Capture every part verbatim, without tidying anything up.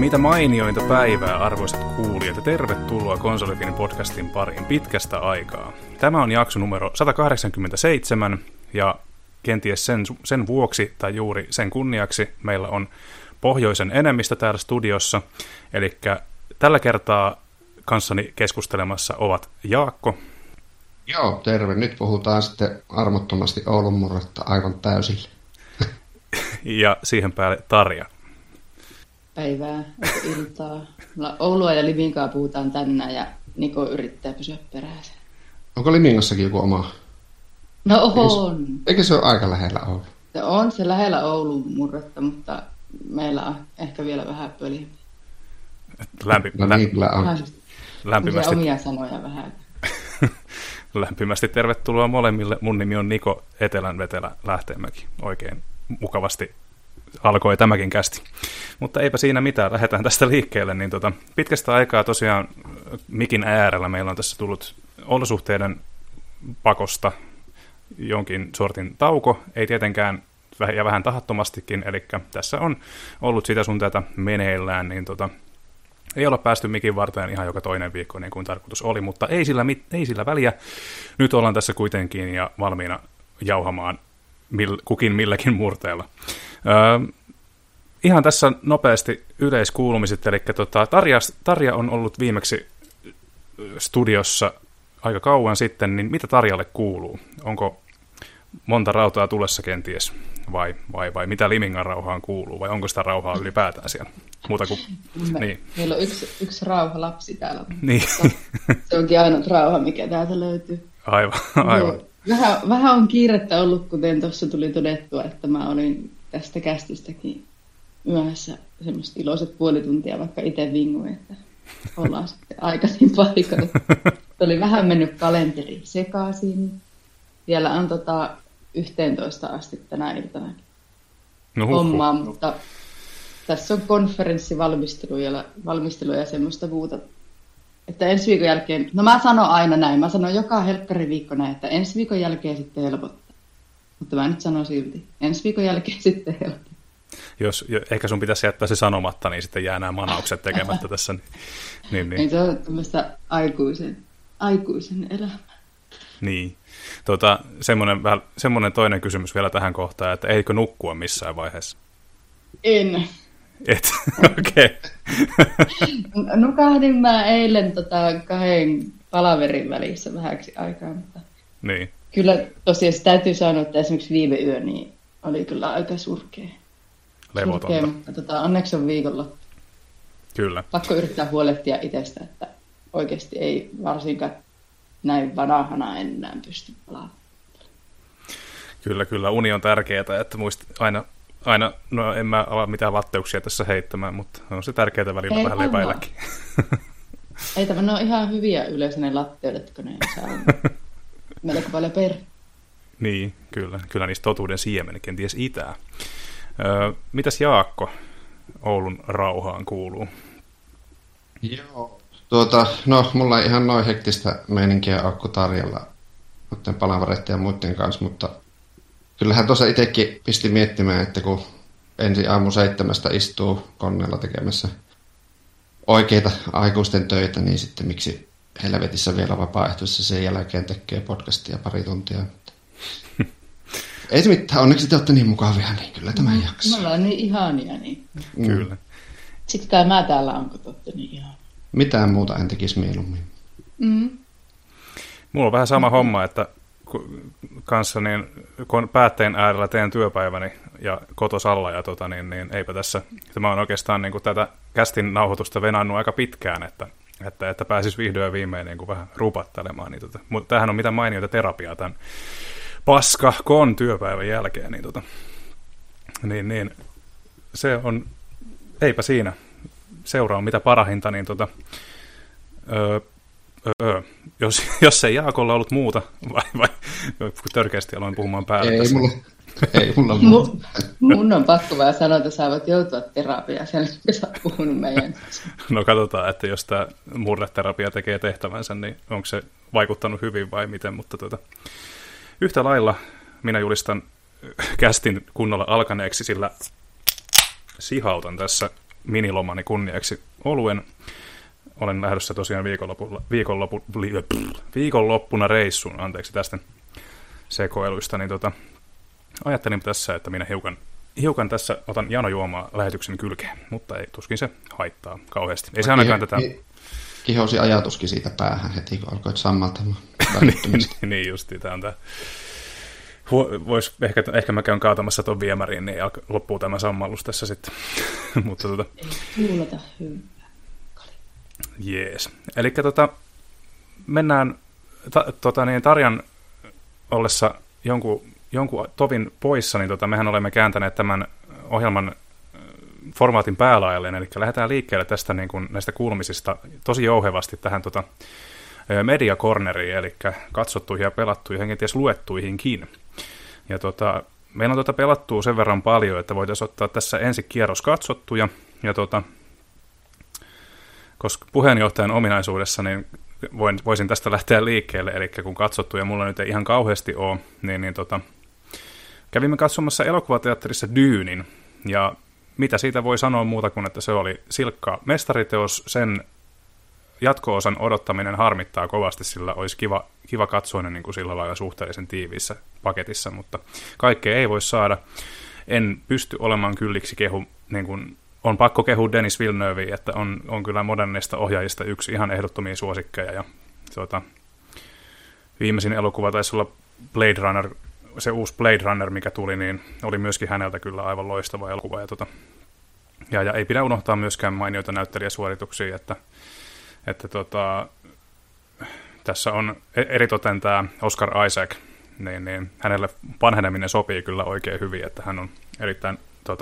Mitä mainiointa päivää, arvoisat kuulijat, ja tervetuloa Konsolifinin podcastin pariin pitkästä aikaa. Tämä on jakso numero sata kahdeksankymmentäseitsemän, ja kenties sen, sen vuoksi tai juuri sen kunniaksi meillä on pohjoisen enemmistö täällä studiossa. Eli tällä kertaa kanssani keskustelemassa ovat Jaakko. Joo, terve. Nyt puhutaan sitten armottomasti Oulun murretta aivan täysille. Ja siihen päälle Tarja. Päivää, iltaa. Oulua ja Liminkaa puhutaan tänään ja Niko yrittää pysyä perässä. Onko Limingassakin joku oma? No on. Eikö se ole aika lähellä Oulu? Se on se lähellä Oulun murretta, mutta meillä on ehkä vielä vähän pöliämpi. Lämpi... No niin, kyllä on. Lämpimästi... omia sanoja vähän. Lämpimästi tervetuloa molemmille. Mun nimi on Niko Etelän Vetelä Lähteenmäki. Oikein mukavasti alkoi tämäkin kästi. Mutta eipä siinä mitään, lähdetään tästä liikkeelle. Niin tota, pitkästä aikaa tosiaan mikin äärellä meillä on tässä tullut olosuhteiden pakosta jonkin sortin tauko, ei tietenkään, ja vähän tahattomastikin, eli tässä on ollut sitä sun tätä meneillään, niin tota, ei olla päästy mikin varteen ihan joka toinen viikko niin kuin tarkoitus oli, mutta ei sillä, ei sillä väliä. Nyt ollaan tässä kuitenkin ja valmiina jauhamaan mill, kukin milläkin murteella. Öö, ihan tässä nopeasti yleiskuulumiset, eli tota, Tarja, Tarja on ollut viimeksi studiossa aika kauan sitten, niin mitä Tarjalle kuuluu? Onko monta rautaa tulessa kenties, vai, vai, vai mitä Limingan rauhaan kuuluu, vai onko sitä rauhaa ylipäätään siellä? Muuta kuin, Me, niin. Meillä on yksi, yksi rauha lapsi täällä. Niin. Se onkin ainoa rauha, mikä täältä löytyy. Aivan, aivan. No, vähän, vähän on kiirettä ollut, kuten tuossa tuli todettua, että mä olin tästä kästistäkin myöhässä semmoiset iloiset puoli tuntia, vaikka itse vinguin, että ollaan sitten aikaisin paikalla. Oli vähän mennyt kalenteri sekaisin. Vielä on tota yhteentoista asti tänä iltana no, hommaa, mutta tässä on konferenssivalmistelu ja, valmistelu ja semmoista muuta. Että ensi viikon jälkeen, no mä sanon aina näin, mä sanon joka helkkari viikko näin, että ensi viikon jälkeen sitten helpottaa. Mutta mä nyt sanon silti, ensi viikon jälkeen sitten helpottaa. Jos ehkä sun pitäisi jättää se sanomatta, niin sitten jää nämä manaukset tekemättä tässä. Niin, niin. Ei se ole tämmöistä aikuisen, aikuisen elämää. Niin. Tota, semmoinen, semmoinen toinen kysymys vielä tähän kohtaan, että eikö nukkua missään vaiheessa? En. Et, okei. Okay. Nukahdin mä eilen tota, kahden palaverin välissä vähäksi aikaa, mutta niin. Kyllä tosiaan täytyy sanoa, että esimerkiksi viime yö niin oli kyllä aika surkea. Levotonta. Surkea, mutta tota, onneksi on viikolla. Kyllä. Pakko yrittää huolehtia itsestä, että oikeasti ei varsinkaan näin vanhana enää pysty palaamaan. Kyllä, kyllä. Uni on tärkeää, että muist aina, aina, no en mä ala mitään latteuksia tässä heittämään, mutta on se tärkeää välillä ei vähän lepäilläkin. Ei tämä, ne on ihan hyviä yleensä ne latteudet, kun ne saa melko paljon per. Niin, kyllä. Kyllä niistä totuuden siemen kenties itää. Öö, mitäs Jaakko Oulun rauhaan kuuluu? Joo. Tuota, no, mulla ei ihan noin hektistä meininkiä ole kuin Tarjalla muiden palavareiden ja muiden kanssa, mutta kyllähän tuossa itsekin pisti miettimään, että kun ensi aamu seitsemästä istuu koneella tekemässä oikeita aikuisten töitä, niin sitten miksi helvetissä vielä vapaaehtoisesti sen jälkeen tekee podcastia pari tuntia. Ei se mitään, onneksi te olette niin mukavia, niin kyllä tämä mm, jaksaa. Me ollaan niin ihania, niin. Kyllä. Sitten kai mä täällä on, kun te olette niin ihania. Mitään muuta en tekisi mieluummin. Mm. Mulla on vähän sama homma, että kanssa niin, kun päätteen äärellä teen työpäiväni ja kotosalla, ja tota, niin, niin eipä tässä, tämä on oikeastaan niin kuin tätä kästin nauhoitusta venannut aika pitkään, että, että, että pääsis vihdoin ja viimein niin kuin vähän rupattelemaan. Niin, tota, mutta tämähän on mitä mainioita terapiaa tämän paskahkon työpäivän jälkeen, niin, tota, niin, niin se on, eipä siinä. Seuraa on mitä parahinta, niin tota, öö, öö, jos, jos ei Jaakolla ollut muuta, vai, vai törkeästi aloin puhumaan päälle ei tässä. Mulla, ei mulla muuta. Mun on pakko vaan sanoa, että sä voit joutua terapiaan sen, kun sä oot puhunut meidän. No katsotaan, että jos tämä murreterapia tekee tehtävänsä, niin onko se vaikuttanut hyvin vai miten, mutta tuota, yhtä lailla minä julistan kästin kunnolla alkaneeksi, sillä sihautan tässä minilomani kunniaksi oluen. Olen lähdössä tosiaan viikonlopulla, viikonlopu, viikonloppuna reissuun, anteeksi tästä sekoiluista, niin tota, ajattelin tässä, että minä hiukan, hiukan tässä otan janojuomaa lähetyksen kylkeen, mutta ei tuskin se haittaa kauheasti. Ei se ainakaan tätä... Kihosi ajatuskin siitä päähän heti, kun alkoit sammaltamaan. niin, niin justiin, tämä on tämä. Vois, ehkä, ehkä mä käyn kaatamassa tuon viemäriin, niin loppuu tämä sammallus tässä sitten. mutta tota... Ei kuulota hyvää. Jees. Eli tota, mennään ta, tota, niin, Tarjan ollessa jonkun, jonkun tovin poissa, niin tota, mehän olemme kääntäneet tämän ohjelman formaatin päälaajalleen, eli lähdetään liikkeelle tästä niin kuin, näistä kuulumisista tosi jouhevasti tähän tota, Media Corneriin, eli katsottuihin ja pelattuihin, kenties luettuihinkin. Ja tota, meillä on tota pelattua sen verran paljon, että voitaisiin ottaa tässä ensi kierros katsottuja, ja tota, koska puheenjohtajan ominaisuudessa niin voin, voisin tästä lähteä liikkeelle, eli kun katsottuja mulla nyt ei ihan kauheasti ole, niin, niin tota, kävimme katsomassa elokuvateatterissa Dynin, ja mitä siitä voi sanoa muuta kuin, että se oli silkka mestariteos, sen jatko-osan odottaminen harmittaa kovasti, sillä olisi kiva, kiva katsoinen niin kuin sillä lailla suhteellisen tiiviissä paketissa, mutta kaikkea ei voi saada. En pysty olemaan kylliksi kehu, niin kuin, on pakko kehua Denis Villeneuveä, että on, on kyllä modernista ohjaajista yksi ihan ehdottomia suosikkeja, ja tuota, viimeisin elokuva taisi olla Blade Runner, se uusi Blade Runner, mikä tuli, niin oli myöskin häneltä kyllä aivan loistava elokuva, ja, tuota, ja, ja ei pidä unohtaa myöskään mainioita näyttelijäsuorituksia, että Että tota, tässä on eritoten tämä Oscar Isaac, niin, niin hänelle vanheneminen sopii kyllä oikein hyvin, että hän on erittäin tota,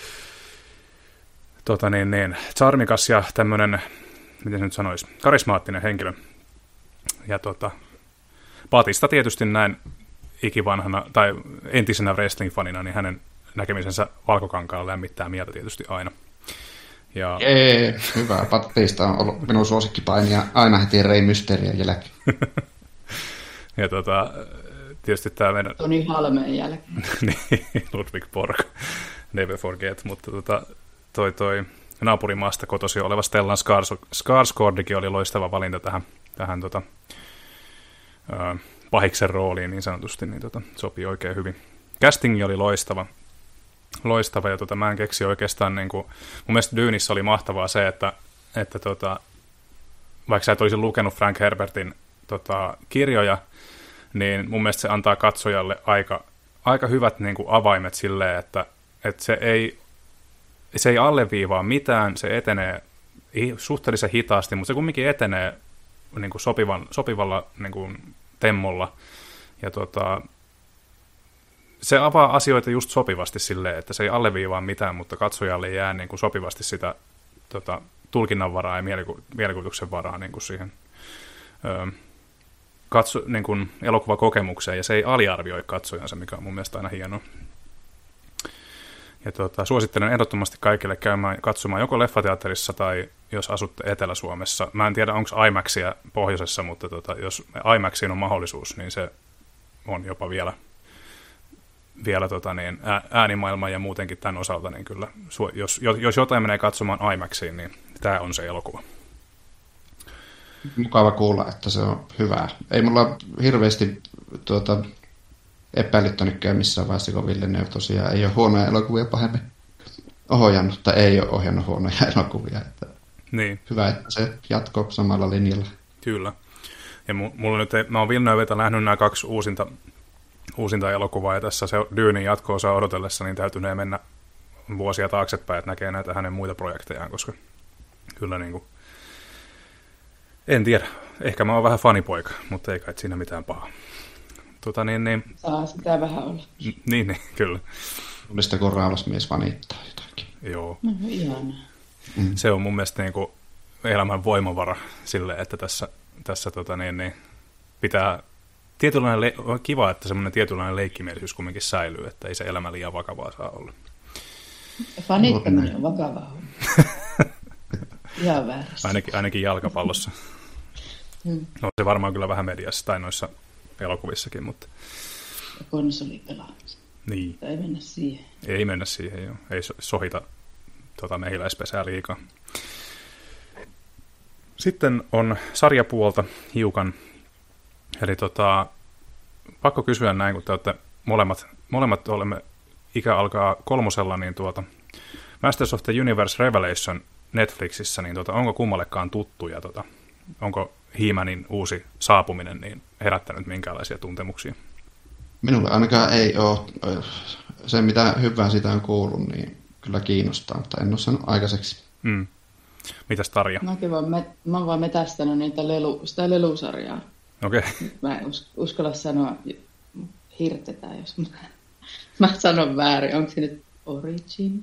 tota niin, niin, charmikas ja tämmöinen, miten se nyt sanoisi, karismaattinen henkilö. Ja tota, Batista tietysti näin ikivanhana tai entisenä wrestling-fanina, niin hänen näkemisensä Valkokankaalla lämmittää mieltä tietysti aina. Ja... Jee, hyvä. Batista on ollut minun suosikkipainija aina heti Rey Mysterion jälkeen. ja tota, tietysti tämä meidän... Toni Halmeen jälkeen. niin, Ludwig Borg, never forget, mutta tota, toi, toi naapurimaasta kotosi oleva Stellan Skarsgårdikin oli loistava valinta tähän, tähän tota, äh, pahiksen rooliin niin sanotusti, niin tota, sopii oikein hyvin. Castingi oli loistava. Loistava, ja tota, mä en keksi oikeastaan, niin kuin, mun mielestä Dynissä oli mahtavaa se, että, että tota, vaikka sä et olisi lukenut Frank Herbertin tota, kirjoja, niin mun mielestä se antaa katsojalle aika, aika hyvät niin kuin, avaimet silleen, että, että se, ei, se ei alleviivaa mitään, se etenee suhteellisen hitaasti, mutta se kumminkin etenee niin kuin sopivan, sopivalla niin kuin, temmolla, ja tota, se avaa asioita just sopivasti silleen, että se ei alleviivaa mitään, mutta katsojalle jää niin kuin sopivasti sitä tota, tulkinnanvaraa ja mieliku- mielikuvituksen varaa niin kuin siihen ö, katso, niin kuin elokuvakokemukseen, ja se ei aliarvioi katsojansa, mikä on mun mielestä aina hienoa. Ja tota, suosittelen ehdottomasti kaikille käymään katsomaan joko leffateatterissa tai jos asutte Etelä-Suomessa. Mä en tiedä, onko IMAXia pohjoisessa, mutta tota, jos IMAXiin on mahdollisuus, niin se on jopa vielä... vielä tota, niin, äänimaailman ja muutenkin tämän osalta, niin kyllä, jos, jos jotain menee katsomaan IMAXiin, niin tämä on se elokuva. Mukava kuulla, että se on hyvää. Ei mulla hirveästi tuota, epäilyttänytkään missään vaiheessa, kun Villeneuve tosiaan ei ole huonoja elokuvia pahemmin ohjannut, tai ei ole ohjannut huonoja elokuvia. Että niin. Hyvä, että se jatkuu samalla linjalla. Kyllä. Ja mulla nyt ei, mä oon Villeneuveltä nähnyt nämä kaksi uusinta uusinta elokuvaa, ja tässä se Dynin jatko-osaa odotellessa, niin täytynee mennä vuosia taaksepäin, että näkee näitä hänen muita projektejaan, koska kyllä niin kuin, en tiedä, ehkä mä oon vähän fanipoika, mutta ei kai siinä mitään pahaa. Tota, niin, niin, Saa sitä vähän olla. N- niin, niin, kyllä. Mistä kun raulasmies fanittaa jotakin. Joo. No, ihanaa. Mm. Se on mun mielestä niin kuin elämän voimavara silleen, että tässä, tässä tota, niin, niin, pitää tietynlainen le- on kiva, että semmoinen tietynlainen leikkimielisyys kumminkin säilyy, että ei se elämä liian vakavaa saa olla. Fanittaminen on vakavaa. Ihan väärässä. Ainakin, ainakin jalkapallossa. Hmm. No, se varmaan kyllä vähän mediassa tai noissa elokuvissakin, mutta... Ja konsolipelaamista. Niin. Ei mennä siihen. Ei mennä siihen, joo. Ei so- sohita tota, mehiläispesää liikaa. Sitten on sarjapuolta hiukan, eli tota, pakko kysyä näin, kun te olette molemmat, molemmat olemme, ikä alkaa kolmosella, niin tuota, Masters of the Universe Revelation Netflixissä, niin tuota, onko kummallekaan tuttu ja tuota, onko He-Manin uusi saapuminen niin herättänyt minkäänlaisia tuntemuksia? Minulle ainakaan ei ole. Se, mitä hyvää siitä on kuullut, niin kyllä kiinnostaa, mutta en ole sanonut aikaiseksi. Mm. Mitäs Tarja? Mäkin vaan met, mä oon vaan metästänyt niitä lelu, sitä lelusarjaa. Okei. Okay. Mä en us, uskalla sanoa, hirtetään, jos mä, mä sanon väärin. Onko se nyt Origin?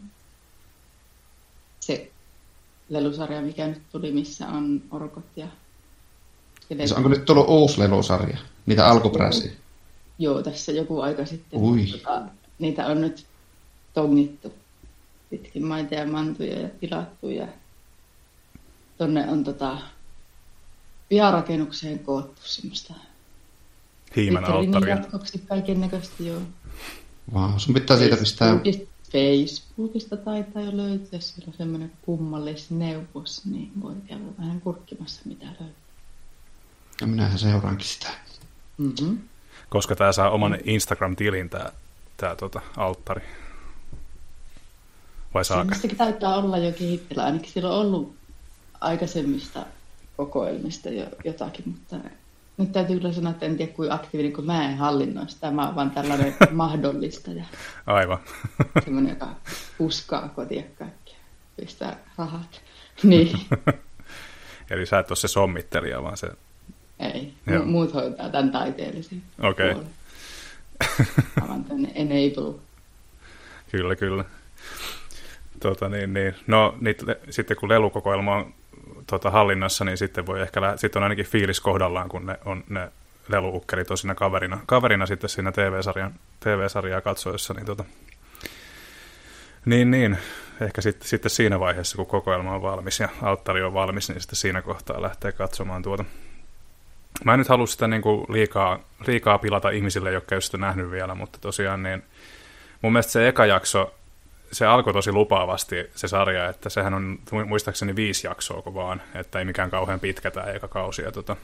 Se lelusarja, mikä nyt tuli, missä on orkot ja... Se onko nyt tullut uusi lelusarja? Niitä alkuperäisiä? Joo, tässä joku aika sitten. Ui. Tota, niitä on nyt tongittu pitkin maita ja mantuja ja tilattu. Ja tonne on tota, piarakennukseen koottu semmoista He-Man alttaria. jatkoksi kaiken näköistä, joo. Wow, sun pitää siitä pistää... Facebookista, Facebookista taitaa jo löytyä. Siellä on semmoinen kummallisneuvos, niin voi käydä vähän kurkkimassa mitä löytyy. Ja minähän seuraankin sitä. Mm-hmm. Koska tämä saa oman Instagram-tilin, tämä, tämä tota, alttari. Vai saako? Semmoistakin taitaa olla jo kehitteillä. Ainakin siellä on ollut aikaisemmista kokoelmista jo jotakin, mutta nyt täytyy kyllä sanoa, että en tiedä kuin aktiivinen, kun mä en hallinnoi sitä. Mä oon vaan tällainen mahdollistaja. Aivan. Semmoinen, joka puskaa kotia kaikkea, pistää rahat. Niin. Eli sä et ole se sommittelija, vaan se... Ei, Mu- muut hoitaa tämän taiteellisen Okei. puolen. Aivan tänne enable. Kyllä, kyllä. Tota, niin, niin. No niitä, sitten kun lelukokoelma on tota, hallinnassa, niin sitten voi ehkä lä- sitten on ainakin fiilis kohdallaan, kun ne on ne leluukkelit on siinä kaverina, kaverina sitten siinä T V-sarjan, T V-sarjaa katsoessa. Niin, tota, niin, niin. Ehkä sitten, sitten siinä vaiheessa, kun kokoelma on valmis ja alttari on valmis, niin sitten siinä kohtaa lähtee katsomaan tuota. Mä en nyt halua sitä niin kuin liikaa, liikaa pilata ihmisille, jotka ei ole sitä nähnyt vielä, mutta tosiaan niin mun mielestä se eka jakso, se alkoi tosi lupaavasti se sarja, että sehän on muistaakseni viisi jaksoa kun vaan, että ei mikään kauhean pitkä tämä eka kausi. Ja tota,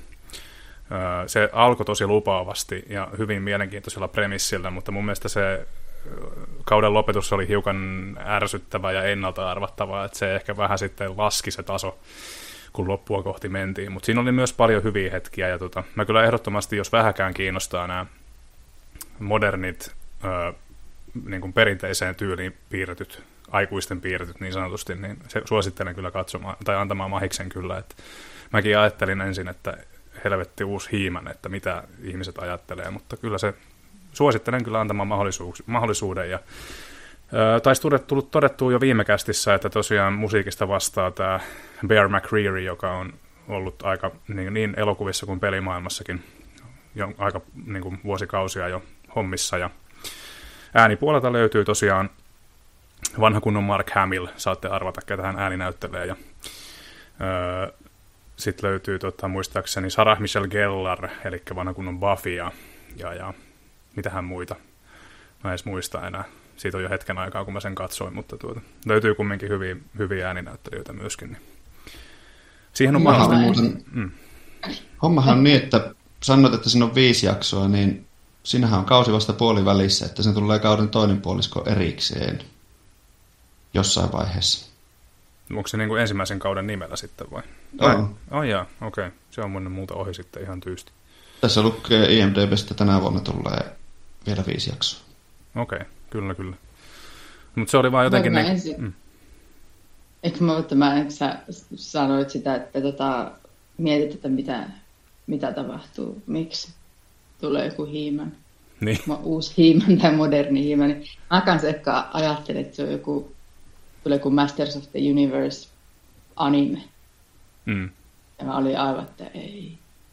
se alkoi tosi lupaavasti ja hyvin mielenkiintoisella premissillä, mutta mun mielestä se kauden lopetus oli hiukan ärsyttävä ja ennalta arvattavaa, että se ehkä vähän sitten laski se taso, kun loppua kohti mentiin. Mutta siinä oli myös paljon hyviä hetkiä. Ja tota, mä kyllä ehdottomasti, jos vähäkään kiinnostaa nämä modernit, ö, niin kuin perinteiseen tyyliin piirretyt, aikuisten piirretyt niin sanotusti, niin se, suosittelen kyllä katsomaan, tai antamaan mahiksen kyllä. Et mäkin ajattelin ensin, että helvetti uusi He-Man, että mitä ihmiset ajattelee, mutta kyllä se suosittelen kyllä antamaan mahdollisuuden. Ja taisi tullut todettua jo viime kästissä, että tosiaan musiikista vastaa tämä Bear McCreary, joka on ollut aika niin, niin elokuvissa kuin pelimaailmassakin jo aika niin kuin vuosikausia jo hommissa. Ja äänipuolelta löytyy tosiaan vanha kunnon Mark Hamill, saatte arvata, ketä hän ääni näyttelee. Ja öö, sitten löytyy tota, muistaakseni Sarah Michelle Gellar, eli vanha kunnon Buffy ja, ja, ja mitähän muita. Mä en edes muista enää. Siitä on jo hetken aikaa, kun mä sen katsoin, mutta tuota, löytyy kumminkin hyviä, hyviä ääninäyttelijöitä myöskin. Niin. Siihen on mahdollista. Mm. Hommahan on niin, että sanoit, että siinä on viisi jaksoa, niin siinähän on kausi vasta puolivälissä, että sen tulee kauden toinen puolisko erikseen jossain vaiheessa. Onko se niin kuin ensimmäisen kauden nimellä sitten vai? Joo. Oh, jaa, okei. Okay. Se on mun muuta ohi sitten ihan tyysti. Tässä lukee I M D B:stä tänä vuonna tulee vielä viisi jaksoa. Okei, okay. Kyllä, kyllä. Mutta se oli vaan jotenkin... Mä niin... ensin... mm. Eikö mä, että mä sä sanoit sitä, että tota, mietit, että mitä, mitä tapahtuu, miksi tulee joku He-Man, niin. uusi He-Man tai moderni He-Man. Niin mä kanssa ehkä ajattelin, että se on joku, tulee joku Masters of the Universe anime. Mm. Ja mä olin aivan, että ei,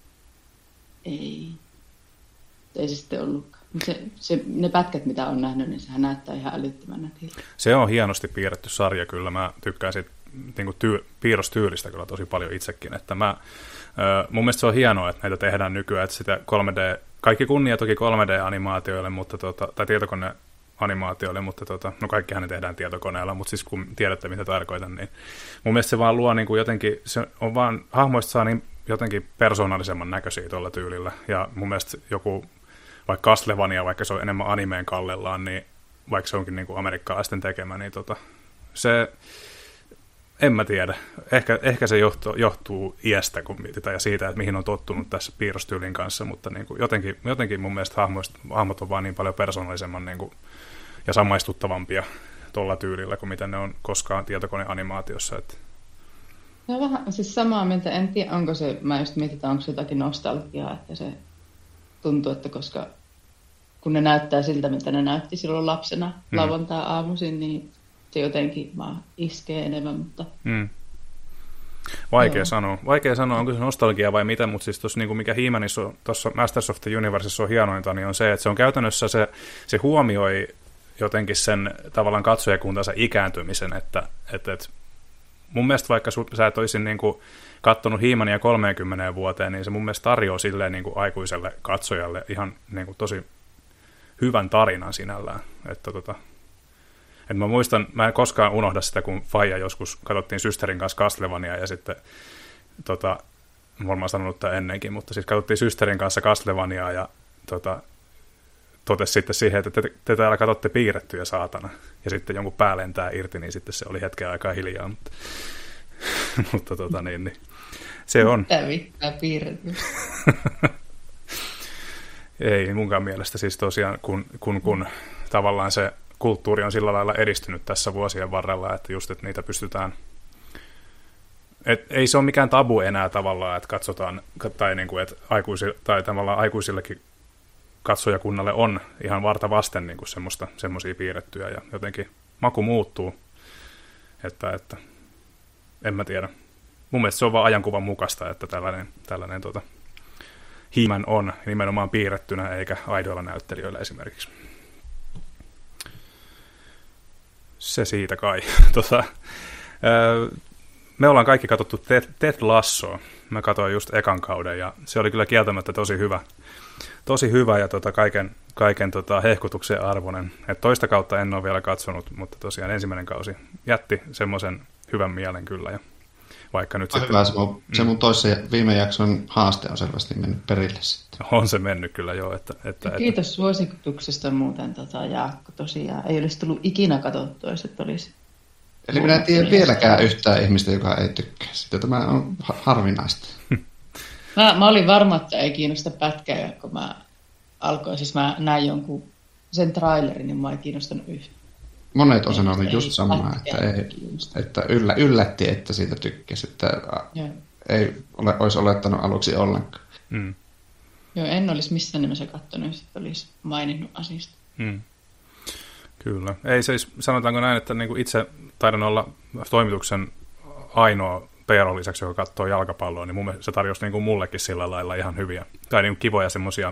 ei, ei se sitten ollutkaan. Se, se, ne pätkät, mitä on nähnyt, niin sehän näyttää ihan älyttömän nätiltä. Se on hienosti piirretty sarja kyllä. Mä tykkään siitä niin kuin tyy- piirrostyylistä kyllä tosi paljon itsekin. Että mä, äh, mun mielestä se on hienoa, että näitä tehdään nykyään. Että sitä kolme D, kaikki kunnia toki kolme D-animaatioille, mutta tuota, tai tietokone animaatioille, mutta tota, no kaikkihan ne tehdään tietokoneella, mutta siis kun tiedätte, mitä tarkoitan, niin mun mielestä se vaan luo niin kuin jotenkin, se on vaan, hahmoista saa niin jotenkin persoonallisemman näköisiä tuolla tyylillä, ja mun mielestä joku, vaikka Castlevania, vaikka se on enemmän animeen kallellaan, niin vaikka se onkin niin kuin amerikkalaisten tekemä, niin tota, se, en mä tiedä, ehkä, ehkä se johtuu, johtuu iästä kun mietitään ja siitä, että mihin on tottunut tässä piirrostyylin kanssa, mutta niin kuin jotenkin, jotenkin mun mielestä hahmoista, hahmot on vaan niin paljon persoonallisemman niin kuin, ja samaistuttavampia tuolla tyylillä kuin mitä ne on koskaan tietokoneanimaatiossa. Että. No vähän siis samaa mieltä, en tiedä onko se, mä just mietin, onko se jotakin nostalgiaa, että se tuntuu, että koska kun ne näyttää siltä, mitä ne näytti silloin lapsena mm. lauantai-aamuisin, niin se jotenkin vaan iskee enemmän, mutta. Mm. Vaikea sanoa. Vaikea sanoa, onko se nostalgia vai mitä, mutta siis tuossa niin mikä He-Manissa on, tuossa Masters of the Universessa on hienointa, niin on se, että se on käytännössä se, se huomioi jotenkin sen tavallaan katsojakuntansa ikääntymisen, että, että, että mun mielestä vaikka sä et olisin niin kuin katsonut He-Mania kolmeenkymmeneen vuoteen, niin se mun mielestä tarjoaa silleen niin kuin aikuiselle katsojalle ihan niin kuin tosi hyvän tarinan sinällään. Että tota, että mä muistan, mä en koskaan unohda sitä, kun faija joskus katsottiin systerin kanssa Castlevania ja sitten, tota, mä varmaan sanonut tämän ennenkin, mutta siis katsottiin systerin kanssa Castlevaniaa ja tota, totesi sitten siihen, että te, te täällä katsotte piirrettyjä saatana. Ja sitten jonkun pää lentää irti, niin sitten se oli hetken aikaa hiljaa. Mutta, mutta tota niin, niin se on. Mitä vittää piirretty? Ei munkaan mielestä siis tosiaan, kun, kun, kun tavallaan se kulttuuri on sillä lailla edistynyt tässä vuosien varrella, että just, että niitä pystytään. Et ei se ole mikään tabu enää tavallaan, että katsotaan, tai, niin kuin, että aikuisi, tai tavallaan aikuisillekin katsojakunnalle on ihan varta vasten niin kuin semmoista, semmoisia piirrettyjä, ja jotenkin maku muuttuu, että, että en mä tiedä. Mun mielestä se on vaan ajankuvan mukaista, että tällainen, tällainen tota, He-Man on nimenomaan piirrettynä, eikä aidoilla näyttelijöillä esimerkiksi. Se siitä kai. tota, me ollaan kaikki katsottu Ted, Ted Lassoa. Mä katsoin just ekan kauden, ja se oli kyllä kieltämättä tosi hyvä. Tosi hyvä ja tota, kaiken, kaiken tota, hehkutuksen arvoinen. Et toista kautta en ole vielä katsonut, mutta tosiaan ensimmäinen kausi jätti semmoisen hyvän mielen kyllä. Ja vaikka nyt sitten, hyvä, se mun, se mun toisen viime jakson haaste on selvästi mennyt perille sitten. On se mennyt kyllä joo. Että, että, Kiitos että. suosituksesta muuten tota, Jaakko. Tosiaan ei olisi tullut ikinä katsottua, jos et olisi. Eli minä en tiedä vieläkään yhtään ihmistä, joka ei tykkää sitä. Tämä on harvinaista. Mä, mä olin varma, että ei kiinnosta pätkää, kun mä alkoin. Siis mä näin jonkun sen trailerin, niin mä ei kiinnostanut yhtään. Monet on sanonut just samaa, että, ei, että yllä, yllätti, että siitä tykkäsi. Että yeah. ei ole, olisi olettanut aluksi ollenkaan. Mm. Joo, en olisi missään nimessä katsonut, jos olisi maininnut asiasta. Mm. Kyllä. Ei siis, sanotaanko näin, että niinku itse taidan olla toimituksen ainoa P R lisäksi, joka katsoo jalkapalloa, niin mun mielestä se tarjosi niin kuin mullekin sillä lailla ihan hyviä, tai niin kuin kivoja semmoisia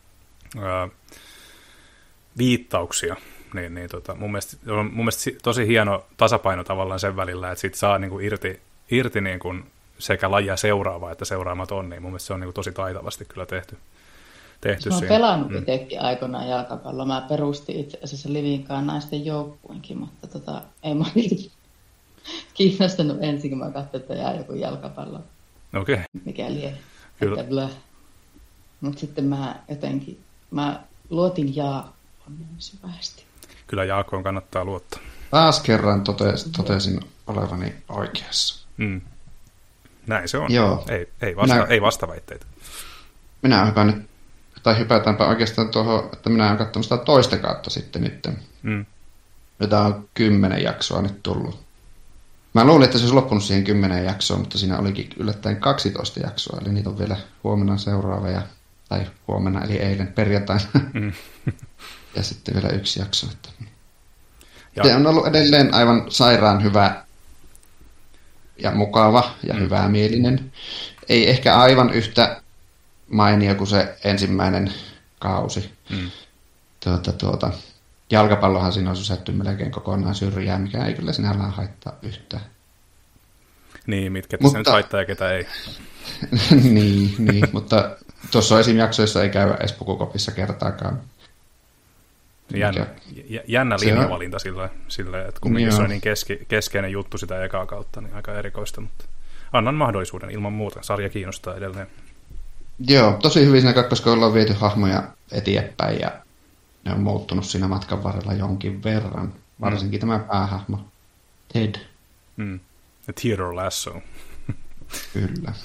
viittauksia. Niin, niin, tota, mun, mielestä, mun mielestä tosi hieno tasapaino tavallaan sen välillä, että sit saa niin kuin irti, irti niin kuin sekä lajia seuraava että seuraamaton, niin mun mielestä se on niin kuin tosi taitavasti kyllä tehty. tehty mä oon pelannut mm. itsekin aikoinaan jalkapalloa. Mä perustin itse asiassa Livinkaan naisten joukkueenkin, mutta tota, ei mä kiinnostanut ensin, kun mä katsoin, että jää joku jalkapallo. Okei. Okay. Mikä liian. Mutta sitten mä jotenkin, mä luotin Jaakkoon syvästi. Kyllä Jaakkoon kannattaa luottaa. Taas kerran totes, totesin olevani oikeassa. Mm. Näin se on. Joo. Ei, ei, vasta, minä, ei vastaväitteitä. Minä hypään nyt, tai hypätäänpä oikeastaan tuohon, että minä olen katsonut sitä toista kautta sitten nyt. Mm. Jota on kymmenen jaksoa nyt tullut. Mä luulin, että se olisi loppunut siihen kymmenen jaksoon, mutta siinä olikin yllättäen kaksitoista jaksoa, eli niitä on vielä huomenna seuraava, ja, tai huomenna, eli eilen perjantaina. Mm. Ja sitten vielä yksi jakso. Että. Se on ollut edelleen aivan sairaan hyvä ja mukava ja mm. hyvämielinen. Ei ehkä aivan yhtä mainio kuin se ensimmäinen kausi. Mm. Tuota, tuota, jalkapallohan siinä on sysätty melkein kokonaan syrjään, mikä ei kyllä sinällään haittaa yhtään. Niin, mitkä tässä nyt haittaa ja ketä ei. niin, niin, mutta tuossa on esim. Jaksoissa ei käy edes pukukopissa kertaakaan. Jännä, jännä linjavalinta sillä, sillä, että kumminkin se on niin keski, keskeinen juttu sitä ekaa kautta, niin aika erikoista, mutta annan mahdollisuuden ilman muuta. Sarja kiinnostaa edelleen. Joo, tosi hyvin siinä kakkoskaudella on viety hahmoja eteenpäin ja ne on muuttunut siinä matkan varrella jonkin verran. Varsinkin mm. tämä päähahmo, Ted. Mm. Theodore Lasso. Kyllä.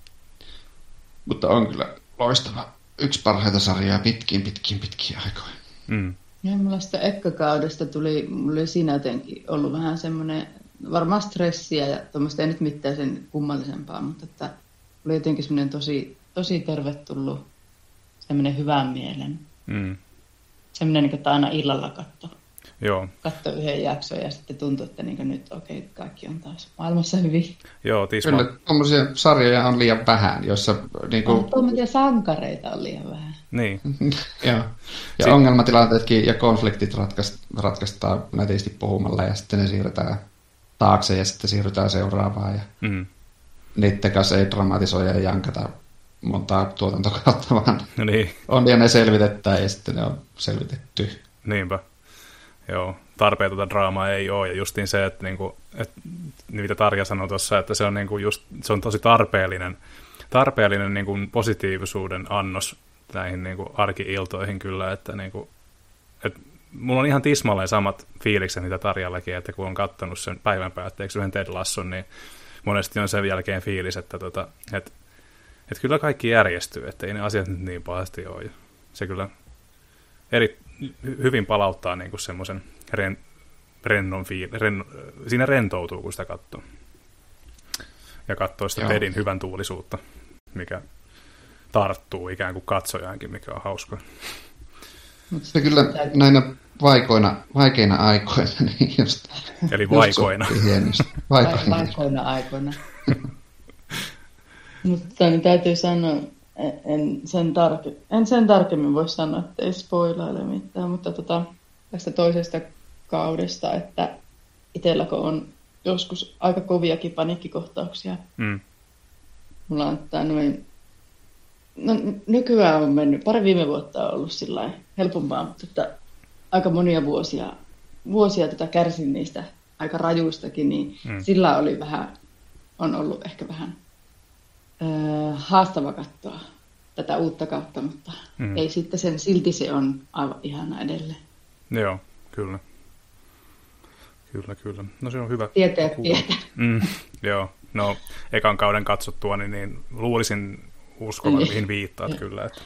Mutta on kyllä loistava. Yksi parhaita sarjaa pitkiin, pitkiin, pitkiin aikoihin. Mm. Ja mulla sitä ekkakaudesta tuli, mulla oli siinä jotenkin ollut vähän semmoinen, varmaan stressiä ja tuommoista ei nyt mitään sen kummallisempaa, mutta että oli jotenkin semmoinen tosi, tosi tervetullut, semmoinen hyvän mielen. Mm. Semmoinen, että aina illalla katto. Joo. Katso yhden jakson ja sitten tuntuu, että niin nyt okei, okay, kaikki on taas maailmassa hyvin. Joo, tisma. Kyllä, tuommoisia sarjoja on liian vähän, joissa niin kuin... tuommoisia sankareita on liian vähän. Niin. Joo. Ja si- ongelmatilanteetkin ja konfliktit ratkaist- ratkaistaan nätisti puhumalla ja sitten ne siirretään taakse ja sitten siirrytään seuraavaan. Ja mm. niiden kanssa ei dramatisoida ja jankata montaa tuotantokautta, vaan no niin. on ja ne selvitetään ja sitten ne on selvitetty. Niinpä. Joo, tarpeetonta draamaa ei ole, ja justiin se, että, niinku, että mitä Tarja sanoi tuossa, että se on, niinku just, se on tosi tarpeellinen, tarpeellinen niinku positiivisuuden annos näihin niinku arki-iltoihin kyllä, että, niinku, että mulla on ihan tismalleen samat fiilikset, mitä Tarjallakin, että kun on katsonut sen päivän päätteeksi yhden Ted Lasson, niin monesti on sen jälkeen fiilis, että, tota, että, että kyllä kaikki järjestyy, että ei ne asiat nyt niin pahasti ole. Se kyllä eri, hyvin palauttaa niinku semmoisen ren, rennon fiil, ren, siinä rentoutuu, kun sitä katsoo. Ja katsoo sitä Joo. Tedin hyvän tuulisuutta, mikä tarttuu ikään kuin katsojaankin, mikä on hauskaa. Se kyllä näinä vaikoina, vaikeina aikoina, niin just... Eli vaikoina. Vaikoina. Vaikoina aikoina. Mutta niin täytyy sanoa, en sen, tarke, en sen tarkemmin voi sanoa, että ei spoilaile mitään, mutta tota, tästä toisesta kaudesta, että itsellä kun on joskus aika koviakin paniikkikohtauksia. Mm. Mulla on tämä noin... No, nykyään on mennyt, pari viime vuotta on ollut sillä helpompaa, mutta että aika monia vuosia, vuosia tätä kärsin niistä aika rajuistakin, niin mm. sillä oli vähän, on ollut ehkä vähän ö, haastava katsoa tätä uutta kautta, mutta mm. ei sitten sen, silti se on aivan ihana edelleen. Joo, kyllä. Kyllä, kyllä. No se on hyvä. Tietää, tietää. Mm, joo, no ekan kauden katsottua, niin, niin luulisin uskovan, mihin viittaat ja. Kyllä. Että.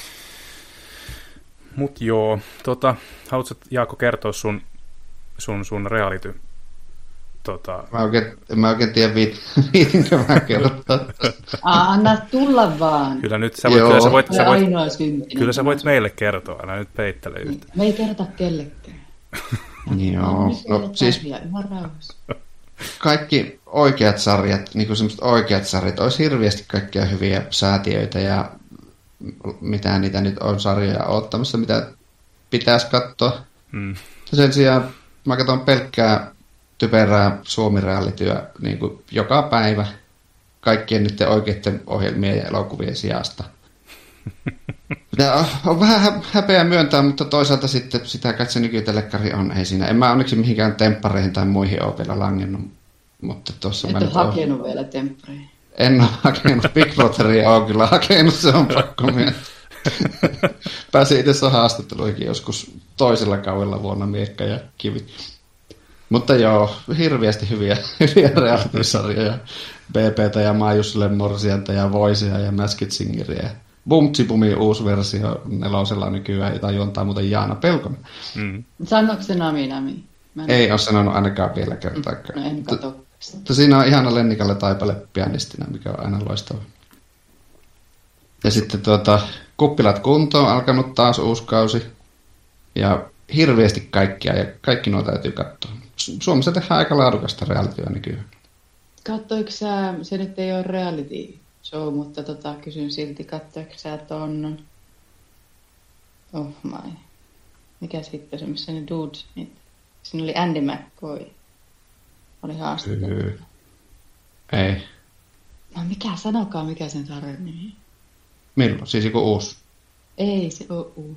Mut joo, tota, haluatko Jaakko kertoa sun, sun, sun reality? Tota... Mä, oikein, mä oikein tiedä viit, viitinkö mä kertoa. Anna tulla vaan. Kyllä nyt sä voit, kyllä sä voit, sä voit, kyllä sä voit vaan. Meille kertoa, älä nyt peittele yhtä. Me ei kerta kellekään. Joo, no siis kaikki oikeat sarjat, niin kuin semmoiset oikeat sarjat, olisi hirveästi kaikkia hyviä säätiöitä ja mitä niitä nyt on sarjoja ottamassa, mitä pitäisi katsoa. Mm. Sen sijaan mä katson pelkkää typerää suomi-realityä niin kuin joka päivä kaikkien niiden oikeiden ohjelmien ja elokuvien sijasta. Ja on vähän häpeä myöntää, mutta toisaalta sitten sitä kai se nykytelkkari on. Ei siinä. En mä onneksi mihinkään temppareihin tai muihin ole vielä langennut. Mutta tuossa et mä ole nyt hakenut vielä temppareihin. En ole hakenut. Big Brotheria on kyllä hakenut, se on pakko myöntää. Pääsin itse haastatteluihin joskus toisella kaudella vuonna Miekka ja Kivi. Mutta joo, hirveästi hyviä, hyviä reality-sarjoja. B P:tä ja Maijusille Morsianta ja Voicea ja Masked Singeria. Bumtsibumin uusi versio nelosella nykyään, jota juontaa muuten Jaana Pelkonen. Mm. Sanoiko se Nami Nami? Ei ole sanonut ainakaan vielä kertaakaan. No en katso. Mutta siinä on ihana Lennikalle Taipale pianistina, mikä on aina loistava. Ja sitten tuota, Kuppilat kuntoon, alkanut taas uusi kausi. Ja hirveästi kaikkia, ja kaikki nuo täytyy katsoa. Suomessa tehdään aika laadukasta realityä nykyään. Katsoiko sä, se nyt ei ole reality show, mutta tota, kysyn silti, katsoiko sä ton, oh my, mikä sitten se, missä ne dudes, niin, siinä oli Andy McCoy, oli haastattelu. Öö. Ei. No mikä, sanokaa mikä sen sarjan nimi. Milloin? Siis joku uusi? Ei se ole uusi.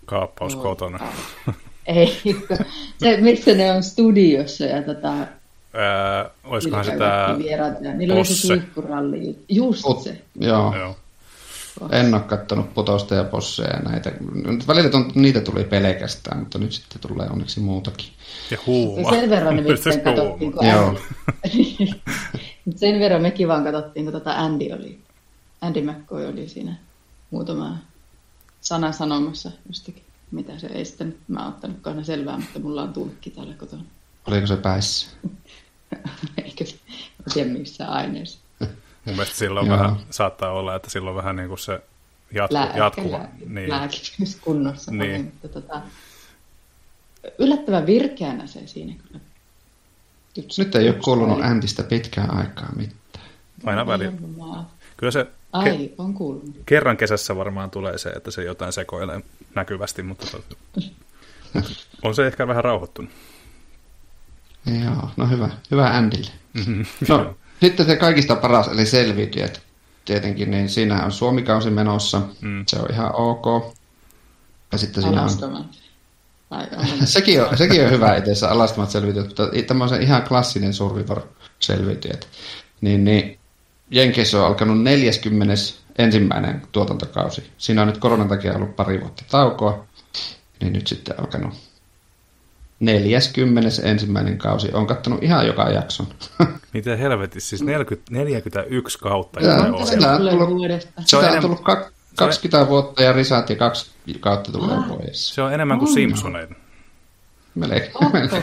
Kaappaus Joo. kotona. Ei, se, missä ne on studiossa ja tota... Ää, olisikohan se tää Niillä oli se Posse? suihkuralli. Just Put- se. Joo. Joo. En ole kattonut Putosta ja Posseja ja näitä. Nyt välillä tunt- niitä tuli pelkästään, mutta nyt sitten tulee onneksi muutakin. Ja huuma. Sen verran nimittäin Mitäs katsottiin, kun Joo. Andy... Sen verran mekin vaan katsottiin, kun tota Andy oli. Andy McCoy oli siinä muutama sana sanomassa jostakin. Mitä se ei sitten, mä oon ottanut aina selvää, mutta mulla on tulkki täällä kotona. Oliko se päissä? Eikö se, mä tiedä missään aineessa. Mun mielestä silloin Joo. vähän, saattaa olla, että silloin vähän niin kuin se jatku, Lääke, jatkuva. lääke, Niin. lääkitys kunnossa. Niin. Oli, mutta tota, yllättävän virkeänä se siinä kyllä. Nyt ei ole kuulunut Antista pitkään aikaa mitään. Aina välillä. Varmaan. Kyllä se ke- Ai, on kuulunut. kerran kesässä varmaan tulee se, että se jotain sekoilee näkyvästi, mutta tot- on se ehkä vähän rauhoittunut. Joo, no hyvä. Hyvä Andille. Mhm. No, sitten se kaikista paras, eli selviytyjät. Tietenkin, niin siinä on Suomi-kausi menossa. Mm. Se on ihan ok. Ja sitten siinä on... Alastomat. Ai, on. sekin, on, sekin on hyvä itse asiassa, alastomat selviytyjät, mutta tämmöisen ihan klassinen Survivor-selviytyjät. Niin, niin Jenkeissä on alkanut neljäskymmenes ensimmäinen tuotantokausi. Siinä on nyt koronan takia ollut pari vuotta taukoa. Niin nyt sitten alkanut neljäskymmenes ensimmäinen kausi. Olen kattonut ihan joka jakson. Miten helvetissä, siis neljäkymmentä, neljäkymmentäyksi kautta Joo, jotain sitä ohjelmaa. on Tulee tullut, vuodesta. Se on sitä on enem- tullut kak- kaksikymmentä vuotta ja risat ja kaksi kautta tulee Ah. vuodessa. Se on enemmän kuin On. Simpsoneita. Melkein. Oho. melkein.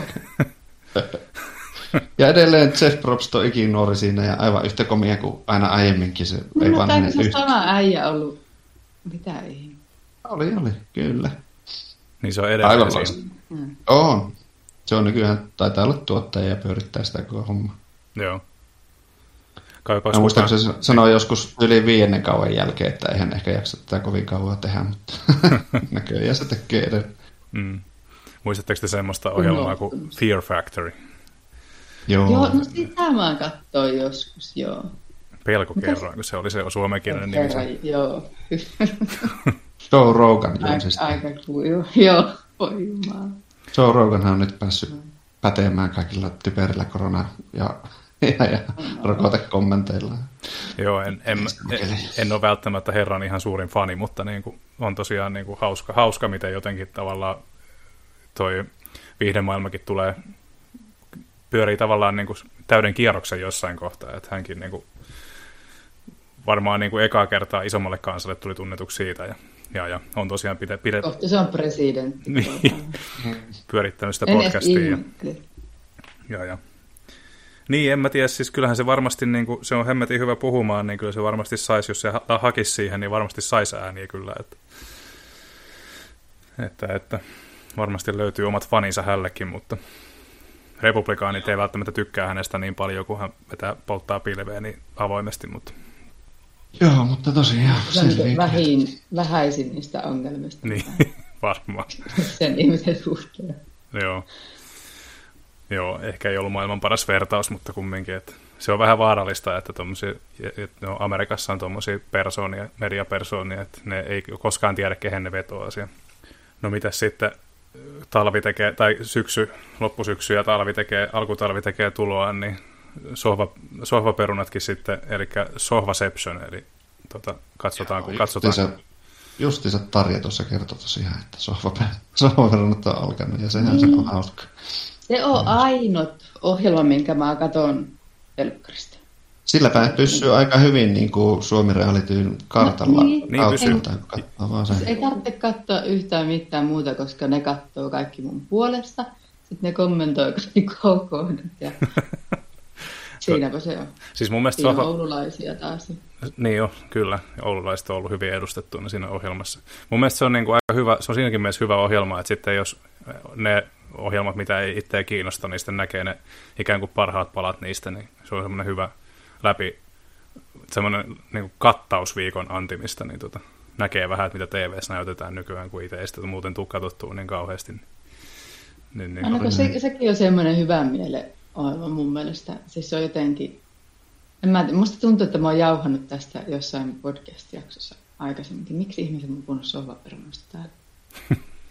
Ja edelleen Jeff Probst on ikin nuori siinä ja aivan yhtä komia kuin aina aiemminkin. Se ei No, vanhene se yhtä. sama äijä ollut. Mitä ei? Oli, oli, kyllä. Niin se on Aivan edelleen loistava. siinä. Hmm. On. Se on nykyään, taitaa olla tuottaja ja pyörittää sitä koko homma. Joo. Kaipaako Mä muistan, kukaan... kun se sanoi joskus yli viidennen kauan jälkeen, että eihän ehkä jaksa tätä kovin kauan tehdä, mutta näköjään se tekee edelleen. Mm. Muistatteko te semmoista ohjelmaa kuin Fear Factory? Joo. Joo, no sitä mä katsoin joskus, joo. Pelkokerroin, kun se oli se suomenkielinen nimi. Kerran, joo. Joe Rogan Aika, juonsi sitä. aika kuiva, joo. Voi jumala. Joe Roganhan on nyt päässyt päteemään kaikilla typerillä korona- ja, ja, ja rokotekommenteilla. Joo, en, en, en, en ole välttämättä herran ihan suurin fani, mutta niin kuin, on tosiaan niin kuin hauska, hauska, miten jotenkin tavallaan toi viihdemaailmakin tulee, pyörii tavallaan niin kuin täyden kierroksen jossain kohtaa, että hänkin niin kuin, varmaan niin kuin ekaa kertaa isommalle kansalle tuli tunnetuksi siitä, ja, ja, ja on tosiaan pide, pide, Kohta se on presidentti. Niin. pyörittänyt sitä En edes podcastia. Ja, ihmettele. ja, ja. Niin, en mä tiedä, siis kyllähän se varmasti, niin kuin, se on hemmetin hyvä puhumaan, niin kyllä se varmasti saisi, jos se ha- hakisi siihen, niin varmasti saisi ääniä kyllä, että, että, että varmasti löytyy omat faninsa hällekin, mutta republikaanit ei välttämättä tykkää hänestä niin paljon, kun hän vetää, polttaa pilveä niin avoimesti, mutta Joo, mutta tosiaan. Se on selviytyjät. vähin, vähäisin niistä ongelmista. niin, varmaan. Sen ihmisen suhteen. Joo. Joo, ehkä ei ollut maailman paras vertaus, mutta kumminkin, että se on vähän vaarallista, että että no, Amerikassa on tuommoisia persoonia, mediapersoonia, että ne ei koskaan tiedä, kehen ne vetoaa siellä. No mitäs sitten talvi tekee, tai syksy, loppusyksy ja talvi tekee, alkutalvi tekee tuloa, niin sohva, sohvaperunatkin sitten, eli sohvaception, eli tota, katsotaan, kun katsotaan. Justiinsa, justiinsa Tarja tuossa kertoi tosiaan, että sohvaperunat on alkanut ja sehän se on hauska. Se on ainut ohjelma, minkä mä katson telkkarista. Silläpä pysyy aika hyvin niin kuin Suomi Realityn kartalla. No, niin. Niin pysyy. Autetaan, kun katsoo vaan sen. Ei tarvitse katsoa yhtään mitään muuta, koska ne katsoo kaikki mun puolesta. Sitten ne kommentoi kaikki kohdat ja siinäpä se on. Siis mun mielestä Siinä on sohva... oululaisia taas. Niin jo, kyllä. Oululaiset on ollut hyvin edustettuina siinä ohjelmassa. Mun mielestä se on niin kuin aika hyvä, se on siinäkin mielessä hyvä ohjelma, että sitten jos ne ohjelmat, mitä ei itseä kiinnosta, niin sitten näkee ne ikään kuin parhaat palat niistä, niin se on semmoinen hyvä läpi, semmoinen niin kuin kattausviikon antimista, niin tota, näkee vähän, että mitä T V:ssä näytetään nykyään, kun itse ei sitä muuten tule katsottua niin kauheasti. Niin, niin, niin. Aina, se, sekin on semmoinen hyvän mielen ohjelma mun mielestä. Siis se on jotenkin... En mä, musta tuntuu, että mä oon jauhannut tästä jossain podcast-jaksossa aikaisemminkin. Miksi ihmiset on puhunut sohvaperunoista täällä?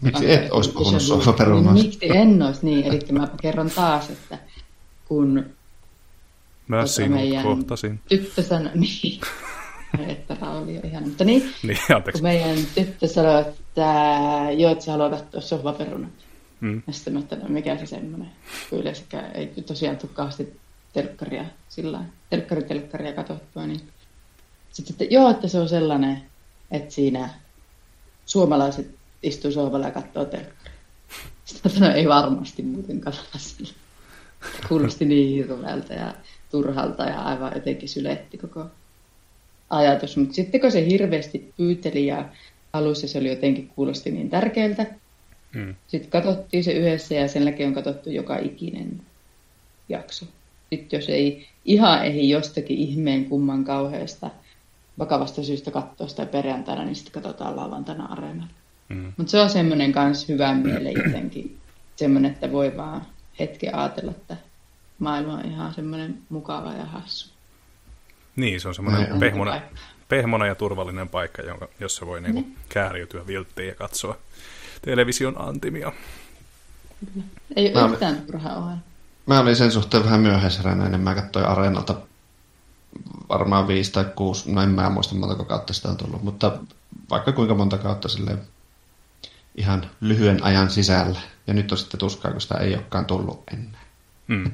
Miksi et olisi puhunut sohvaperunoista? Niin, miksi en olisi niin? Eli mä kerron taas, että kun mä sinut meidän kohtasin. Tyttö sanoi, niin, että oli jo ihana, mutta niin, niin kun meidän tyttö sanoi, että joo, että se haluaa katsoa sohvaperunat. Mm. Ja sitten mä ajattelin, mikä se semmoinen, kun yleensäkään ei tosiaan tule kauheasti telkkaria sillä telkkaritelkkaria katsottua, niin sitten, että joo, että se on sellainen, että siinä suomalaiset istuu sohvalla ja katsoo telkkaria. Sitten mä sanoin, ei varmasti muuten katsota sillä. Kuulosti niin hirveältä ja turhalta ja aivan jotenkin syletti koko ajatus. Mutta sitten kun se hirveästi pyyteli ja halusi, se oli jotenkin kuulosti niin tärkeältä. Hmm. Sitten katsottiin se yhdessä ja sen jälkeen on katsottu joka ikinen jakso. Sitten jos ei ihan ehdi jostakin ihmeen kumman kauheasta vakavasta syystä katsoa sitä perjantaina, niin sitten katsotaan lauantaina areenalla. Hmm. Mutta se on semmoinen kanssa hyvä miele jotenkin. Semmoinen, että voi vaan hetken ajatella, että maailma on ihan semmoinen mukava ja hassu. Niin, se on semmoinen pehmonen, pehmonen ja turvallinen paikka, jonka, jossa voi niinku mm. kääriytyä vilttiin ja katsoa television antimia. Ei ole yhtään turhaa ohjelma. Mä olin sen suhteen vähän myöhäisheräinen, mä katsoin Areenalta varmaan viisi tai kuusi, no en mä muista montako kautta sitä on tullut, mutta vaikka kuinka monta kautta silleen ihan lyhyen ajan sisällä. Ja nyt on sitten tuskaa, kun sitä ei olekaan tullut ennen. Mm.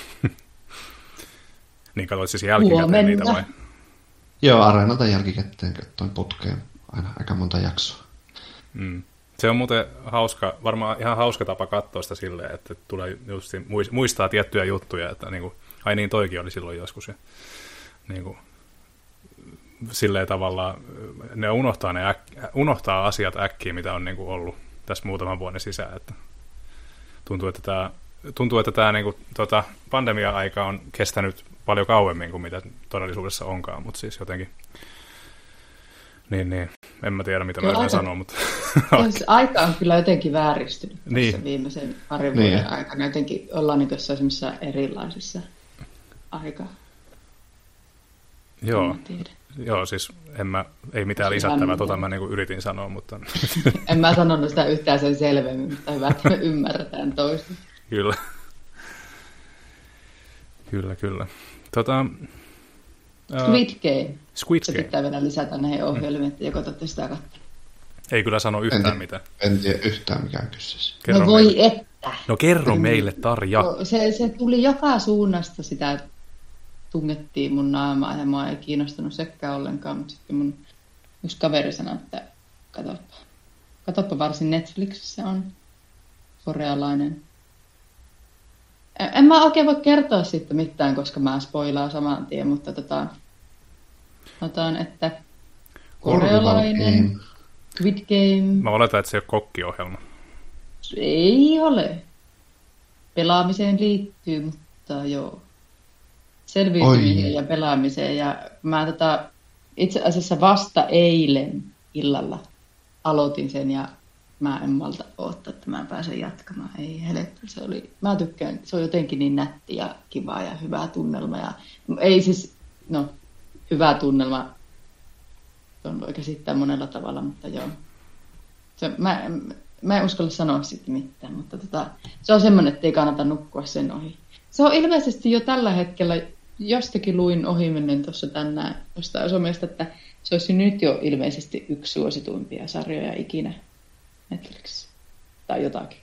Niin katsoit siis jälkikäteen niitä vai? Joo, Areenalta jälkikäteen katsoin putkeen aina aika monta jaksoa. Mm. Se on muuten hauska, varmaan ihan hauska tapa katsoa sitä silleen, että tulee just muistaa tiettyjä juttuja, että niinku, ai niin toikin oli silloin joskus. Ja, niinku, silleen tavallaan ne unohtaa, ne äk, unohtaa asiat äkkiä, mitä on niinku ollut tässä muutaman vuoden sisään. Että tuntuu, että tämä tuntuu, että tämä niinku, tota, pandemia-aika on kestänyt paljon kauemmin kuin mitä todellisuudessa onkaan, mutta siis jotenkin, niin, niin. En mä tiedä, mitä kyllä mä yritän sanoa, mutta aika on kyllä jotenkin vääristynyt niin. tässä viimeisen parin vuoden niin. aikana. Jotenkin ollaan niin jossain semmoisessa erilaisessa aikaa. Joo, Joo siis en mä, ei mitään lisättävää, tota mä niin yritin sanoa, mutta en mä sanonut sitä yhtään sen selvemmin, mutta hyvä, että me ymmärretään toista. Kyllä. Kyllä, kyllä. Tota, Squid Game. Squid se Game. pitää vielä lisätä näihin ohjelmiin, että joko te sitä katsoa. Ei kyllä sano yhtään en, mitään. En tiedä yhtään mikään kyseessä. Kerro no voi meille. Että. No kerro meille, Tarja. No, se, se tuli joka suunnasta, sitä tungettiin mun naamaa ja mua ei kiinnostanut sekään ollenkaan, mutta sitten mun yksi kaveri sanoi, että katsoppa. Katsoppa varsin Netflixissä on korealainen. En mä oikein voi kertoa siitä mitään, koska mä spoilaan saman tien, mutta tota, sanotaan, että korealainen Squid Game. Mä oletan, että se ei ole kokkiohjelma. Ei ole. Pelaamiseen liittyy, mutta joo. Selviytymiseen ja pelaamiseen. Ja mä tota, itse asiassa vasta eilen illalla aloitin sen ja mä en malta odottaa, että mä pääsen jatkamaan. Ei helppo, se oli, mä tykkään, se on jotenkin niin nätti ja kiva ja hyvä tunnelma. Ja, ei siis, no, hyvä tunnelma, on voi käsittää monella tavalla, mutta joo. Se, mä, mä en uskalla sanoa sitten mitään, mutta tota, se on semmoinen, että ei kannata nukkua sen ohi. Se on ilmeisesti jo tällä hetkellä, jostakin luin ohimennen tuossa tänään jostain osomesta, että se olisi nyt jo ilmeisesti yksi suosituimpia sarjoja ikinä Netflix tai jotakin.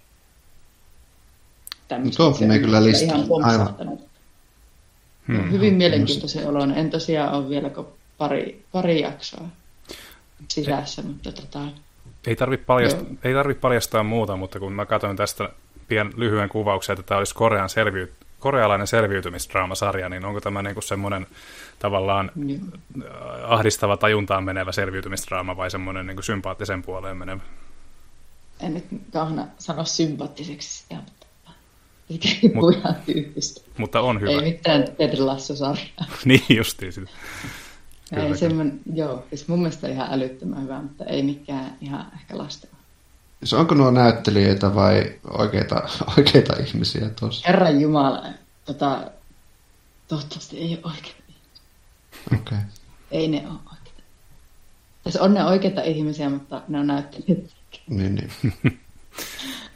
Tuo on kyllä listaa. Aivan. Hmm. Hyvin mielenkiintoisen oloinen. En tosiaan ole vielä pari, pari jaksoa sisässä, mutta tota... Ei tarvitse paljastaa, ei tarvitse paljastaa muuta, mutta kun mä katsoin tästä pian lyhyen kuvauksen, että tämä olisi Korean selviy, korealainen selviytymisdraamasarja, niin onko tämä niinku semmoinen tavallaan mm. ahdistava tajuntaan menevä selviytymisdraama vai semmoinen niinku sympaattisen puoleen menevä? En nyt kauheena sano sympaattiseksi sitä, mutta ei Mut, ihan tyyppistä. Mutta on hyvä. Ei mitään Ted Lasso-sarjaa. Niin justiin sitä. Kyllä, ei semmoinen, joo, siis mun mielestä ihan älyttömän hyvä, mutta ei mikään ihan ehkä lasten. Siis onko nuo näyttelijöitä vai oikeita, oikeita ihmisiä tuossa? Herran Jumala, tota, toivottavasti ei ole oikeita ihmisiä. Okei. Okay. Ei ne ole oikeita. Tässä on ne oikeita ihmisiä, mutta ne on näyttelijöitä. Niin, niin.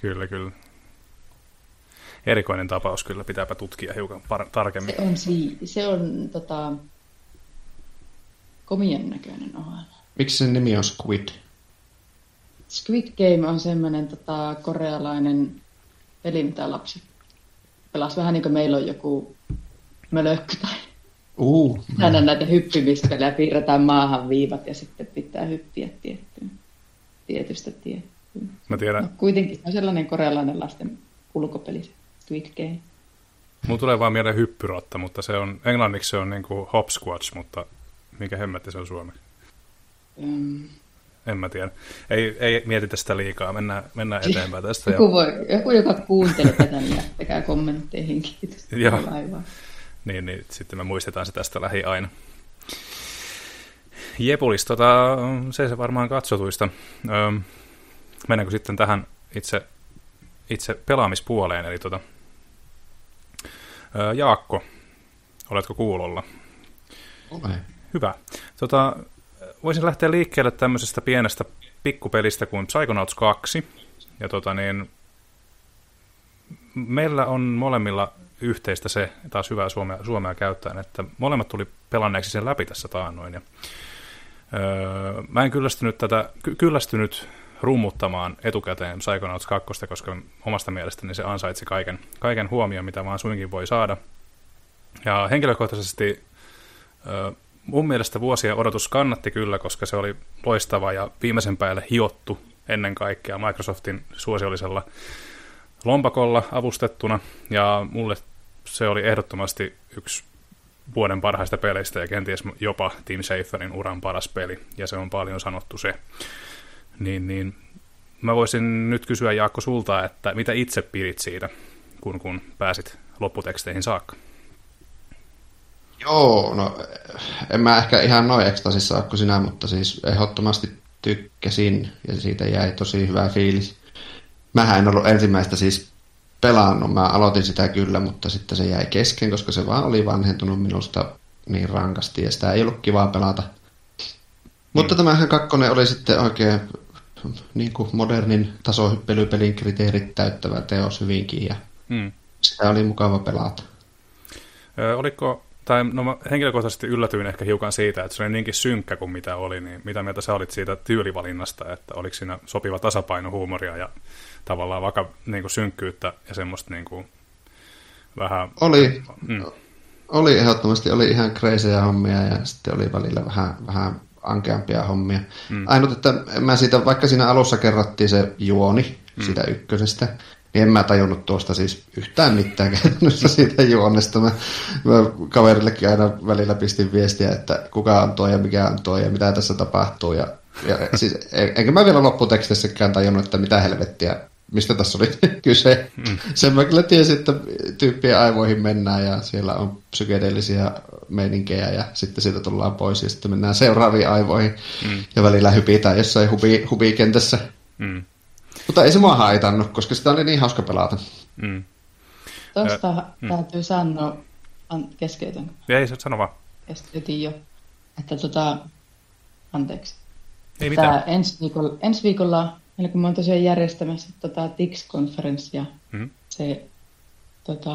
Kyllä, kyllä. Erikoinen tapaus kyllä, pitääpä tutkia hiukan par- tarkemmin. Se on, si- se on tota, komian näköinen ohjelma. Miksi sen nimi on Squid? Squid Game on semmoinen tota, korealainen peli, mitä lapset pelas. Vähän niin kuin meillä on joku mölökkö tai Uh, aina näitä hyppimispelejä. Piirretään maahan viivat ja sitten pitää hyppiä tiettyyn, tietystä tiettyyn. Mä tiedän. No, kuitenkin se on sellainen korealainen lasten ulkopeli, Squid Game. Mun tulee vaan mieleen hyppyrotta, mutta se on, englanniksi se on niin kuin hopsquatch, mutta minkä hemmetti se on suomeksi? Mm. En mä tiedä. Ei, ei mietitä sitä liikaa, mennään, mennään eteenpäin tästä. Joku, voi, joku, joka kuuntelee tätä, niin jättäkää kommentteihin, kiitos. Joo. Niin, niin, sitten me muistetaan se tästä lähi aina. Jepulis, tota, se se varmaan katsotuista. Öö, mennäänkö sitten tähän itse, itse pelaamispuoleen, eli tota, öö, Jaakko, oletko kuulolla? Ole. Hyvä. Tota, voisin lähteä liikkeelle tämmöisestä pienestä pikkupelistä kuin Psychonauts kaksi. Ja tota niin, meillä on molemmilla yhteistä se, taas hyvää suomea, suomea käyttäen, että molemmat tuli pelanneeksi sen läpi tässä taannoin. Ja, öö, mä en kyllästynyt, tätä, ky- kyllästynyt rummuttamaan etukäteen Psychonauts kaksi, koska omasta mielestäni se ansaitsi kaiken, kaiken huomioon, mitä vaan suinkin voi saada. Ja henkilökohtaisesti öö, mun mielestä vuosien odotus kannatti kyllä, koska se oli loistava ja viimeisen päälle hiottu ennen kaikkea Microsoftin suosiollisella lompakolla avustettuna, ja mulle se oli ehdottomasti yksi vuoden parhaista peleistä ja kenties jopa Tim Schaferin uran paras peli, ja se on paljon sanottu se. Niin, niin mä voisin nyt kysyä, Jaakko, sulta, että mitä itse pidit siitä, kun, kun pääsit lopputeksteihin saakka? Joo, no en mä ehkä ihan noin ekstasissa ole kuin sinä, mutta siis ehdottomasti tykkäsin ja siitä jäi tosi hyvä fiilis. Mähän en ollut ensimmäistä siis pelannut, mä aloitin sitä kyllä, mutta sitten se jäi kesken, koska se vaan oli vanhentunut minusta niin rankasti ja sitä ei ollut kivaa pelata. Mm. Mutta tämähän kakkonen oli sitten oikein niin kuin modernin tasohyppelypelin kriteerit täyttävä teos hyvinkin ja mm. sitä oli mukava pelata. Ö, oliko, tai no mä henkilökohtaisesti yllätyin ehkä hiukan siitä, että se oli niinkin synkkä kuin mitä oli, niin mitä mieltä sä olit siitä tyylivalinnasta, että oliko siinä sopiva tasapaino huumoria ja tavallaan vaikka niin kuin synkkyyttä ja semmoista niin kuin vähän... Oli, mm. oli ehdottomasti, oli ihan kreisejä hommia ja sitten oli välillä vähän, vähän ankeampia hommia. Mm. Ainut, että mä siitä, vaikka siinä alussa kerrottiin se juoni mm. siitä ykkösestä, niin en mä tajunnut tuosta siis yhtään mitään käytännössä siitä juonesta. Mä, mä kaverillekin aina välillä pistin viestiä, että kuka on tuo ja mikä on tuo ja mitä tässä tapahtuu. Ja, ja siis, enkä mä vielä lopputekstissäkään tajunnut, että mitä helvettiä, mistä tässä oli kyse. Mm. Sen mä kyllä tiesin, että tyyppien aivoihin mennään ja siellä on psykedeellisiä meininkejä ja sitten siitä tullaan pois ja sitten mennään seuraaviin aivoihin mm. ja välillä hypitään jossain hubi, hubikentässä. Mm. Mutta ei se mua haitannut, koska sitä oli niin hauska pelata. Mm. Tuosta mm. täytyy sanoa, keskeytän. Ei, sano vaan. Keskeytin jo, että tota, anteeksi. Ei mitään. Ensi viikolla, ensi viikolla, eli kun mä oon tosiaan järjestämässä tota T I X-konferenssia, mm. se tota,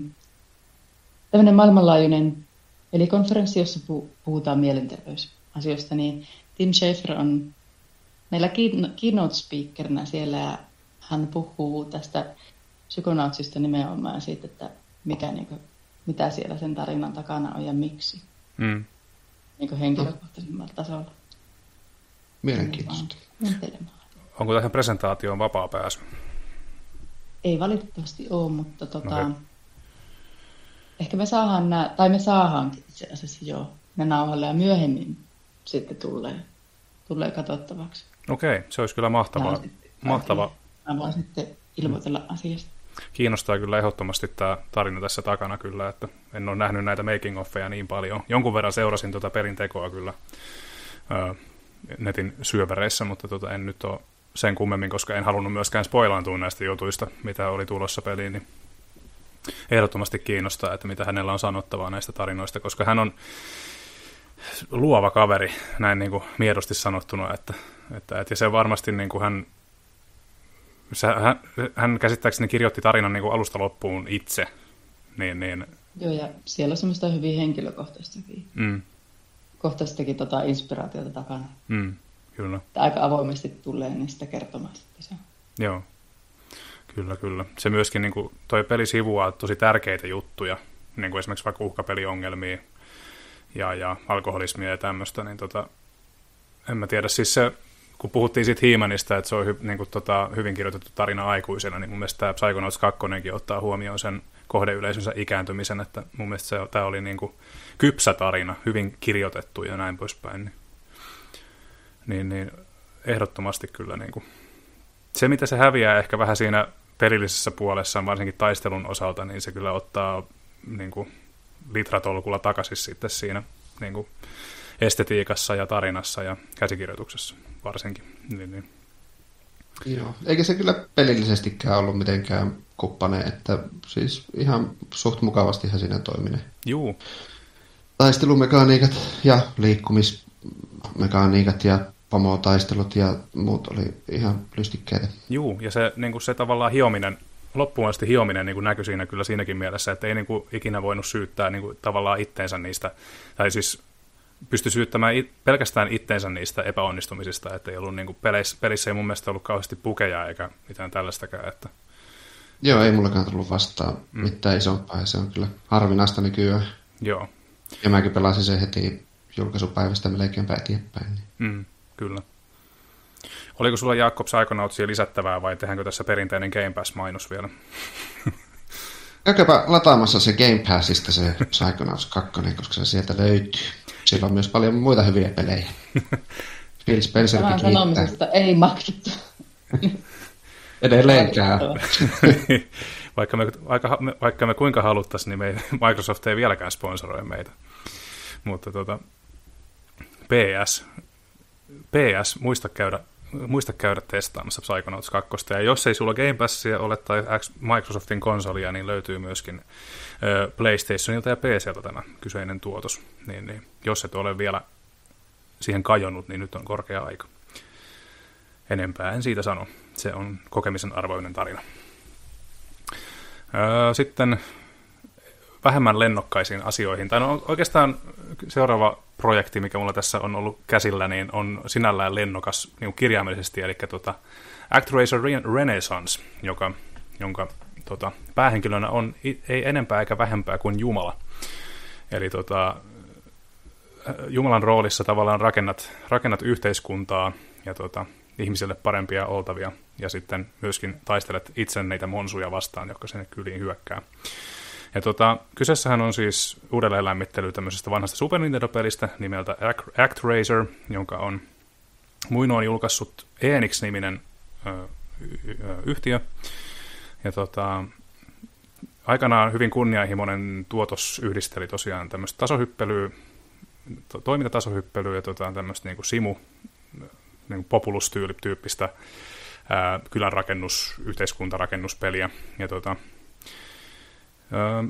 tämmöinen maailmanlaajuinen pelikonferenssi, jossa puhutaan mielenterveysasioista, niin Tim Schafer on meillä keynote speakerina siellä ja hän puhuu tästä Psychonautsista nimenomaan siitä, että mikä, niin kuin, mitä siellä sen tarinan takana on ja miksi. Mm. Niin kuin henkilökohtaisemmalla tasolla. Mielenkiintoista. Onko tähän presentaatioon vapaa pääsy? Ei valitettavasti ole, mutta tota, okay. ehkä me saadaan nämä, tai me saadaankin itse asiassa jo ne nauhalle ja myöhemmin sitten tulee, tulee katsottavaksi. Okei, okay, se olisi kyllä mahtavaa. Sitten, mahtavaa. Mä voin sitten ilmoitella asiasta. Kiinnostaa kyllä ehdottomasti tämä tarina tässä takana kyllä, että en ole nähnyt näitä making-offeja niin paljon. Jonkun verran seurasin tuota perintekoa kyllä ää, netin syöväreissä, mutta tota en nyt ole sen kummemmin, koska en halunnut myöskään spoilaantua näistä jutuista, mitä oli tulossa peliin, niin ehdottomasti kiinnostaa, että mitä hänellä on sanottavaa näistä tarinoista, koska hän on luova kaveri, näin niin kuin miedosti sanottuna, että, että, että ja se varmasti niin kuin hän hän, hän käsittääkseni kirjoitti tarinan niin kuin alusta loppuun itse. Niin, niin. Joo, ja siellä on semmoista hyvin henkilökohtaistakin. Mm. Kohtaistakin tota inspiraatiota takana. Mm, kyllä. Aika avoimesti tulee niistä kertomaan sitten se. Joo, kyllä, kyllä. Se myöskin, niin kuin, toi peli sivuaa tosi tärkeitä juttuja, niin kuin esimerkiksi vaikka uhkapeliongelmia ja, ja alkoholismia ja tämmöistä, niin tota, en mä tiedä, siis se, kun puhuttiin siitä He-Manista, että se on hy, niin kuin, tota, hyvin kirjoitettu tarina aikuisena, niin mun mielestä tämä Psychonauts kaksi ottaa huomioon sen kohdeyleisönsä ikääntymisen, että mun mielestä se, tämä oli niin kuin kypsä tarina, hyvin kirjoitettu ja näin poispäin. Niin, niin, niin ehdottomasti kyllä niin kuin. Se, mitä se häviää ehkä vähän siinä pelillisessä puolessa, varsinkin taistelun osalta, niin se kyllä ottaa niin kuin litratolkulla takaisin sitten siinä niin kuin estetiikassa ja tarinassa ja käsikirjoituksessa varsinkin. Niin, niin. Joo, eikä se kyllä pelillisestikään ollut mitenkään kuppane, että siis ihan suht mukavastihan siinä toimine. Juu. Taistelumekaniikat ja liikkumismekaniikat ja pomotaistelut ja muut oli ihan lystikkeitä. Juu, ja se, niin kuin se tavallaan hiominen, loppuun asti hiominen niin kuin näkyi siinä kyllä siinäkin mielessä, että ei niin kuin ikinä voinut syyttää niin kuin tavallaan itteensä niistä, tai siis pystyi syyttämään it, pelkästään itteensä niistä epäonnistumisista, että ei ollut niin kuin pelissä, pelissä ei mun mielestä ollut kauheasti pukeja eikä mitään tällaistakään. Että. Joo, ei mullakaan tullut vastaan mm. mitään isompaa, ja se on kyllä harvinaista nykyään. Joo. Ja mäkin pelasin sen heti julkaisupäivästä melkeinpä eteenpäin. Niin. Mm, kyllä. Oliko sulla Jaakko Psychonautsia lisättävää vai tehdäänkö tässä perinteinen Game Pass-mainos vielä? Käykääpä lataamassa se Game Passista se Psychonauts kaksi, koska se sieltä löytyy. Siellä on myös paljon muita hyviä pelejä. Phil Spencerkin kiittää. Tämän sanomisesta ei maksettu. Edelleenkään. vaikka, me, vaikka, vaikka me kuinka haluttaisiin, niin me ei, Microsoft ei vieläkään sponsoroi meitä. Mutta tota, P S, P S, muista käydä, muista käydä testaamassa Psychonauts kaksi. Ja jos ei sulla Game Passia ole tai Microsoftin konsolia, niin löytyy myöskin ö, PlayStationilta ja P C:ltä tämä kyseinen tuotos. Niin, niin, jos et ole vielä siihen kajonnut, niin nyt on korkea aika. Enempää en siitä sano. Se on kokemisen arvoinen tarina. Öö, sitten vähemmän lennokkaisiin asioihin. Tai no oikeastaan seuraava projekti, mikä mulla tässä on ollut käsillä, niin on sinällään lennokas niin kirjaimellisesti, eli tota ActRaiser Renaissance, joka, jonka tota, päähenkilönä on ei enempää eikä vähempää kuin Jumala. Eli tota, Jumalan roolissa tavallaan rakennat, rakennat yhteiskuntaa ja tota, ihmisille parempia oltavia, ja sitten myöskin taistelet itse niitä monsuja vastaan, jotka sinne kyliin hyökkää. Ja tota, kyseessähän on siis uudelleen lämmittely tämmöisestä vanhasta Super Nintendo-pelistä nimeltä ActRaiser, jonka on muinoin julkaissut Enix-niminen ö, y- y- yhtiö. Ja tota, aikanaan hyvin kunnianhimoinen tuotos yhdisteli tosiaan tämmöistä tasohyppelyä, to- toimintatasohyppelyä ja tota, tämmöistä niin kuin simu, niin Populus-tyyppistä ää, kylänrakennus, yhteiskuntarakennuspeliä. Ja tota, ää,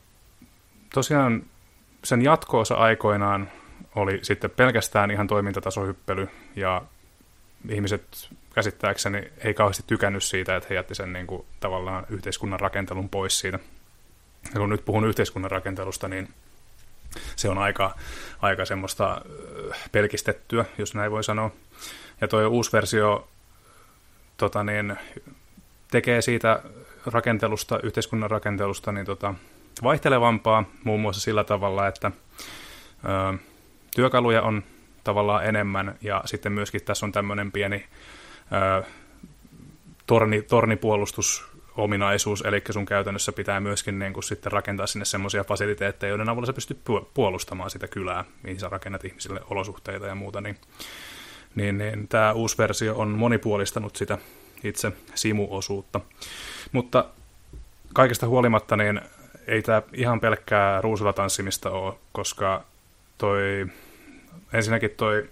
tosiaan sen jatko-osa aikoinaan oli sitten pelkästään ihan toimintatasohyppely, ja ihmiset käsittääkseni ei kauheasti tykännyt siitä, että he jätti sen niin kuin, tavallaan yhteiskunnan rakentelun pois siitä. Ja kun nyt puhun yhteiskunnan rakentelusta, niin se on aika, aika semmoista pelkistettyä, jos näin voi sanoa. Ja tuo uusi versio tota niin, tekee siitä rakentelusta, yhteiskunnan rakentelusta niin tota, vaihtelevampaa muun muassa sillä tavalla, että ö, työkaluja on tavallaan enemmän, ja sitten myöskin tässä on tämmöinen pieni ö, torni, tornipuolustusominaisuus, eli sun käytännössä pitää myöskin niin kuin, sitten rakentaa sinne semmoisia fasiliteetteja, joiden avulla sä pystyt puolustamaan sitä kylää, mihin sä rakennat ihmisille olosuhteita ja muuta, niin Niin, niin tämä uusi versio on monipuolistanut sitä itse simu-osuutta. Mutta kaikesta huolimatta niin ei tämä ihan pelkkää ruusulla tanssimista ole, koska toi, ensinnäkin toi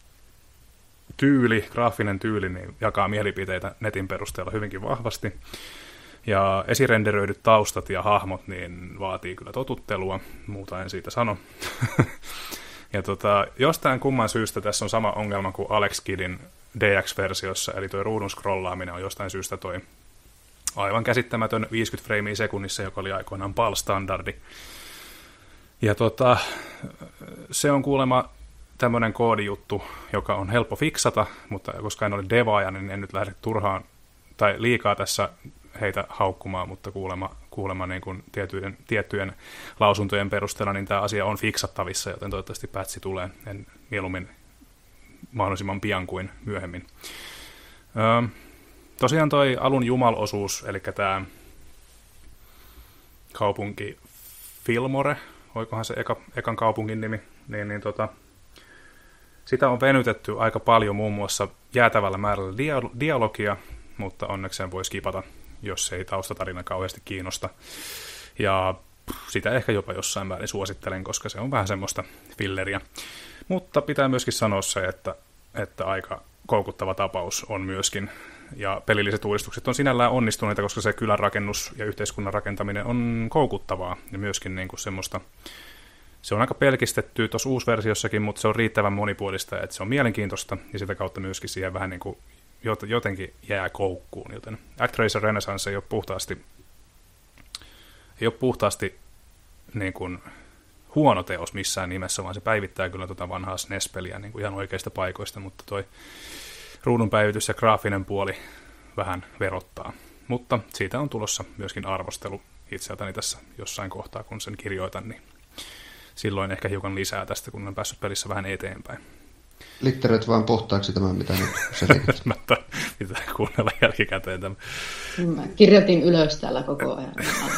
tyyli, graafinen tyyli, niin jakaa mielipiteitä netin perusteella hyvinkin vahvasti. Ja esirenderöidyt taustat ja hahmot niin vaatii kyllä totuttelua, muuta en siitä sano. Ja tota, jostain kumman syystä tässä on sama ongelma kuin Alex Kiddin D X-versiossa, eli tuo ruudun scrollaaminen on jostain syystä toi aivan käsittämätön viisikymmentä freimiä sekunnissa, joka oli aikoinaan P A L-standardi. Ja tota, se on kuulemma tämmöinen koodijuttu, joka on helppo fiksata, mutta koska en ole devaaja, niin en nyt lähde turhaan tai liikaa tässä heitä haukkumaan, mutta kuulemma, kuulemma niin kuin tiettyjen, tiettyjen lausuntojen perusteella niin tämä asia on fiksattavissa, joten toivottavasti pätsi tulee en mieluummin mahdollisimman pian kuin myöhemmin. Öö, tosiaan toi alun Jumal-osuus, eli tämä kaupunki Fillmore, oikohan se eka, ekan kaupungin nimi, niin, niin tota, sitä on venytetty aika paljon muun muassa jäätävällä määrällä dia- dialogia, mutta onneksi sen voi skipata, jos ei taustatarina kauheasti kiinnosta. Ja sitä ehkä jopa jossain määrin suosittelen, koska se on vähän semmoista filleriä. Mutta pitää myöskin sanoa se, että, että aika koukuttava tapaus on myöskin. Ja pelilliset uudistukset on sinällään onnistuneita, koska se kylän rakennus ja yhteiskunnan rakentaminen on koukuttavaa. Ja myöskin niin kuin semmoista, se on aika pelkistetty tuossa uusversiossakin, mutta se on riittävän monipuolista, että se on mielenkiintoista. Ja sitä kautta myöskin siihen vähän niin kuin jotenkin jää koukkuun, joten ActRaiser Renaissance ei ole puhtaasti, ei ole puhtaasti niin kuin huono teos missään nimessä, vaan se päivittää kyllä tuota vanhaa S N E S-peliä niin kuin ihan oikeista paikoista, mutta toi ruudunpäivitys ja graafinen puoli vähän verottaa. Mutta siitä on tulossa myöskin arvostelu itseltäni tässä jossain kohtaa, kun sen kirjoitan, niin silloin ehkä hiukan lisää tästä, kun on päässyt pelissä vähän eteenpäin. Litteroit vaan puhtaaksi tämän, mitä nyt selität. Mä pitää kuunnella jälkikäteen tämän. Mä kirjoitin ylös täällä koko ajan.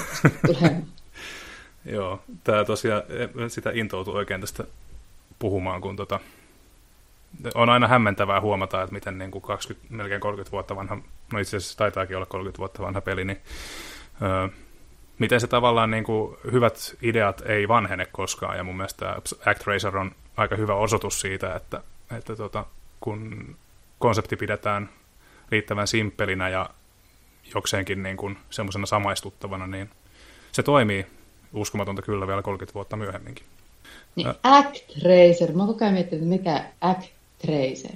Joo, tää tosiaan, sitä intoutuu oikein tästä puhumaan, kun tota, on aina hämmentävää huomata, että miten niin kuin kaksikymmentä, melkein kolmekymmentä vuotta vanha, no itse asiassa taitaakin olla kolmekymmentä vuotta vanha peli, niin öö, miten se tavallaan niin kuin hyvät ideat ei vanhene koskaan, ja mun mielestä ActRaiser on aika hyvä osoitus siitä, että, että tota, kun konsepti pidetään riittävän simppelinä ja jokseenkin niin kuin semmoisena samaistuttavana, niin se toimii uskomatonta kyllä vielä kolmekymmentä vuotta myöhemminkin. Niin, äh. ActRaiser. Mä oon koko ajan miettinyt, mikä ActRaiser.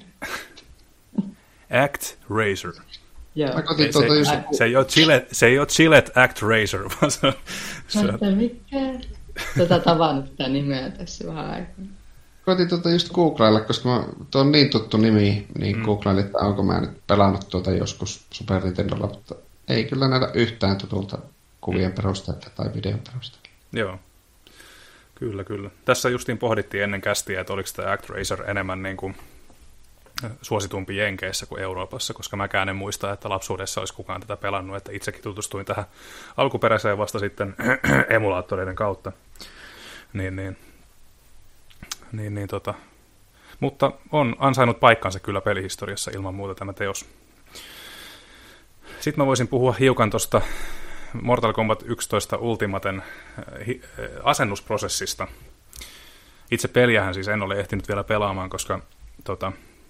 ActRaiser. Joo. Se, se, se, se ei ole Gillette, se ei ole Gillette ActRaiser, vaan se, se on... Mikä? Tätä tavannut tätä nimeä tässä vähän aikaa. Koitin tuota just googlailla, koska mä, tuo on niin tuttu nimi, niin mm. googlailin, että onko mä nyt pelannut tuota joskus Super Nintendolla, mutta ei kyllä näitä yhtään tutulta kuvien mm. perusteella tai videon perusteella. Joo, kyllä, kyllä. Tässä justiin pohdittiin ennen kästiä, että oliko tämä ActRaiser enemmän niin kuin suositumpi Jenkeissä kuin Euroopassa, koska mäkään en muista, että lapsuudessa olisi kukaan tätä pelannut, että itsekin tutustuin tähän alkuperäiseen vasta sitten emulaattoreiden kautta. Niin, niin. Niin, niin, tota. Mutta on ansainnut paikkansa kyllä pelihistoriassa ilman muuta tämä teos. Sitten mä voisin puhua hiukan tuosta Mortal Kombat yksitoista Ultimaten asennusprosessista. Itse peliähän siis en ole ehtinyt vielä pelaamaan, koska tota,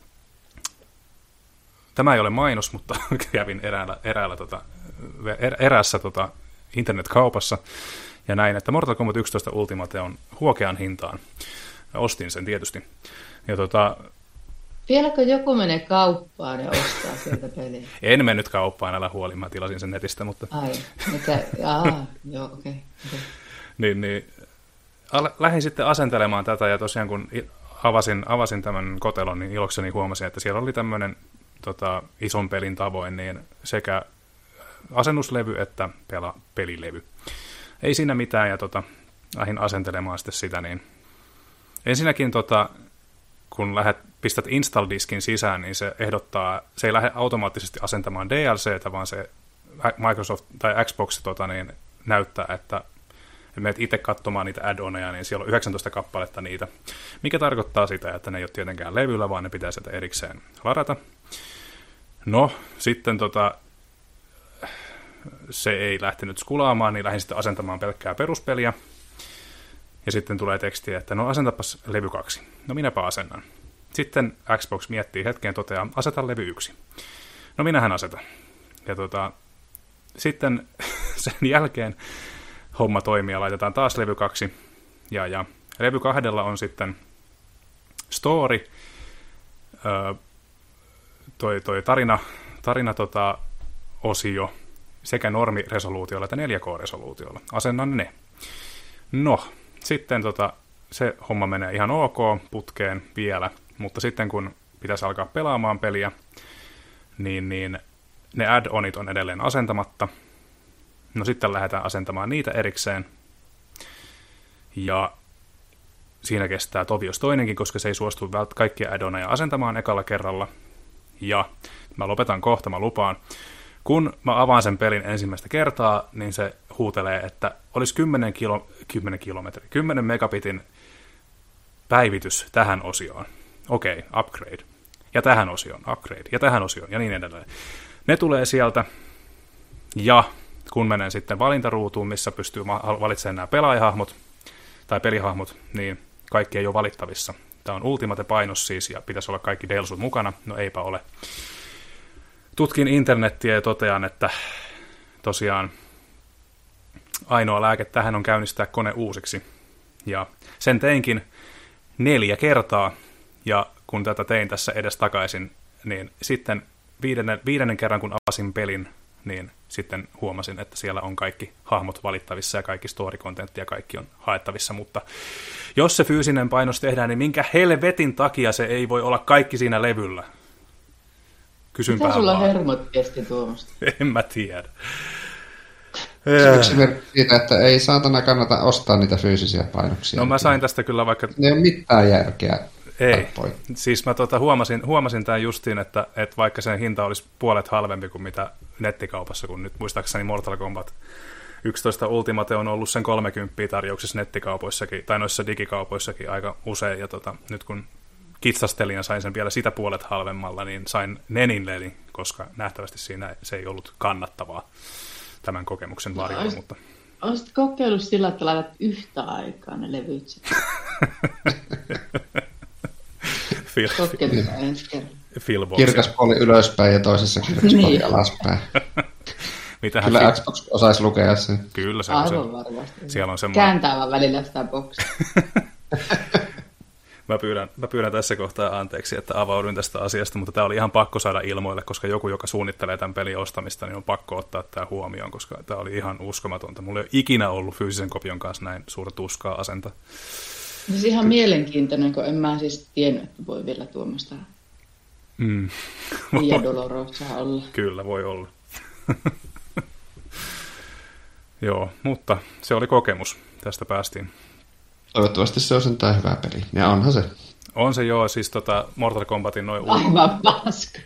tämä ei ole mainos, mutta kävin eräällä, eräällä, tota, er, eräässä tota, internetkaupassa ja näin, että Mortal Kombat yksitoista Ultimate on huokean hintaan. Ostin sen tietysti. Ja tota, vieläkö joku menee kauppaan ja ostaa sieltä peliä? En mennyt kauppaan, älä huoli, mä tilasin sen netistä, mutta... Ai, mikä? Aa, joo, okei. Okay, okay. niin, niin, lähdin sitten asentelemaan tätä, ja tosiaan kun avasin, avasin tämän kotelon, niin ilokseni huomasin, että siellä oli tämmöinen tota, ison pelin tavoin, niin sekä asennuslevy että pela, pelilevy. Ei siinä mitään, ja tota, lähdin asentelemaan sitten sitä, niin ensinnäkin tota, kun lähdet, pistät install-diskin sisään, niin se ehdottaa, se ei lähde automaattisesti asentamaan D L C:tä, vaan se Microsoft tai Xbox tota, niin näyttää, että menet itse katsomaan niitä add-oneja, niin siellä on yhdeksäntoista kappaletta niitä, mikä tarkoittaa sitä, että ne ei ole tietenkään levyllä, vaan ne pitää sieltä erikseen ladata. No, sitten tota, se ei lähtenyt skulaamaan, niin lähdin sitten asentamaan pelkkää peruspeliä. Ja sitten tulee tekstiä, että no asentapas levy kaksi. No minäpä asennan. Sitten Xbox miettii hetken ja toteaa, aseta levy yksi. No minähän asetan. Ja tota, sitten sen jälkeen homma toimii ja laitetaan taas levy kaksi. Ja, ja levy kahdella on sitten story. Öö, toi, toi tarina, tarina tota, osio sekä normiresoluutiolla että neljä K-resoluutiolla. Asennan ne. No, sitten tota, se homma menee ihan ok putkeen vielä, mutta sitten kun pitäisi alkaa pelaamaan peliä, niin, niin ne add-onit on edelleen asentamatta. No sitten lähdetään asentamaan niitä erikseen. Ja siinä kestää tovios toinenkin, koska se ei suostu vält- kaikkia add-oneja asentamaan ekalla kerralla. Ja mä lopetan kohta, mä lupaan. Kun mä avaan sen pelin ensimmäistä kertaa, niin se huutelee, että olisi kymmenen, kilo, kymmenen kilometri, kymmenen megabitin päivitys tähän osioon. Okei, okay, upgrade. Ja tähän osioon, upgrade. Ja tähän osioon, ja niin edelleen. Ne tulee sieltä, ja kun menen sitten valintaruutuun, missä pystyy valitsemaan nämä pelaajahahmot, tai pelihahmot, niin kaikki ei ole valittavissa. Tämä on Ultimate-painos siis, ja pitäisi olla kaikki delsut mukana. No eipä ole. Tutkin internettiä ja totean, että tosiaan ainoa lääke tähän on käynnistää kone uusiksi. Ja sen teinkin neljä kertaa, ja kun tätä tein tässä edes takaisin, niin sitten viidennen, viidennen kerran, kun avasin pelin, niin sitten huomasin, että siellä on kaikki hahmot valittavissa ja kaikki story-kontentti ja kaikki on haettavissa, mutta jos se fyysinen painos tehdään, niin minkä helvetin takia se ei voi olla kaikki siinä levyllä? Kysynpä Mitä sulla vaan. hermot kesti tuomasta? En mä tiedä. Yksi merkki siitä, että ei saatana kannata ostaa niitä fyysisiä painoksia. No mä sain tästä kyllä vaikka... Ne ei ole mitään järkeä. Ei. Tarpoi. Siis mä tota huomasin, huomasin tämän justiin, että, että vaikka sen hinta olisi puolet halvempi kuin mitä nettikaupassa, kun nyt muistaakseni Mortal Kombat yksitoista Ultimate on ollut sen kolmekymmentä tarjouksessa nettikaupoissakin, tai noissa digikaupoissakin aika usein, ja tota, nyt kun kitsastelin ja sain sen vielä sitä puolet halvemmalla, niin sain Nenin lelin, koska nähtävästi siinä se ei ollut kannattavaa tämän kokemuksen varjolla. No, mutta... Olisit kokeillut sillä, että laitat yhtä aikaa ne levyt. Kokeillaan ensi kerran. Kirkas puoli ylöspäin ja toisessa kirkas puoli niin. alaspäin. Mitähän Kyllä fi- Xbox osaisi lukea sen. Kyllä se on se. Aivan varmasti. Siellä on semmoinen... Kääntää vaan välillä sitä boksia. Mä pyydän, mä pyydän tässä kohtaa anteeksi, että avauduin tästä asiasta, mutta tämä oli ihan pakko saada ilmoille, koska joku, joka suunnittelee tämän pelin ostamista, niin on pakko ottaa tämä huomioon, koska tämä oli ihan uskomatonta. Mulla ei ole ikinä ollut fyysisen kopion kanssa näin suurta tuskaa asenta. Siis ihan Ky- mielenkiintoinen, kun en mä siis tiennyt, että voi vielä tuommoista mm. Via Dolorosa olla. Kyllä, voi olla. Joo, mutta se oli kokemus. Tästä päästiin. Toivottavasti se on sentään hyvä peli. Ja onhan se. On se joo, siis tota Mortal Kombatin noin... Aivan paska.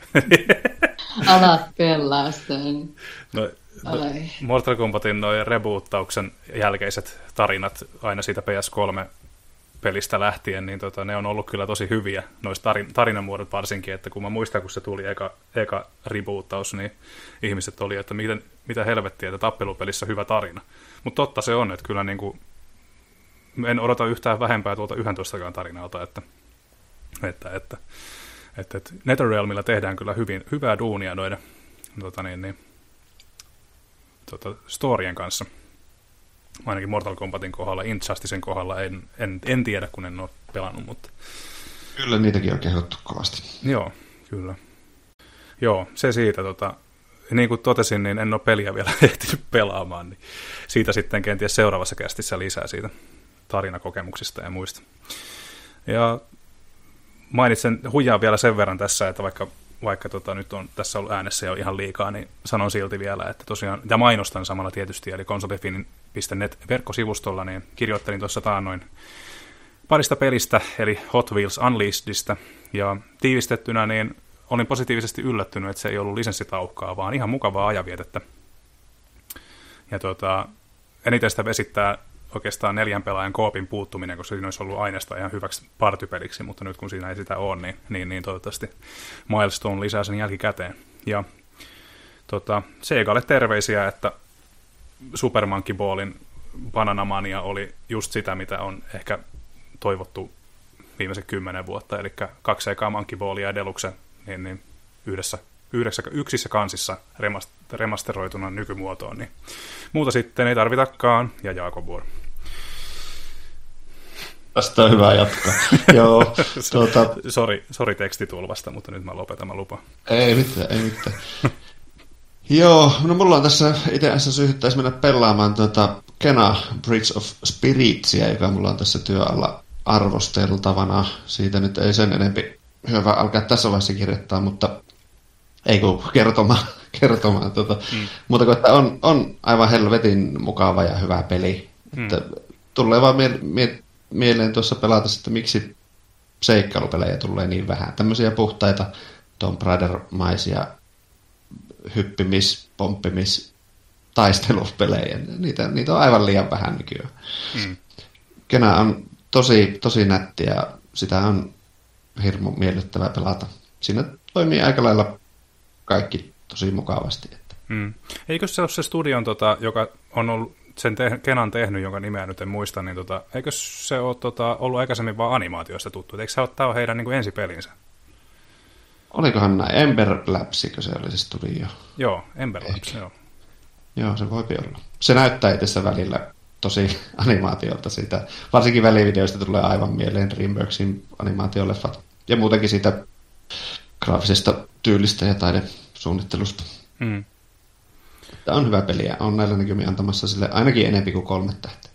Alat pelaa sen. No, Mortal Kombatin noin reboottauksen jälkeiset tarinat aina siitä P S kolme pelistä lähtien, niin tota, ne on ollut kyllä tosi hyviä, noista tarin, tarinamuodot varsinkin, että kun mä muistan, kun se tuli eka, eka reboottaus, niin ihmiset oli, että miten, mitä helvettiä, että tappelupelissä hyvä tarina. Mutta totta se on, että kyllä niin kuin, en odota yhtään vähempää tuolta yhdentoistakaan tarinalta, että, että, että, että, että NetherRealmilla tehdään kyllä hyvin, hyvää duunia noiden tota niin, niin, tota, storien kanssa. Ainakin Mortal Kombatin kohdalla, Injusticen kohdalla en, en, en tiedä, kun en ole pelannut, mutta... Kyllä niitäkin on kehuttu kovasti. Joo, kyllä. Joo, se siitä, tota, niin kuin totesin, niin en ole peliä vielä ehtinyt pelaamaan, niin siitä sitten kenties seuraavassa kästissä lisää siitä tarinakokemuksista ja muista. Ja mainitsen, huijaan vielä sen verran tässä, että vaikka, vaikka tota, nyt on tässä ollut äänessä jo ihan liikaa, niin sanon silti vielä, että tosiaan, ja mainostan samalla tietysti, eli konsolifinin piste net verkkosivustolla, niin kirjoittelin tuossa taannoin parista pelistä, eli Hot Wheels Unleashedista, ja tiivistettynä niin olin positiivisesti yllättynyt, että se ei ollut lisenssitaukkaa, vaan ihan mukavaa ajanvietettä. Ja tota, eniten sitä vesittää oikeastaan neljän pelaajan koopin puuttuminen, koska siinä olisi ollut aineesta ihan hyväksi partypeliksi, mutta nyt kun siinä ei sitä ole, niin, niin, niin toivottavasti Milestone lisää sen jälkikäteen. Ja tota, Segalle terveisiä, että Super Monkey Ballin Bananamania oli just sitä, mitä on ehkä toivottu viimeiset kymmenen vuotta, eli kaksi Sega Monkey Ballia ja Deluxe niin, niin yhdessä, yhdessä, yksissä kansissa remasteroituna nykymuotoon, niin muuta sitten ei tarvitakaan, ja Jaakobuor. Tästä on hyvä jatkaa. Joo, tuota... Sori, sori tekstitulvasta, mutta nyt mä lopetan, mä lupaan. Ei mitään, ei mitään. Joo, no mulla on tässä itse asiassa syyhyttäisi mennä pelaamaan tuota Kena Bridge of Spiritsia, joka mulla on tässä työalla arvosteltavana. Siitä nyt ei sen enempi hyvä alkaa tässä vaiheessa kirjoittaa, mutta ei kun kertomaan. kertomaan tuota. mm. Mutta kun että on, on aivan helvetin mukava ja hyvä peli. Mm. Että tulee vaan mie- mie- mieleen tuossa pelata, että miksi seikkailupelejä tulee niin vähän. Tämmöisiä puhtaita Tomb Raider-maisia hyppimis, pomppimis, taistelupelejä. Niitä, niitä on aivan liian vähän nykyään. Mm. Kena on tosi, tosi nätti ja sitä on hirmu miellyttävää pelata. Siinä toimii aika lailla kaikki tosi mukavasti. Että. Mm. Eikö se ole se studion, tota, joka on ollut sen te- Kenan tehnyt, jonka nimeä nyt en muista, niin tota, eikö se ole tota, ollut aikaisemmin vaan animaatioista tuttu? Eikö se ole heidän niin kuin ensipelinsä? Olikohan näin? Ember Labsikö se oli se studio? Joo, Ember Labs, joo. Joo, se voipi olla. Se näyttää itse välillä tosi animaatiolta siitä. Varsinkin välivideoista tulee aivan mieleen DreamWorksin animaatioleffat. Ja muutenkin siitä graafisesta tyylistä ja taidesuunnittelusta. Mm. Tämä on hyvä peli ja on näillä näkymin antamassa sille ainakin enempi kuin kolme tähteä.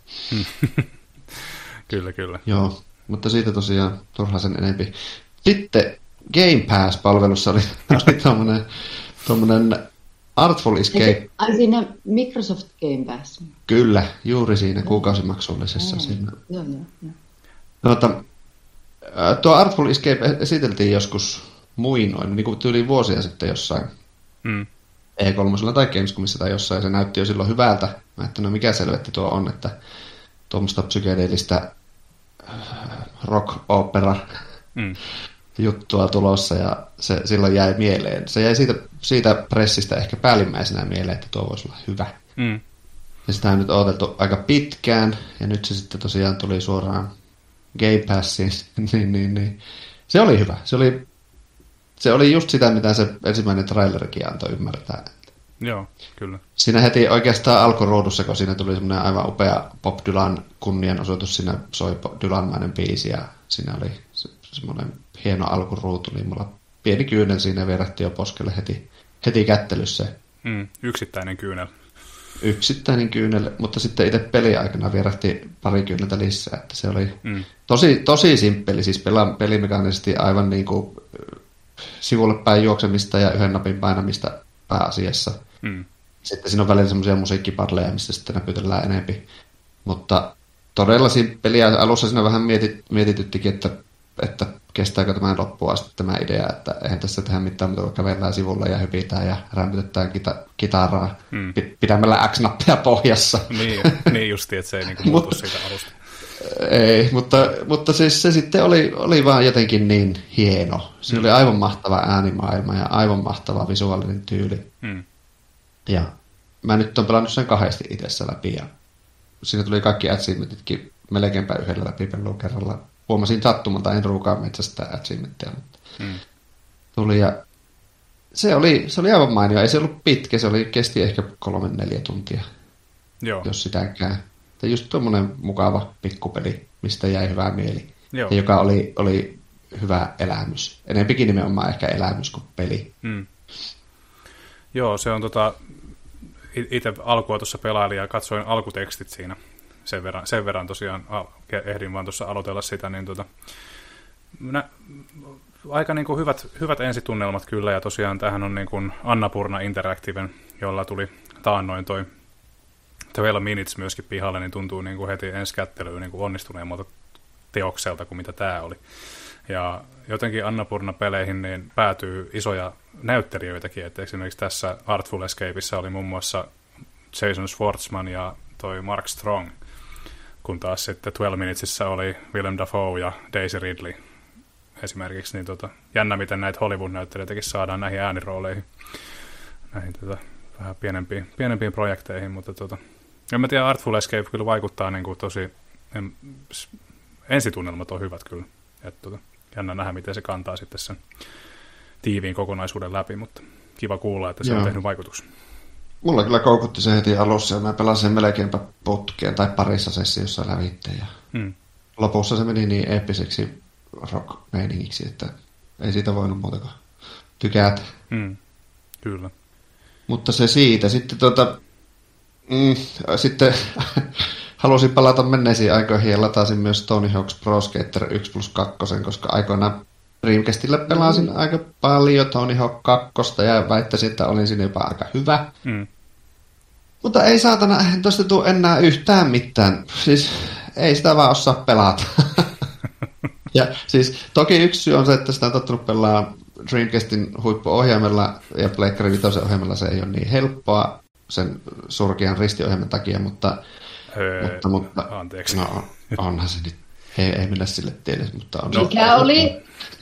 Kyllä, kyllä. Joo, mutta siitä tosiaan turha sen enempi. Sitten Game Pass-palvelussa oli, oli tommonen, tommonen Artful Escape. Ai siinä Microsoft Game Pass. Kyllä, juuri siinä kuukausimaksullisessa. Siinä. Joo, joo, joo. Tuota, tuo Artful Escape esiteltiin joskus muinoin, niin kuin tyyliin vuosia sitten jossain. Mm. E kolme tai Gamescomissa tai jossain, se näytti jo silloin hyvältä. Mä ajattelin, no mikä selvetti tuo on, että tuommoista psykedeellistä rock-opera mm. juttua tulossa, ja se silloin jäi mieleen. Se jäi siitä, siitä pressistä ehkä päällimmäisenä mieleen, että tuo voisi olla hyvä. Mm. Ja sitä on nyt odoteltu aika pitkään, ja nyt se sitten tosiaan tuli suoraan Game Passiin, niin, niin, niin. Se oli hyvä. Se oli Se oli just sitä, mitä se ensimmäinen trailerikin antoi ymmärtää. Joo, kyllä. Siinä heti oikeastaan alkuruudussa, kun siinä tuli semmoinen aivan upea Bob Dylan kunnianosoitus, siinä soi Dylan-mainen biisi, ja siinä oli se, semmoinen hieno alkuruutu, niin mulla pieni kyynel siinä vierähti jo poskelle heti, heti kättelyssä. Mm, yksittäinen kyynel. Yksittäinen kyynel, mutta sitten itse peliaikana vierähti pari kyyneltä lisää, että se oli mm. tosi, tosi simppeli, siis pela, pelimekaanisesti aivan niin kuin sivulle päin juoksemista ja yhden napin painamista pääasiassa. Mm. Sitten siinä on välillä semmoisia musiikkiparleja, missä sitten näpytellään enempi. Mutta todella simppeliä. Alussa siinä vähän mietit, mietityttikin, että, että kestääkö tämä loppuun asti tämä idea, että eihän tässä tehdä mitään, mutta kävellään sivulla ja hypitään ja rämpytetään kita- kitaraa mm. pidämällä X-nappia pohjassa. Niin, niin justiin, että se ei niinku muutu siitä alusta. Ei, mutta, mutta siis se sitten oli, oli vaan jotenkin niin hieno. Se mm. oli aivan mahtava äänimaailma ja aivan mahtava visuaalinen tyyli. Mm. Ja mä nyt on pelannut sen kahdesti itsessä läpi ja siinä tuli kaikki achievementitkin melkeinpä yhdellä läpipelluun kerralla. Huomasin sattumalta, en ruukaa metsästä achievementtia, mutta mm. tuli ja se oli, se oli aivan mainio. Ei se ollut pitkä, se oli, kesti ehkä kolme neljä tuntia, Joo. jos sitäkään. Ja just tuommoinen mukava pikkupeli, mistä jäi hyvää mieli. Joo. Ja joka oli, oli hyvä elämys. Enempikin nimenomaan ehkä elämys kuin peli. Mm. Joo, se on tota, itse alkua tuossa pelailin ja katsoin alkutekstit siinä. Sen verran, sen verran tosiaan ehdin vaan tuossa aloitella sitä. Niin tota, nä, aika niin kuin hyvät, hyvät ensitunnelmat kyllä, ja tosiaan tämähän on niin kuin Annapurna Interactiven, jolla tuli taannoin toi twelve Minutes myöskin pihalle, niin tuntuu niin kuin heti ensi kättelyyn niin kuin onnistuneemmalta teokselta kuin mitä tämä oli. Ja jotenkin Annapurna-peleihin niin päätyy isoja näyttelijöitäkin, että esimerkiksi tässä Artful Escapeissa oli muun muassa Jason Schwartzman ja toi Mark Strong, kun taas sitten twelve Minutesissa oli Willem Dafoe ja Daisy Ridley esimerkiksi. Niin tota, jännä, miten näitä Hollywood-näyttelijöitäkin saadaan näihin äänirooleihin, näihin tota, vähän pienempiin, pienempiin projekteihin, mutta tota, en mä tiedä, Artful Escape kyllä vaikuttaa niin kuin tosi, en, ensitunnelmat on hyvät kyllä, että tota, jännä nähdä, miten se kantaa sitten sen tiiviin kokonaisuuden läpi, mutta kiva kuulla, että se Joo. on tehnyt vaikutuksen. Mulla kyllä koukutti se heti alussa, ja mä pelasin melkeinpä putkeen tai parissa sessiossa lävitte, ja hmm. lopussa se meni niin eeppiseksi rock-meiningiksi, että ei siitä voinut muutakaan tykätä. Mm, kyllä. Mutta se siitä. Sitten, tuota, mm, sitten halusin palata menneisiin aikoihin ja latasin myös Tony Hawk's Pro Skater yksi plus kaksi, koska aikoinaan Dreamcastilla pelasin mm. aika paljon Tony Hawk kaksi ja väittäisin, että olin siinä jopa aika hyvä. Mm. Mutta ei saatana, en tuosta tule enää yhtään mitään. Siis ei sitä vaan osaa pelata. Ja siis toki yksi syy on se, että sitä on tottunut pelaa Dreamcastin huippuohjelmalla ja Pleikkari Vitoisen ohjelmalla se ei ole niin helppoa sen surkean ristiohjelman takia, mutta, öö, mutta, mutta anteeksi. No, onhan se nyt, ei, ei mennä sille tielle, mutta on. Mikä se, oli?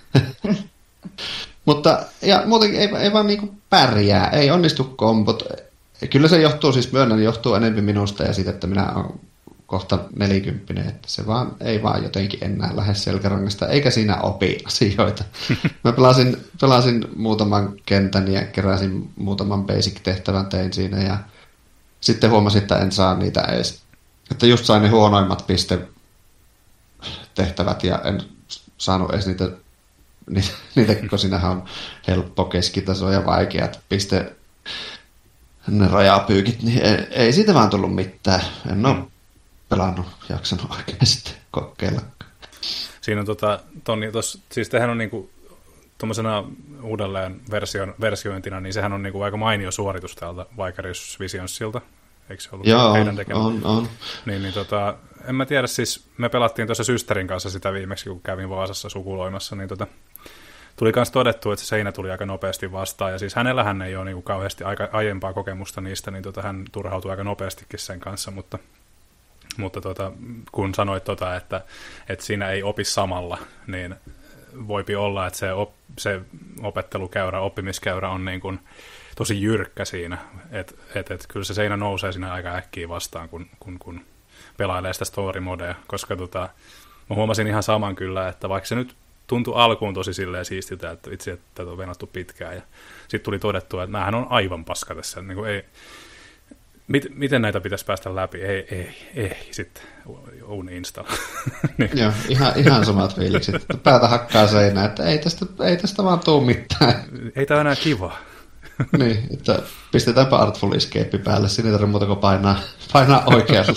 Mutta ja muutenkin ei, ei vaan niinku pärjää, ei onnistu kompot. Kyllä se johtuu, siis myönnän, johtuu enemmän minusta ja siitä, että minä olen kohta nelikymppinen, että se vaan ei vaan jotenkin enää lähde selkärangasta, eikä siinä opi asioita. Mä pelasin, pelasin muutaman kentän ja keräsin muutaman basic-tehtävän, tein siinä ja sitten huomasin, että en saa niitä edes. Että just sain ne huonoimmat pistetehtävät ja en saanut edes niitä, niitä, niitä kun siinähän on helppo, keskitaso ja vaikeat piste ne rajapyykit, niin ei, ei siitä vaan tullut mitään. En ole pelannut, jaksanut oikein sitten kokeilla. Siinä on tota, Toni, tos, siis tehän on niinku tuommoisena uudelleen version, versiointina, niin sehän on niinku aika mainio suoritus täältä Vicarious Visionsilta. Eikö se ollut Joo, heidän tekemä? on, on. Niin, niin tota, en mä tiedä, siis me pelattiin tuossa systerin kanssa sitä viimeksi, kun kävin Vaasassa sukuloimassa, niin tota, tuli myös todettu, että se seinä tuli aika nopeasti vastaan, ja siis hänellähän ei ole niinku kauheasti aika, aiempaa kokemusta niistä, niin tota, hän turhautui aika nopeastikin sen kanssa, mutta, mutta tota, kun sanoit, tota, että, että siinä ei opi samalla, niin voipi olla, että se, op, se opettelukäyrä, oppimiskäyrä on niin kuin tosi jyrkkä siinä, että et, et, kyllä se seinä nousee siinä aika äkkiä vastaan, kun, kun, kun pelailee sitä story-modea, koska tota, mä huomasin ihan saman kyllä, että vaikka se nyt tuntui alkuun tosi silleen siistiltä, että vitsi, että tätä on venattu pitkään, ja sitten tuli todettua, että näähän on aivan paska tässä, niin kuin ei, mit, miten näitä pitäisi päästä läpi, ei, ei, ei, sitten uninstall. Niin. Joo, ihan, ihan samat fiilikset, päätä hakkaa seinään, että ei tästä, ei tästä vaan tuu mitään. Ei tämä enää kiva. Niin, että pistetäänpä Artful Escape päälle, siinä ei tarvitse muuta kuin painaa, painaa oikealle.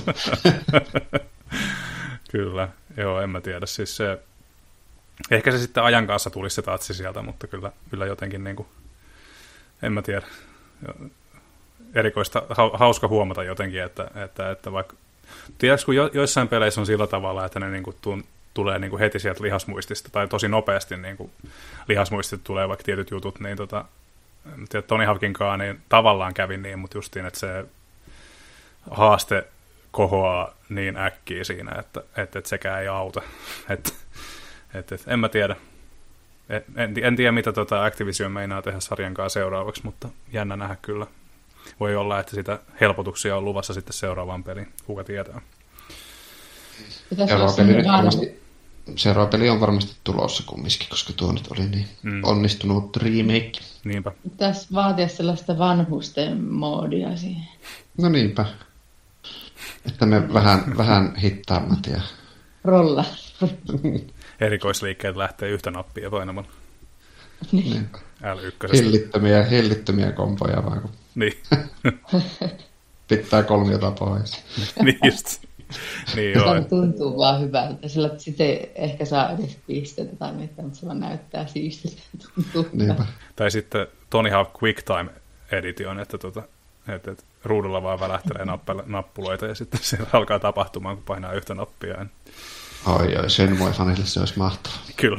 Kyllä, joo, en mä tiedä, siis se ehkä se sitten ajan kanssa tulisi se tatsi sieltä, mutta kyllä, kyllä jotenkin niin kuin, en mä tiedä, erikoista, hauska huomata jotenkin, että, että, että vaikka, tiedätkö, kun jo, joissain peleissä on sillä tavalla, että ne niin kuin tun, tulee niin kuin heti sieltä lihasmuistista, tai tosi nopeasti niin kuin lihasmuistit tulee vaikka tietyt jutut, niin tota, tiedä, Tony Hawkinkaan niin tavallaan kävi niin, mutta justiin, että se haaste kohoaa niin äkkiä siinä, että, että, että sekään ei auta, että Et, et, en mä tiedä. En, en tiedä, mitä tota Activision meinaa tehdä sarjan kanssa seuraavaksi, mutta jännä nähdä kyllä. Voi olla, että sitä helpotuksia on luvassa sitten seuraavaan peliin. Kuka tietää? Seuraava peli, varmasti, seuraava peli on varmasti tulossa kumminkin, koska tuo nyt oli niin mm. onnistunut remake. Niinpä. Pitäisi vaatia sellaista vanhusten moodia siihen. No niinpä. Että ne vähän, vähän hittaammat ja rolla. Erikoisliikkeet lähtee yhtä nappia painamalla. Niin. L yksi. Hillittömiä, hillittömiä kompoja vaan, kun niin. pitää kolmiota pois. Niin just. Niin joo. Tuntuu vaan hyvältä. Sillä sitten ehkä saa edes pisteitä tai mitään, mutta sillä näyttää siistiltä. Tuntuu. Tai sitten Tony Hawk QuickTime Edition, että tota, et, et, ruudulla vaan välähtelee nappuloita ja sitten siellä alkaa tapahtumaan, kun painaa yhtä nappia. Oi, oi, Shenmue-fanille se olisi mahtavaa. Kyllä.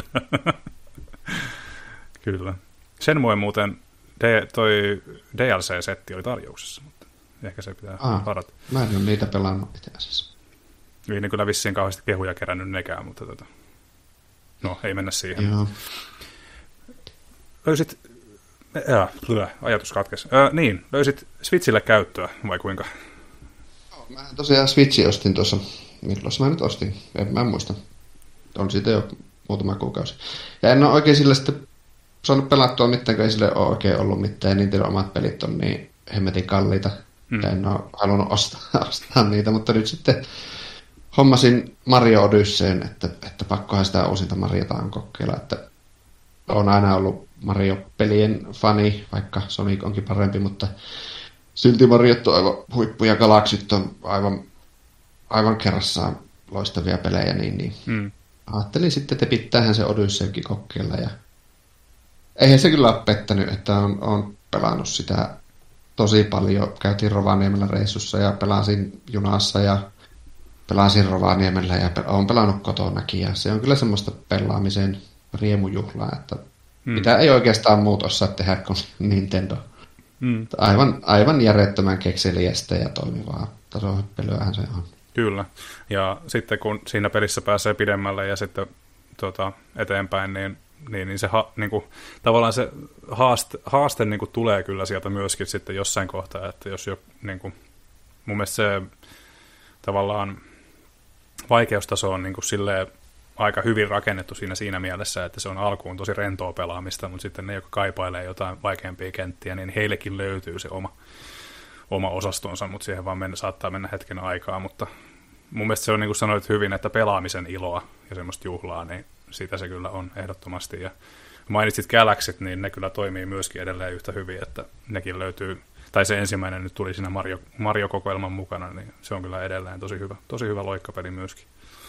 Kyllä. Shenmue muuten, de, toi D L C-setti oli tarjouksessa, mutta ehkä se pitää ah, varata. Mä en ole niitä pelannut itse asiassa. Ei ne kyllä vissiin kauheasti kehuja kerännyt nekään, mutta tota, no, ei mennä siihen. Joo. Löysit, jaa, ajatus katkesi. Ö, niin, löysit Switchille käyttöä, vai kuinka? No, mä tosiaan Switchi ostin tuossa. Milloin mä nyt ostin? En mä muista. On siitä jo muutama kuukausi. Ja en ole oikein sillä sitten saanut pelattua mitään, kun ei sille ole oikein ollut mitään. Ja Nintendo omat pelit on niin hemmetin kalliita. Hmm. Ja en ole halunnut ostaa, ostaa niitä, mutta nyt sitten hommasin Mario Odysseen, että, että pakkohan sitä uusinta Mariota on kokeilla, että olen aina ollut Mario-pelien fani, vaikka Sonic onkin parempi, mutta silti Mariot on aivan huippu ja Galaxyt on aivan, aivan kerrassaan loistavia pelejä, niin, niin. Mm. Ajattelin sitten, että pitäähän se Odysseenkin kokeilla ja eihän se kyllä ole pettänyt, että on, on pelannut sitä tosi paljon. Käytiin Rovaniemellä reissussa ja pelasin junassa ja pelasin Rovaniemellä ja olen pelannut kotonakin. Ja se on kyllä semmoista pelaamisen riemujuhlaa, että hmm. mitä ei oikeastaan muut osaa tehdä kuin Nintendo. Hmm. Aivan, aivan järjettömän kekseliästä ja toimivaa tasohyppelyähän se on. Kyllä. Ja sitten kun siinä pelissä pääsee pidemmälle ja sitten tuota, eteenpäin, niin Niin, niin se ha, niin kuin, tavallaan se haaste, haaste niin kuin tulee kyllä sieltä myöskin sitten jossain kohtaa, että jos jo, niin kuin, mun mielestä se tavallaan vaikeustaso on niin kuin silleen aika hyvin rakennettu siinä, siinä mielessä, että se on alkuun tosi rentoa pelaamista, mutta sitten ne, jotka kaipailee jotain vaikeampia kenttiä, niin heillekin löytyy se oma, oma osastonsa, mutta siihen vaan mennä, saattaa mennä hetken aikaa, mutta mun mielestä se on niin kuin sanoit hyvin, että pelaamisen iloa ja semmoista juhlaa, niin sitä se kyllä on ehdottomasti. Ja mainitsit Galaxyt, niin ne kyllä toimii myöskin edelleen yhtä hyvin, että nekin löytyy, tai se ensimmäinen nyt tuli siinä Mario, Mario-kokoelman mukana, niin se on kyllä edelleen tosi hyvä, tosi hyvä loikkapeli myöskin.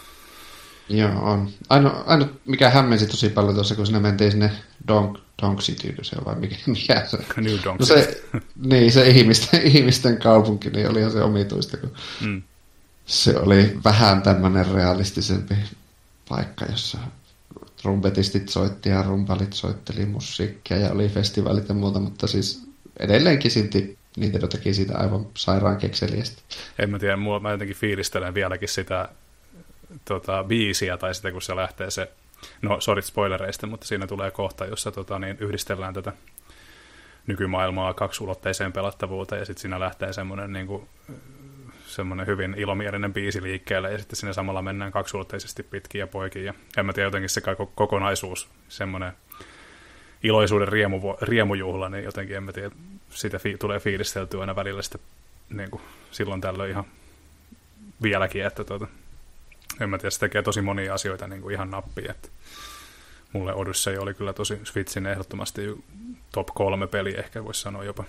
Joo, on. Aino, aino mikä hämmensi tosi paljon tuossa, kun sinne mentiin sinne Donk, Donk City, se vai mikä, mikä se? New Donk no se, niin, se ihmisten, ihmisten kaupunki, niin olihan se omituista, kun mm. se oli vähän tämmöinen realistisempi paikka, jossa trumpetistit soitti ja rumpalit soitteli musiikkia ja oli festivaalit ja muuta, mutta siis edelleenkin silti Nintendo teki siitä aivan sairaan kekseliästi. En mä tiedä, mua, mä jotenkin fiilistelen vieläkin sitä tota, biisiä tai sitä, kun se lähtee se, no sorry spoilereista, mutta siinä tulee kohta, jossa tota, niin yhdistellään tätä nykymaailmaa kaksulotteiseen pelattavuuteen ja sitten siinä lähtee semmoinen niin kuin semmoinen hyvin ilomielinen biisi liikkeelle, ja sitten sinne samalla mennään kaksulotteisesti pitkin ja poikin, ja en mä tiedä, jotenkin se kokonaisuus, semmoinen iloisuuden riemu, riemujuhla, niin jotenkin en mä tiedä, sitä fi- tulee fiilisteltyä aina välillä sitten, niin kuin silloin tällöin ihan vieläkin, että tuota, en mä tiedä, se tekee tosi monia asioita niin kuin ihan nappiin, että mulle Odyssey oli kyllä tosi Switchin ehdottomasti top kolme peli, ehkä voisi sanoa jopa.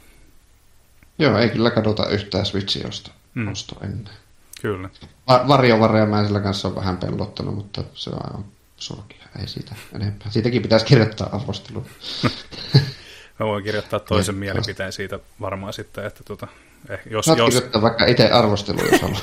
Joo, ei kyllä kadota yhtään Switchin osto, mm. osto ennen. Kyllä. Va- Varjovareja mä sillä kanssa on vähän pellottanut, mutta se on aivan surkia, ei siitä enempää. Siitäkin pitäisi kirjoittaa arvostelua. Mä voin kirjoittaa toisen ja, mielipiteen siitä varmaan sitten, että tuota, eh, jos... Saat jos... kirjoittaa vaikka itse arvostelua, jos haluaa.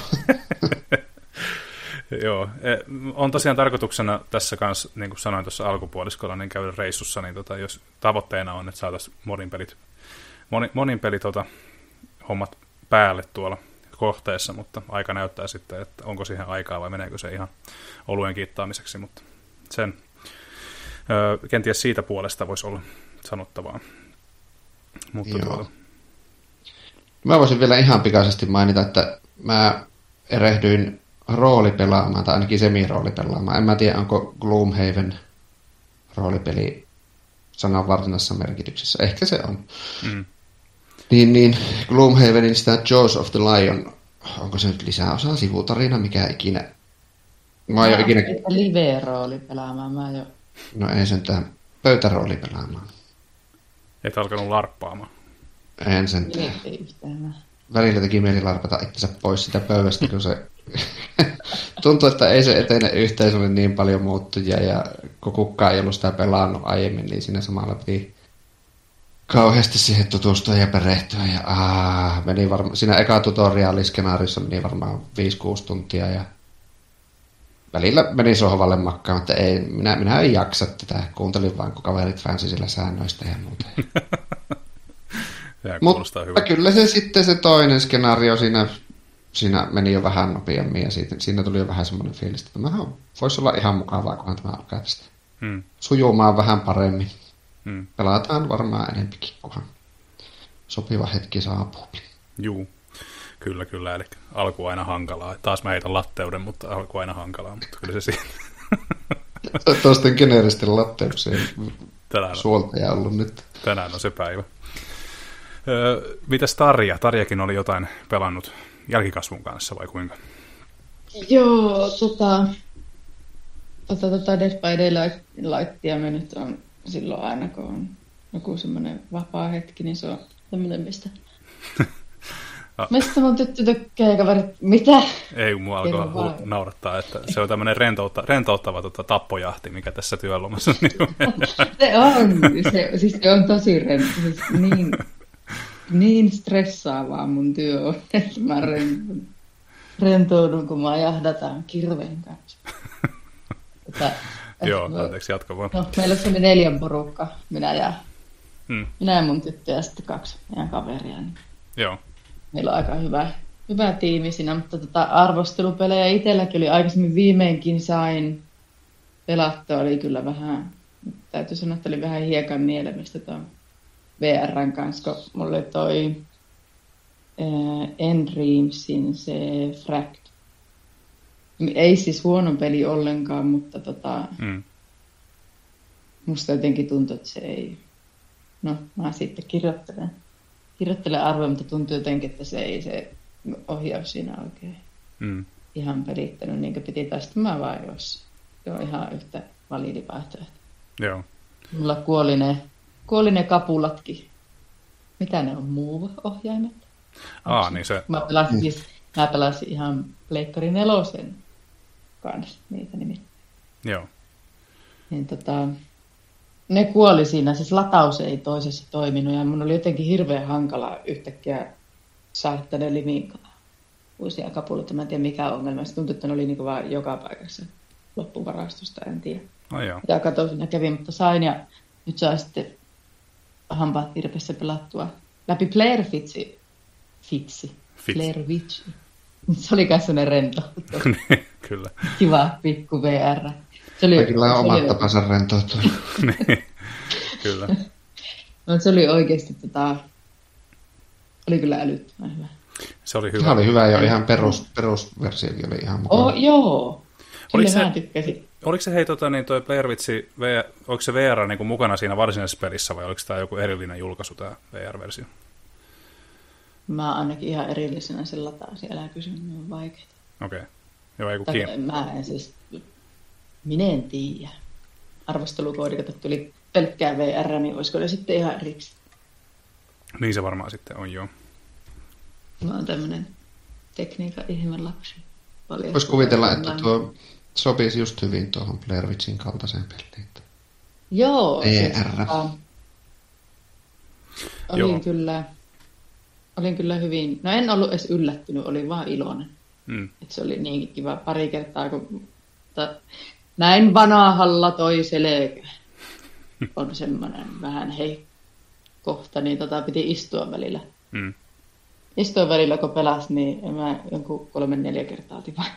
Joo, on tosiaan tarkoituksena tässä kanssa, niin kuin sanoin tuossa alkupuoliskolla, niin käydä reissussa, niin tota, jos tavoitteena on, että saataisiin monin pelit, monin, monin pelit tota, hommat päälle tuolla kohteessa, mutta aika näyttää sitten, että onko siihen aikaa vai meneekö se ihan oluen kiittaamiseksi, mutta sen ö, kenties siitä puolesta voisi olla sanottavaa. Mutta tuolla... Mä voisin vielä ihan pikaisesti mainita, että mä erehdyin roolipelaamaan, tai ainakin semi-roolipelaamaan. En mä tiedä, onko Gloomhaven roolipeli sanan varsinaisessa merkityksessä. Ehkä se on. Mm. Niin, niin Gloomhavenin sitä Jaws of the Lion, onko se nyt lisäosa, sivutarina, mikä ikinä? Mä oon jo ikinä... Live-roolipelaamaan mä jo. No ei sentään pöytäroolipelaamaan. Et alkanut larppaamaan. En sentään. Välillä teki mieli larpata itsensä pois sitä pöydästä, kun se tuntuu, että ei se etene yhteisölle niin paljon muuttujia, ja kun kukaan ei ollut sitä pelannut aiemmin, niin siinä samalla piti kauheasti siihen tutustua ja perehtyä, ja aah, meni varma, siinä eka tutoriaaliskenaarissa meni varmaan viisi kuusi tuntia, ja välillä meni sohvalle makkaan, että ei, minä, minä en jaksa tätä, kuuntelin vaan, kun kaverit fänsi sillä säännöistä ja muuta. Mutta hyvä. Kyllä se sitten se toinen skenaario siinä, siinä meni jo vähän nopeammin ja siitä, siinä tuli jo vähän semmoinen fiilis, että tämä voisi olla ihan mukavaa, kunhan tämä alkaa tästä hmm. sujumaan vähän paremmin. Hmm. Pelataan varmaan enempikin, kunhan sopiva hetki saapuu. Juu, kyllä kyllä, eli alku aina hankalaa. Taas mä heitän latteuden, mutta alku aina hankalaa, mutta kyllä se siinä. Tuosta geneeristen latteukseen suoltaja ollut nyt. Tänään on se päivä. Öö, mitäs Tarja? Tarjakin oli jotain pelannut jälkikasvun kanssa vai kuinka? Joo, tota, tota, tota Dead by Daylightia me nyt on silloin aina, kun on joku semmoinen vapaa hetki, niin se on tämmöinen, mistä, No. mistä mun tyttö tykkää ja kaverit, mitä? Ei, kun mua alkoi hu- naurattaa, että se on tämmöinen rentoutta, rentouttava tota, tappojahti, mikä tässä työlomassa niin Se on, se, siis se on tosi rento, siis niin, niin stressaavaa mun työ on, että mä rentoudun, rentoudun kun mä jahdataan kirveen kanssa. Että, Joo, anteeksi, jatka vaan. No, meillä oli neljän porukka, minä ja, Hmm. minä ja mun tyttö ja sitten kaksi meidän kaveria. Niin Joo. meillä on aika hyvä, hyvä tiimi siinä, mutta tota arvostelupelejä itselläkin oli aikaisemmin viimeinkin sain pelattua, oli kyllä vähän, täytyy sanoa, että oli vähän hiekan nielemistä tuon V R:n kanssa, kun mulla oli toi äh, Endreamsin se Fract. Ei siis huono peli ollenkaan, mutta tota, Hmm. musta jotenkin tuntuu, että se ei, no mä sitten kirjoittelen, kirjoittelen arvoja, mutta tuntuu jotenkin, että se ei se ohjaus siinä oikein Hmm. ihan pelittänyt, niin kuin piti, tai sitten mä vaan jos se on ihan yhtä validi vaihtoehto. Joo. Mulla kuoli ne, kuoli ne kapulatkin. Mitä ne on, Move-ohjaimet? Aa, niin se, Mä pelasin, siis, mä pelasin ihan Pleikkari nelosen kanssa niitä nimittäin. joo. Niin tota, ne kuoli siinä, siis lataus ei toisessa toiminut ja mun oli jotenkin hirveän hankala yhtäkkiä saada tänne liminkaan uusia kapuloita. Mä en tiedä mikä ongelma. Se tuntui, että ne oli niin vaan joka paikassa loppuvarastosta, en tiedä. No joo. Ja katsoin siinä kävin, mutta sain ja nyt saa sitten hampaat virpessä pelattua läpi Blair Fitsi. Fitsi. Fitsi. Blair Witch. Se oli kai sellainen rento. Kyllä. Kiva pikku V R. Se oli, Kaikilla on se omat oli, tapansa rentoutua. Niin. Kyllä. no, se oli oikeasti tota, oli kyllä älyttömän hyvä. Se oli Se hyvä. oli hyvä jo, ihan perus, perusversiokin oli ihan mukava. Oh, joo. Oliko Kyllä se- mä tykkäsin. Oliko se hei, tota, niin toi Blair Witch, V- oliko se V R niin kuin mukana siinä varsinaisessa pelissä vai oliko tämä joku erillinen julkaisu, tämä V R-versio? Mä ainakin ihan erillisenä sen lataasin, älä kysy, ne on vaikeita. Okei. Okay. Joo, ei kun Tai kiinni. mä en siis, minä en tiedä. Arvostelukoodi, kato, tuli pelkkää V R, niin olisiko ne sitten ihan eriksi. Niin se varmaan sitten on, joo. Mä oon tämmönen tekniikan ihme lapsi. Paljon Voisi kuvitella, että online. tuo sopisi just hyvin tuohon Blair Witchin kaltaiseen peliin. Joo, V siis, R. tota, olin Joo. kyllä, olin kyllä hyvin, no en ollut edes yllättynyt, olin vaan iloinen. Mm. Että se oli niin kiva pari kertaa, kun ta, näin vanahalla toi selkä on semmoinen vähän heikkohta, niin tota piti istua välillä. Mm. Istua välillä, kun pelas, niin mä jonkun kolme neljä kertaa otin vain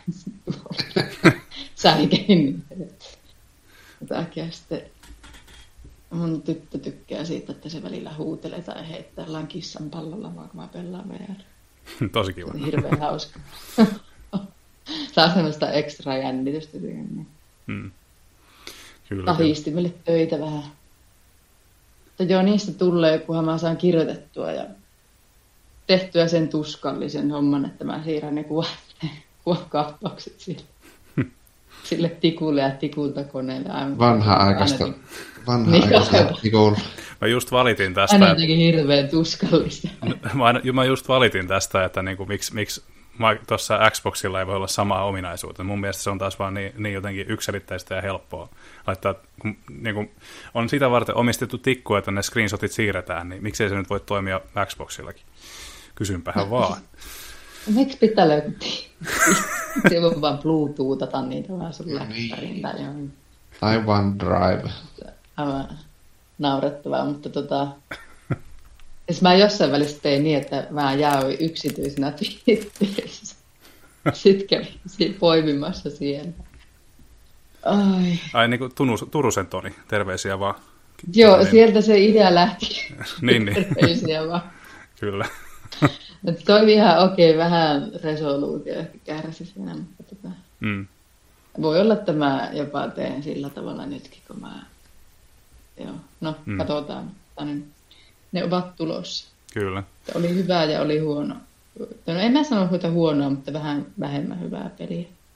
sälkein. Takia sitten mun tyttö tykkää siitä, että se välillä huutelee tai heittää jollain kissan pallolla, vaan kun mä pelaan V R. Tosi kiva. Se on hirveän hauska. Saa semmoista ekstra jännitystä siihen. Mm. Kyllä, kyllä. Tahistimelle töitä vähän. Mutta joo, niistä tulee, kunhan mä saan kirjoitettua ja tehtyä sen tuskallisen homman, että mä siirrän ne kuvat, kuvakaappaukset sille, sille tikulle ja tikulta koneelle. Aivan- Vanha-aikaista. aina- Vanha-aikaista Niin, tikulla. Mä just valitin tästä, Aina että, jotenkin hirveän tuskallista. mä, aina- mä just valitin tästä, että niin kuin, miksi, miksi tuossa Xboxilla ei voi olla samaa ominaisuutta. Mun mielestä se on taas vaan niin, niin jotenkin yksiselitteistä ja helppoa laittaa, kun niin kuin, on sitä varten omistettu tikku, että ne screenshotit siirretään, niin miksei se nyt voi toimia Xboxillakin? Kysynpähän vaan. Miksi pitää löytää? Se voi vaan bluetoothata niitä vaan sun läppäriin tai johon. Tai OneDrive. Aivan naurettavaa, mutta tota... Siis mä jossain välissä tein niin, että mä jääin yksityisenä Twitterissä. Sitten kävin siinä poimimassa siellä. Ai. Ai niin kuin Tunus, Turusen Toni, terveisiä vaan. Joo, Niin. sieltä se idea lähti. Niin, niin. Terveisiä vaan. Kyllä. Että toimi ihan okei, okay, vähän resoluutio ehkä kärsi siinä, mutta tota, Mm. voi olla, että mä jopa teen sillä tavalla nytkin, kun mä... Joo, no Mm. katsotaan. Mutta ne, ne ovat tulossa. Kyllä. Oli hyvää ja oli huono. No en mä sano, että huonoa, mutta vähän vähemmän hyvää peliä.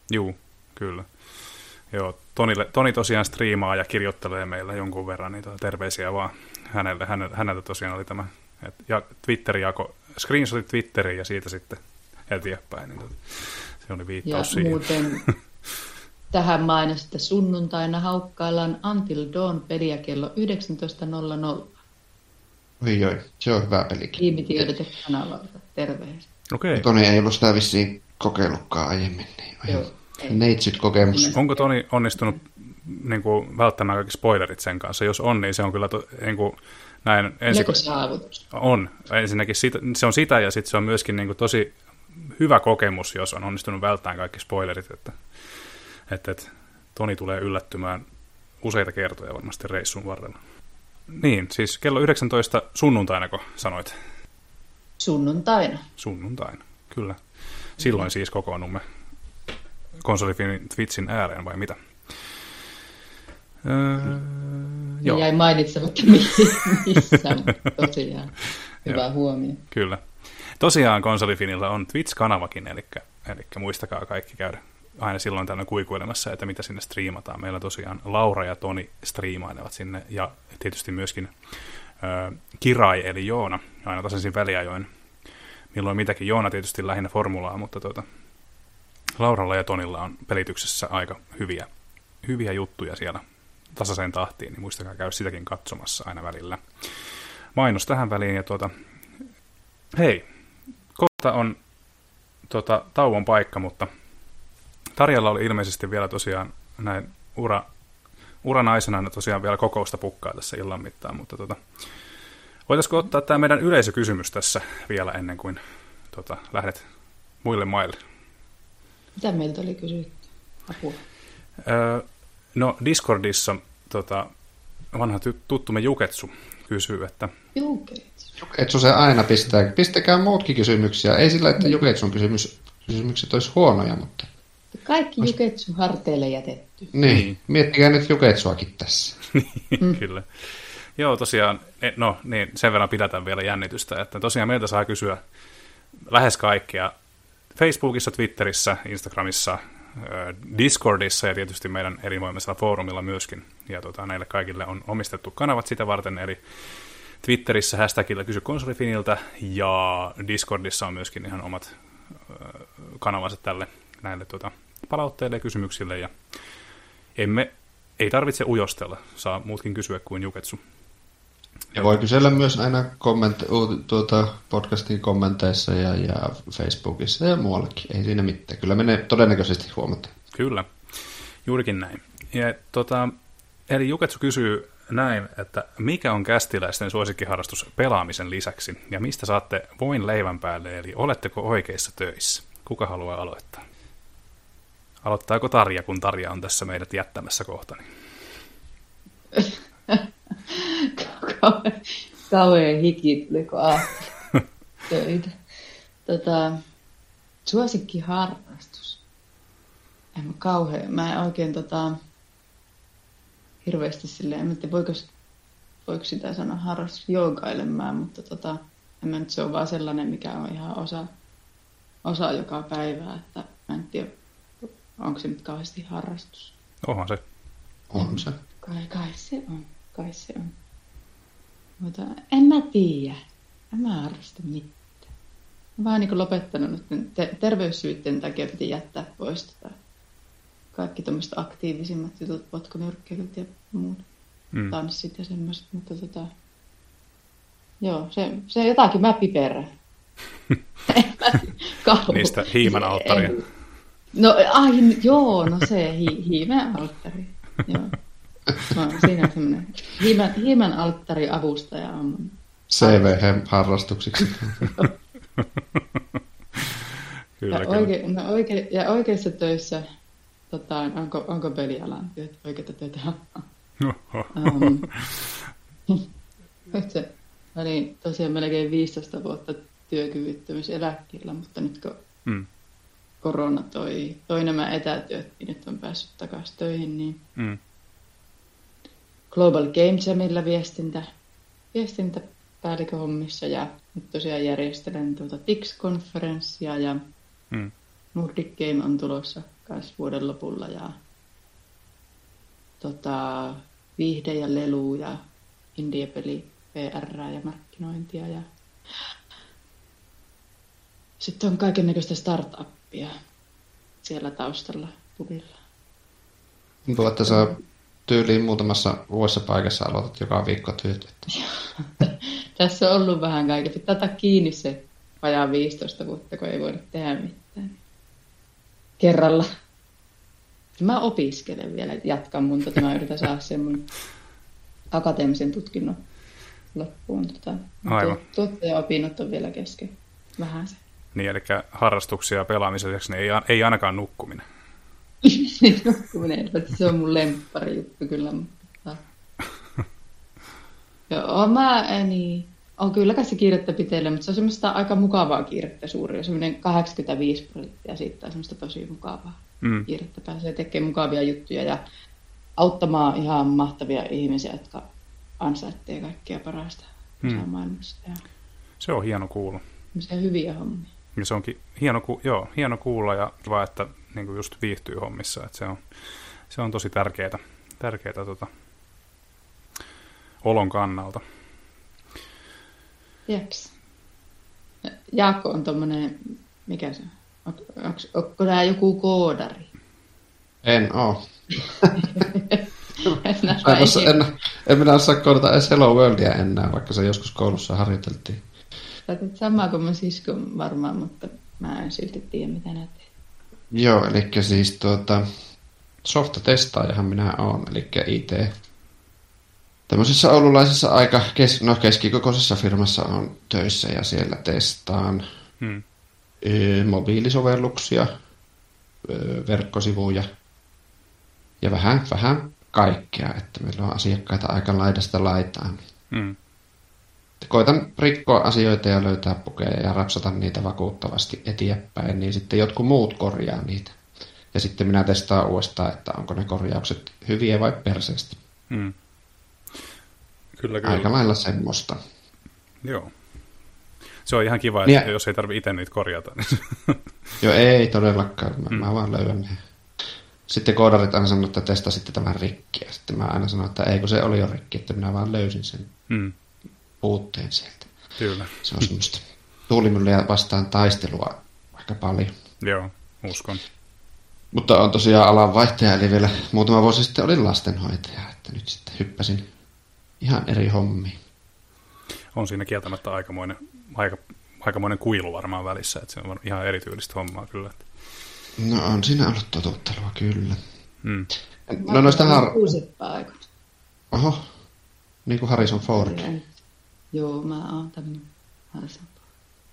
Juu, kyllä. Joo, Tonille, Toni tosiaan striimaa ja kirjoittelee meillä jonkun verran niitä terveisiä vaan hänelle. Häneltä, häneltä tosiaan oli tämä, että ja Twitteri jako, screenshotit Twitteriin ja siitä sitten eteenpäin. Niin se oli viittaus ja siihen. Muuten tähän mainos, että sunnuntaina haukkaillaan Until Dawn peliä kello yhdeksäntoista nolla nolla. Oi oi, se on hyvä pelikin. Tiimitiedote kanavalta, terveisiä. Okei. Okay. Toni ei ollut sitä vissiin kokeillutkaan aiemmin. Niin Joo. neitsyt kokemus. Onko Toni onnistunut niin kuin, välttämään kaikki spoilerit sen kanssa? Jos on, niin se on kyllä to, niin kuin, näin ensi... saavutus. On. Ensinnäkin sitä, se on sitä ja sitten se on myöskin niin kuin, tosi hyvä kokemus, jos on onnistunut välttämään kaikki spoilerit. Että, että, että Toni tulee yllättymään useita kertoja varmasti reissun varrella. Niin, siis kello yhdeksäntoista sunnuntaina, kun sanoit? Sunnuntaina. Sunnuntaina, kyllä. Silloin siis kokoonnumme konsolifinin Twitchin ääreen, vai mitä? Öö, joo. Jäi mainitsematta missään, mutta tosiaan hyvä huomio. Kyllä. Tosiaan konsolifinilla on Twitch-kanavakin, eli, eli muistakaa kaikki käydä aina silloin tällöin kuikuilemassa, että mitä sinne striimataan. Meillä tosiaan Laura ja Toni striimailevat sinne, ja tietysti myöskin ö, Kirai, eli Joona, aina tasaisin väliajoin. Milloin mitäkin. Joona tietysti lähinnä formulaa, mutta tuota, Lauralla ja Tonilla on pelityksessä aika hyviä, hyviä juttuja siellä tasaiseen tahtiin, niin muistakaa käydä sitäkin katsomassa aina välillä. Mainos tähän väliin, ja tuota, hei, kohta on tuota, tauon paikka, mutta Tarjalla oli ilmeisesti vielä tosiaan näin ura, uranaisena tosiaan vielä kokousta pukkaa tässä illan mittaan, mutta tota, voitaisiko ottaa tämä meidän yleisökysymys tässä vielä ennen kuin tota, lähdet muille maille? Mitä meiltä oli kysytty? Apua. Öö, no Discordissa tota, vanha tuttumme Juketsu kysyy, että... Juketsu. Juketsu se aina pistää. Pistäkää muutkin kysymyksiä. Ei sillä, että Juketsun kysymys, kysymykset olisi huonoja, mutta... Kaikki Juketsun harteille jätetty. Niin, miettikää nyt Juketsuakin tässä. Kyllä. Joo, tosiaan, no niin, sen verran pidetään vielä jännitystä, että tosiaan meiltä saa kysyä lähes kaikkea Facebookissa, Twitterissä, Instagramissa, Discordissa ja tietysti meidän erinomaisella foorumilla myöskin. Ja tota, näille kaikille on omistettu kanavat sitä varten, eli Twitterissä hashtagillä kysy konsolifiniltä ja Discordissa on myöskin ihan omat kanavansa tälle näille tuota, palautteille ja kysymyksille. Ja emme, ei tarvitse ujostella, saa muutkin kysyä kuin Juketsu. Ja voi kysellä myös aina komment- tuota, podcastin kommenteissa ja, ja Facebookissa ja muuallakin. Ei siinä mitään. Kyllä menee todennäköisesti huomataan. Kyllä, juurikin näin. Ja, tota, eli Juketsu kysyy näin, että mikä on kästiläisten suosikkiharrastus pelaamisen lisäksi ja mistä saatte voin leivän päälle, eli oletteko oikeissa töissä? Kuka haluaa aloittaa? Aloittaako Tarja, kun Tarja on tässä meidät jättämässä kohta? Kauhean hiki tuli, kun ajatteli töitä. Tota, suosikkiharrastus. En mä kauhean. Mä en oikein tota, hirveästi silleen, en tiedä, voiko, voiko sitä sanoa harrastus joogailemaan, mutta tota, en mä nyt, se on vaan sellainen, mikä on ihan osa, osa joka päivää, että mä en tiedä, onko se nyt kauheasti harrastus. Onhan se. On se. Kai, kai se on, kai se on. Mutta en mä tiedä. En mä harrasta mitään. Mä vaan niin lopettanut nyt te- terveyssyitten takia piti jättää pois tota kaikki tommoset aktiivisimmat jutut, potkunyrkkeilyt ja muut, mm. tanssit ja semmoiset, mutta tota, joo, se, se jotakin mä piperän. Niistä hiiman alttaria. No ai, joo, no se hi, hiimen alttari, joo. No, siinä on semmoinen hiimen, hiimen alttari avustaja on. C V H-harrastuksiksi. Kyllä, ja, kyllä. oike, no oike, ja oikeissa töissä, tota, onko, onko pelialan työt, oikeita töitä? um, se oli tosiaan melkein viisitoista vuotta työkyvyttömyyseläkkeellä, mutta nyt kun mm. korona toi, toi nämä etätyöt, niin nyt on päässyt takaisin töihin, niin mm. Global Game Jamilla viestintä, viestintäpäälliköhommissa ja nyt tosiaan järjestelen tuota T I X-konferenssia ja mm. Nordic Game on tulossa kanssa vuoden lopulla ja tota, viihde ja lelu ja indiepeli, P R ja markkinointia ja sitten on kaikennäköistä startuppia siellä taustalla pubilla. Tuntuu, että sä tyyliin muutamassa vuodessa paikassa aloitat joka viikko työt. Tässä on ollut vähän kaiken. Pitää ottaa kiinni se vajaa viisitoista vuotta, kun ei voida tehdä mitään. Kerralla. Mä opiskelen vielä, jatkan mun, tota, mä yritän saada sen mun akateemisen tutkinnon loppuun. Tota, Aivan. Tuottaja-opinnot on vielä kesken. Vähän se. Niin, eli harrastuksia pelaamiseksi niin ei, ei ainakaan nukkuminen. Nukkuminen, se on mun lemppari juttu kyllä. Mutta... Joo, mä niin... on kyllä kai se kiirettä pitelle, mutta se on semmoista aika mukavaa kiirettä suuri. Semmoinen kahdeksankymmentäviisi prosenttia siitä on semmoista tosi mukavaa mm. kiirettä. Pääsee tekemään mukavia juttuja ja auttamaan ihan mahtavia ihmisiä, jotka ansaittee kaikkea parasta mm. maailmassa. Ja se on hieno kuulla. Se on hyviä hommia. Ja se onkin hieno, ku, joo, hieno kuulla ja kiva, että niin kuin just viihtyy hommissa. Että se, on, se on tosi tärkeää, tärkeää tota, olon kannalta. Jeps. Jaakko on tommonen, mikä se on? Onko nämä joku koodari? En oo. en, en, en minä osaa koodata edes Hello Worldia enää, vaikka se joskus koulussa harjoiteltiin. Sä teet samaa kuin mun siskon varmaan, mutta mä en silti tiedä, mitä nää teet. Joo, eli siis tuota, softatestaajahan minä oon, eli I T. Tämmöisessä oululaisessa aika kes, no keskikokoisessa firmassa on töissä ja siellä testaan hmm. ö, mobiilisovelluksia, ö, verkkosivuja ja vähän, vähän kaikkea, että meillä on asiakkaita aika laidasta laitaan. Hmm. Koitan rikkoa asioita ja löytää pukeja ja rapsata niitä vakuuttavasti eteenpäin, niin sitten jotkut muut korjaa niitä. Ja sitten minä testaan uudestaan, että onko ne korjaukset hyviä vai perseestä. Hmm. Kyllä, kyllä. Aika lailla semmoista. Joo. Se on ihan kiva, että ja, jos ei tarvitse itse niitä korjata. Niin... Joo, ei todellakaan. Mä, mm. mä vaan löydän ne. Sitten koodarit aina sanoo, että testasitte tämän rikki. Ja sitten mä aina sanon, että ei kun se oli jo rikki, että minä vaan löysin sen mm. puutteen sieltä. Kyllä. Se on semmoista tuulimyllyjä vastaan taistelua aika paljon. Joo, uskon. Mutta on tosiaan alanvaihtaja, eli vielä muutama vuosi sitten olin lastenhoitaja, että nyt sitten hyppäsin ihan eri hommia. On siinä kieltämättä aikamoinen, aika, aikamoinen kuilu varmaan välissä, että se on ihan erityylistä hommaa kyllä. No on siinä ollut totuttelua kyllä. Hmm. No noista har... kuusippaa aikoina. Oho, niin kuin Harrison Ford. Ja, joo, mä oon tämmöinen Harrison Ford.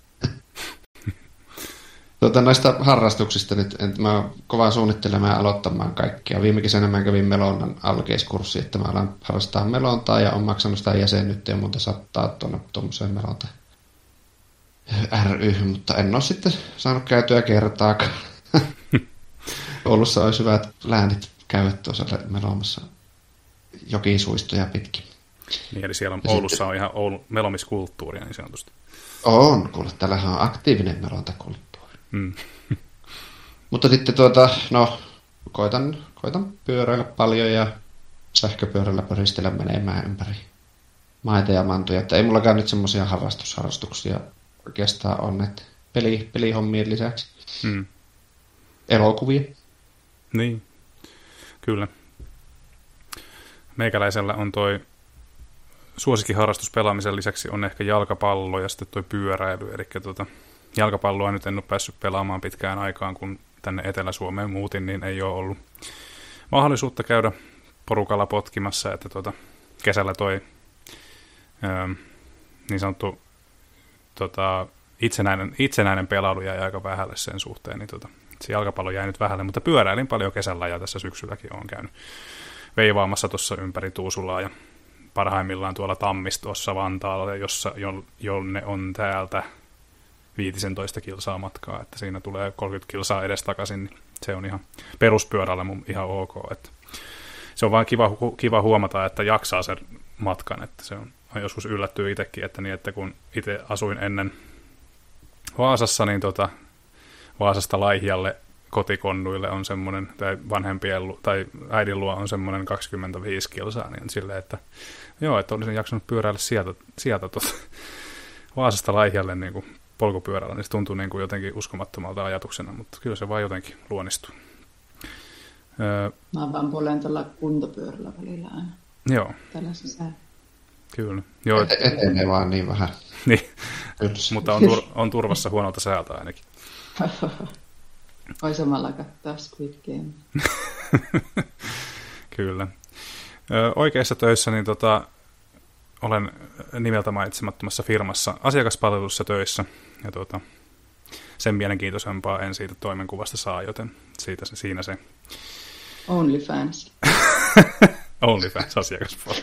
Tuota, näistä harrastuksista nyt, että mä oon kovaa suunnittelemaan ja aloittamaan kaikkia. Viime kesänä mä kävin melonnan alkeiskurssi, että mä alan harrastaa melontaa ja on maksanut sitä jäsenyyttä ja muuta sattaa tuonne tuommoiseen melonta ry, mutta en ole sitten saanut käytyä kertaakaan. Oulussa olisi hyvät läänit käydä tuossa melomassa jokisuistoja pitkin. Niin, eli siellä on, Oulussa on ihan Oulu, melomiskulttuuria niin sanotusti. On, kuule, täällähän on aktiivinen melontakulttuuri. Mm. Mutta sitten tuota, no, koitan, koitan pyöräillä paljon ja sähköpyörällä pöristellä menemään ympäri maita ja mantuja. Että ei mullakaan nyt semmoisia harrastusharrastuksia oikeastaan on, että peli, pelihommien lisäksi. Mm. Elokuvia. Niin, kyllä. Meikäläisellä on toi suosikkiharrastus pelaamisen lisäksi on ehkä jalkapallo ja sitten toi pyöräily. Eli tuota, jalkapalloa nyt en ole päässyt pelaamaan pitkään aikaan, kun tänne Etelä-Suomeen muutin, niin ei ole ollut mahdollisuutta käydä porukalla potkimassa, että tuota, kesällä toi ää, niin sanottu tota, itsenäinen, itsenäinen pelailu jäi aika vähälle sen suhteen, niin tuota, se jalkapallo jäi nyt vähälle, mutta pyöräilin paljon kesällä ja tässä syksylläkin olen käynyt veivaamassa tuossa ympäri Tuusulaa ja parhaimmillaan tuolla Tammistossa Vantaalla, jossa, jonne on täältä viisitoista kilsaa matkaa, että siinä tulee kolmekymmentä kilsaa edestakaisin, niin se on ihan peruspyörällä mun ihan ok. Että se on vaan kiva, kiva huomata, että jaksaa sen matkan, että se on joskus yllättyy itsekin, että, niin, että kun itse asuin ennen Vaasassa, niin tota, Vaasasta Laihialle kotikonnuille on semmoinen, tai vanhempien lu- tai äidin luo on semmoinen kaksikymmentäviisi kilsaa, niin silleen, että joo, että olisin jaksanut pyöräillä sieltä, sieltä tuota, Vaasasta Laihialle niin kuin polkupyörällä, niin se tuntuu niin kuin jotenkin uskomattomalta ajatuksena, mutta kyllä se vaan jotenkin luonnistuu. Öö, Mä vaan polen tuolla kuntopyörällä välillä aina. Joo. Tällä sisään. Kyllä. Joo, Et, etenee vaan niin vähän. Niin, mutta on, tur- on turvassa huonolta säältä ainakin. Oi samalla katsoa Squid Game. Kyllä. Ö, oikeissa töissä niin tota, olen nimeltä mainitsemattomassa firmassa asiakaspalvelussa töissä. Ja tota, sen mielenkiintoisempaa en siitä toimenkuvasta saa, joten siitä se, siinä se. OnlyFans. OnlyFans asiakaspalvelu.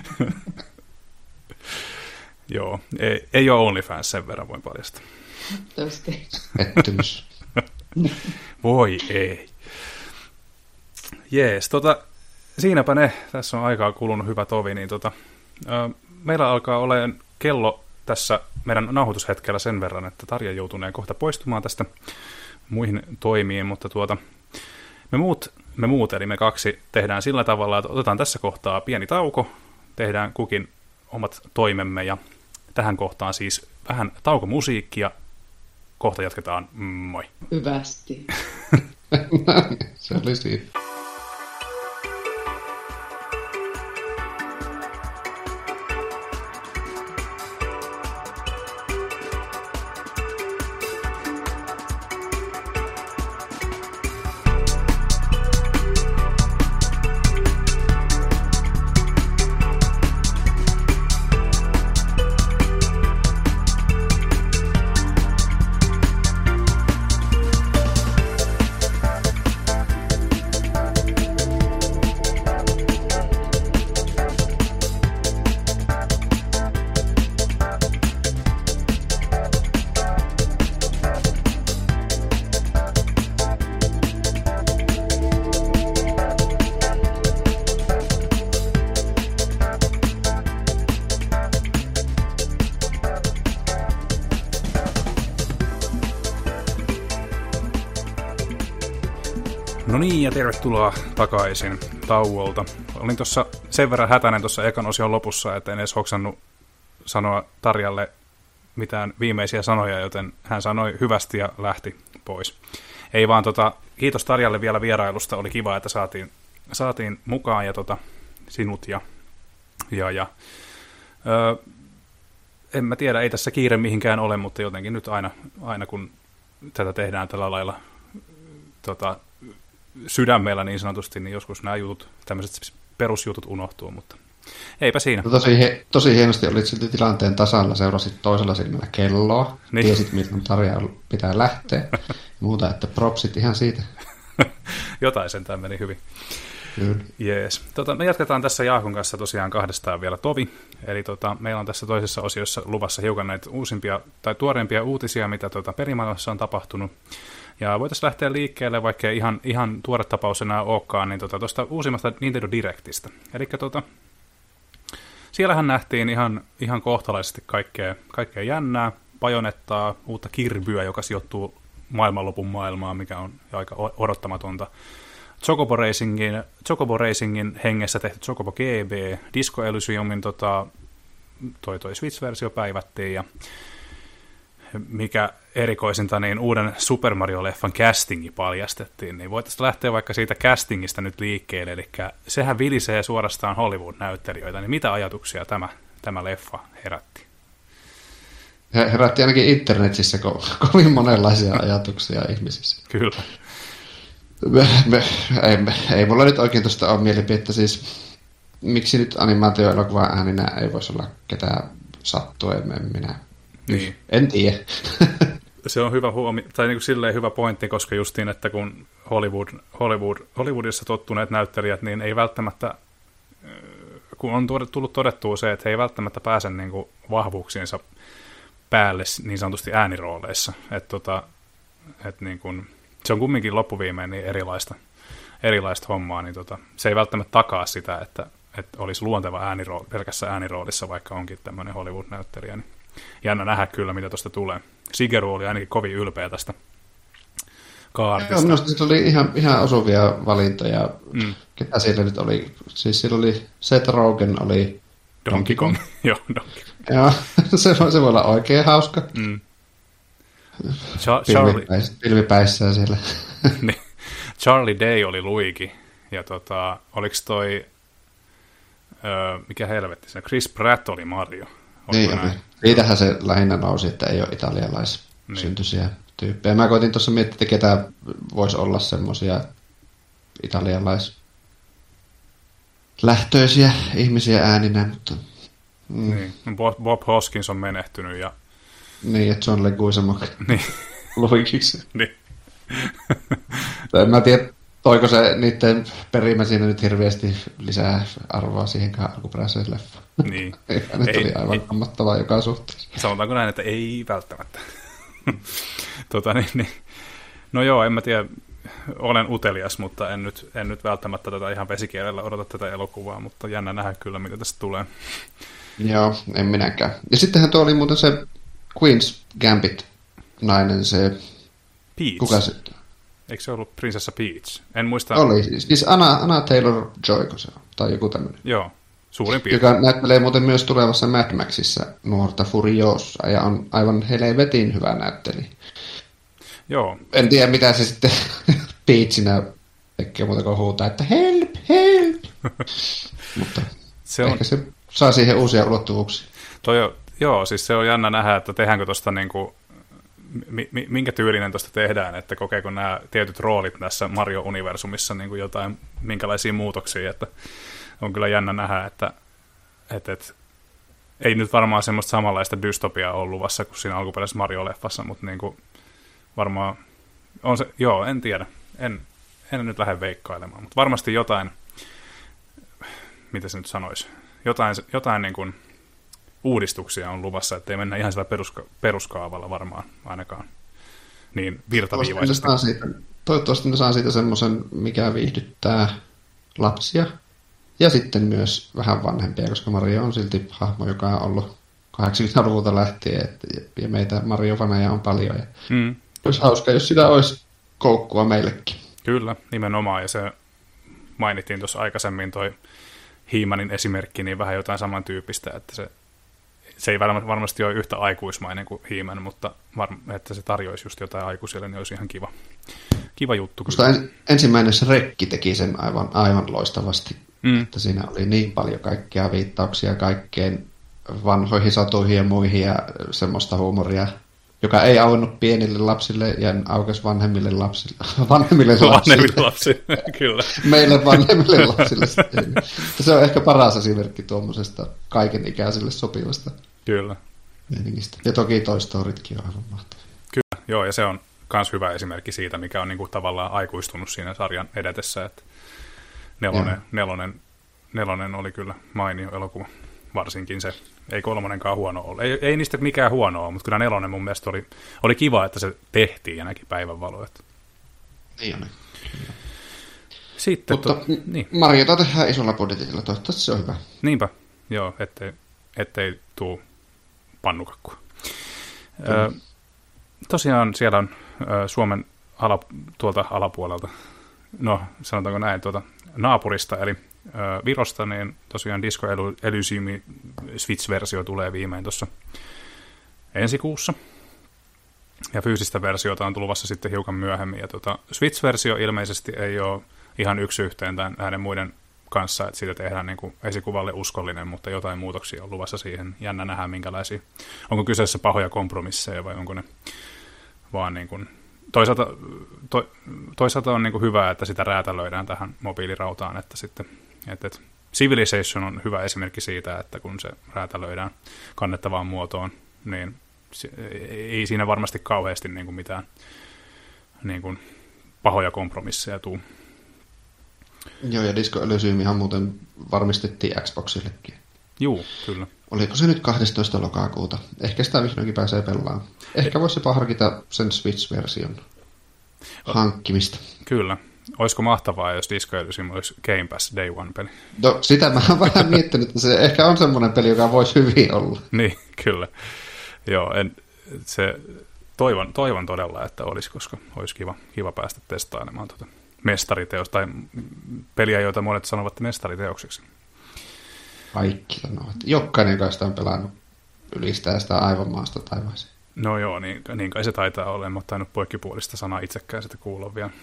Joo, ei, ei ole OnlyFans, sen verran voin paljastaa. Tosti. Pettymys. Voi ei. Jees, tota, siinäpä ne. Tässä on aikaa kulunut hyvä tovi. Niin tota, ö, meillä alkaa olemaan kello tässä meidän nauhoitushetkellä sen verran, että Tarja joutuneen kohta poistumaan tästä muihin toimiin, mutta tuota, me muut, me muut, eli me kaksi, tehdään sillä tavalla, että otetaan tässä kohtaa pieni tauko, tehdään kukin omat toimemme, ja tähän kohtaan siis vähän taukomusiikkia, kohta jatketaan, moi. Hyvästi. Se oli siinä. No niin, ja tervetuloa takaisin tauolta. Olin tuossa sen verran hätäinen tuossa ekan osion lopussa, että en edes hoksannut sanoa Tarjalle mitään viimeisiä sanoja, joten hän sanoi hyvästi ja lähti pois. Ei vaan, tota, kiitos Tarjalle vielä vierailusta, oli kiva, että saatiin, saatiin mukaan ja tota, sinut ja... ja, ja öö, en mä tiedä, ei tässä kiire mihinkään ole, mutta jotenkin nyt aina, aina kun tätä tehdään tällä lailla tota, sydämellä niin sanotusti, niin joskus nämä jutut, tämmöiset perusjutut unohtuu, mutta eipä siinä. Tosi, he, tosi hienosti olit silti tilanteen tasalla, seurasit toisella silmällä kelloa, niin. Tiesit milloin Tarja pitää lähteä ja muuta, että propsit ihan siitä. Jotain sentään meni hyvin. Kyllä. Jees. Tota, me jatketaan tässä Jaakon kanssa tosiaan kahdestaan vielä tovi, eli tota, meillä on tässä toisessa osiossa luvassa hiukan näitä uusimpia tai tuoreimpia uutisia, mitä tota, perimaailmassa on tapahtunut. Ja voitaisiin lähteä liikkeelle, vaikka ihan, ihan tuore tapaus enää olekaan, niin tuosta tota, uusimmasta Nintendo Directistä. Eli tota, siellähän nähtiin ihan, ihan kohtalaisesti kaikkea, kaikkea jännää, Bajonettaa, uutta Kirbyä, joka sijoittuu maailmanlopun maailmaan, mikä on aika odottamatonta. Chocobo Racingin, Chocobo Racingin hengessä tehty Chocobo G B, Disco Elysiumin tota, toi, toi Switch-versio päivättiin, ja mikä erikoisinta, niin uuden Super Mario-leffan castingi paljastettiin, niin voitaisiin lähteä vaikka siitä castingista nyt liikkeelle, eli sehän vilisee suorastaan Hollywood-näyttelijöitä, niin mitä ajatuksia tämä, tämä leffa herätti? Herätti ainakin internetissä ko- kovin monenlaisia ajatuksia ihmisissä. Kyllä. Me, me, ei, me, ei mulla nyt oikein tuosta ole mielipidettä, siis miksi nyt animaatioelokuvan ääninä ei voisi olla ketään sattua, en minä. Niin. En tiedä. Se on hyvä huomi, tai niin kuin silleen hyvä pointti, koska justiin, että kun Hollywood, Hollywood, Hollywoodissa tottuneet näyttelijät, niin ei välttämättä, kun on tullut todettua se, että he ei välttämättä pääse niin kuin vahvuuksiinsa päälle niin sanotusti äänirooleissa. Että tota, et niin kuin, se on kumminkin loppuviimein niin erilaista, erilaista hommaa, niin tota, se ei välttämättä takaa sitä, että, että olisi luonteva äänirooli, pelkässä ääniroolissa, vaikka onkin tämmöinen Hollywood-näyttelijä. Niin jännä nähdä kyllä, mitä tuosta tulee. Shigeru oli ainakin kovin ylpeä tästä kaartista. Joo, minusta se oli ihan, ihan osuvia valintoja. Mm. Ketä siellä nyt oli? Siis siellä oli Seth Rogen, oli Donkey Kong. Joo, Donkey Kong. Joo, se, se voi olla oikein hauska. Mm. Charlie... Pilvipäissään siellä. niin. Charlie Day oli Luigi. Ja tota, oliko toi... Öö, mikä helvetti se? Chris Pratt oli Mario. Niin oli. Siitähän se lähinnä nousi, että ei ole italialaissyntyisiä niin. tyyppejä. Mä koitin tuossa miettiä, että ketä voisi olla semmoisia italialaislähtöisiä ihmisiä ääninä, mutta... Mm. Niin. Bob Hoskins on menehtynyt ja... Niin, että John Leguizamo niin. Luigiksi. niin. En mä tiedä, toiko se niiden perimä siinä nyt hirveästi lisää arvoa siihenkään alkuperäiseen leffaan. Niin. Nyt ei, oli aivan ammattavaa joka suhteessa. Sanotaanko näin, että ei välttämättä. tota, niin, niin. No joo, en mä tiedä, olen utelias, mutta en nyt, en nyt välttämättä tätä ihan vesikielellä odota tätä elokuvaa, mutta jännä nähdä kyllä, mitä tästä tulee. Joo, en minäkään. Ja sittenhän tuo oli muuten se Queen's Gambit-nainen, se... Peach. Kuka se? Eikö se ollut prinsessa Peach? En muista... Oli, siis Anna, Anna Taylor-Joy, se on, tai joku tämmöinen. Joo, suurin piirtein. Joka näyttelee muuten myös tulevassa Mad Maxissa nuorta Furiosaa, ja on aivan helvetin hyvä näytteli. Joo. En tiedä, mitä se sitten Peachinä tekee muuta kuin huutaa, että help, help! Mutta se on... ehkä se saa siihen uusia ulottuvuuksia. Toi on, joo, siis se on jännä nähdä, että tehdäänkö tuosta niinku... minkä tyylinen tuosta tehdään, että kokeeko nämä tietyt roolit tässä Mario-universumissa niin kuin jotain, minkälaisia muutoksia, että on kyllä jännä nähdä, että, että, että ei nyt varmaan semmoista samanlaista dystopiaa ole luvassa kuin siinä alkuperäisessä Mario-leffassa, mutta niin kuin varmaan on se, joo, en tiedä, en, en nyt lähde veikkailemaan, mutta varmasti jotain, mitä se nyt sanoisi, jotain, jotain niin kuin uudistuksia on luvassa, ettei mennä ihan sillä peruska- peruskaavalla varmaan ainakaan niin virtaviivaisesti. Toivottavasti ne saa siitä semmoisen, mikä viihdyttää lapsia ja sitten myös vähän vanhempia, koska Mario on silti hahmo, joka on ollut kahdeksankymmentäluvulta lähtien, ja meitä Mario-faneja on paljon. Ja mm. olisi hauska, jos sitä olisi koukkua meillekin. Kyllä, nimenomaan, ja se mainittiin tuossa aikaisemmin toi He-Manin esimerkki, niin vähän jotain samantyyppistä, että se Se ei varmasti ole yhtä aikuismainen kuin He-Man, mutta var- että se tarjoisi just jotain aikuisille, niin olisi ihan kiva, kiva juttu. Koska en, ensimmäinen Rekki teki sen aivan, aivan loistavasti, mm. että siinä oli niin paljon kaikkia viittauksia kaikkeen vanhoihin satuihin ja muihin ja semmoista huumoria, joka ei auennut pienille lapsille ja aukesi vanhemmille lapsille. vanhemmille lapsille. Vanhemmille lapsille, kyllä. Meille vanhemmille lapsille. Se on ehkä paras esimerkki tuommoisesta kaikenikäisille sopivasta. Kyllä. Meiningistä. Ja toki Toy Storytkin on aivan mahtavaa. Kyllä, joo, ja se on myös hyvä esimerkki siitä, mikä on niinku tavallaan aikuistunut siinä sarjan edetessä, että nelonen, nelonen, nelonen oli kyllä mainio elokuva, varsinkin se. Ei kolmonenkaan huono ollut. Ei, ei niistä mikään huono ole, mutta kyllä nelonen mun mielestä oli, oli kiva, että se tehtiin ja näki päivänvaloa. Niin oli. Sitten mutta to, niin. Mariota tehdään isolla budjetilla, toivottavasti se on hyvä. Niinpä, joo, ettei, ettei tuu pannukakkua. Mm. Ö, tosiaan siellä on ö, Suomen ala, tuolta alapuolelta, no sanotaanko näin, tuota naapurista, eli Virosta, niin tosiaan Disco Elysium Switch-versio tulee viimein tuossa ensi kuussa. Ja fyysistä versiota on tulevassa sitten hiukan myöhemmin. Ja tuota, Switch-versio ilmeisesti ei ole ihan yksi yhteen tämän näiden muiden kanssa, että siitä tehdään niin kuin esikuvalle uskollinen, mutta jotain muutoksia on luvassa siihen. Jännä nähdä, minkälaisia. Onko kyseessä pahoja kompromisseja vai onko ne vaan niin kuin... Toisaalta, to, toisaalta on niin kuin hyvä, että sitä räätälöidään tähän mobiilirautaan, että sitten että, että Civilization on hyvä esimerkki siitä, että kun se räätälöidään kannettavaan muotoon, niin ei siinä varmasti kauheasti niin kuin mitään niin kuin pahoja kompromisseja tule. Joo, ja Disco Elysiumihan muuten varmistettiin Xboxillekin. Juu, kyllä. Oliko se nyt kahdestoista lokakuuta? Ehkä sitä vihdoinkin pääsee pelaamaan. Ehkä voisi jopa harkita sen Switch-version hankkimista. Kyllä. Olisiko mahtavaa, jos Disco Elysium olisi Game Pass Day One-peli? No, sitä mä oon vähän miettinyt, että se ehkä on semmoinen peli, joka voisi hyvin olla. Niin, kyllä. Joo, en, se, toivon, toivon todella, että olisi, koska olisi kiva, kiva päästä testailemaan tuota mestariteos, tai peliä, joita monet sanovat mestariteokseksi. Kaikki sanovat. Jokainen, joka sitä on pelannut, ylistää sitä aivan maasta taivaaseen. No joo, niin, niin kai se taitaa olla. En ole tainnut poikkipuolista sanaa itsekään sitä kuulla vielä.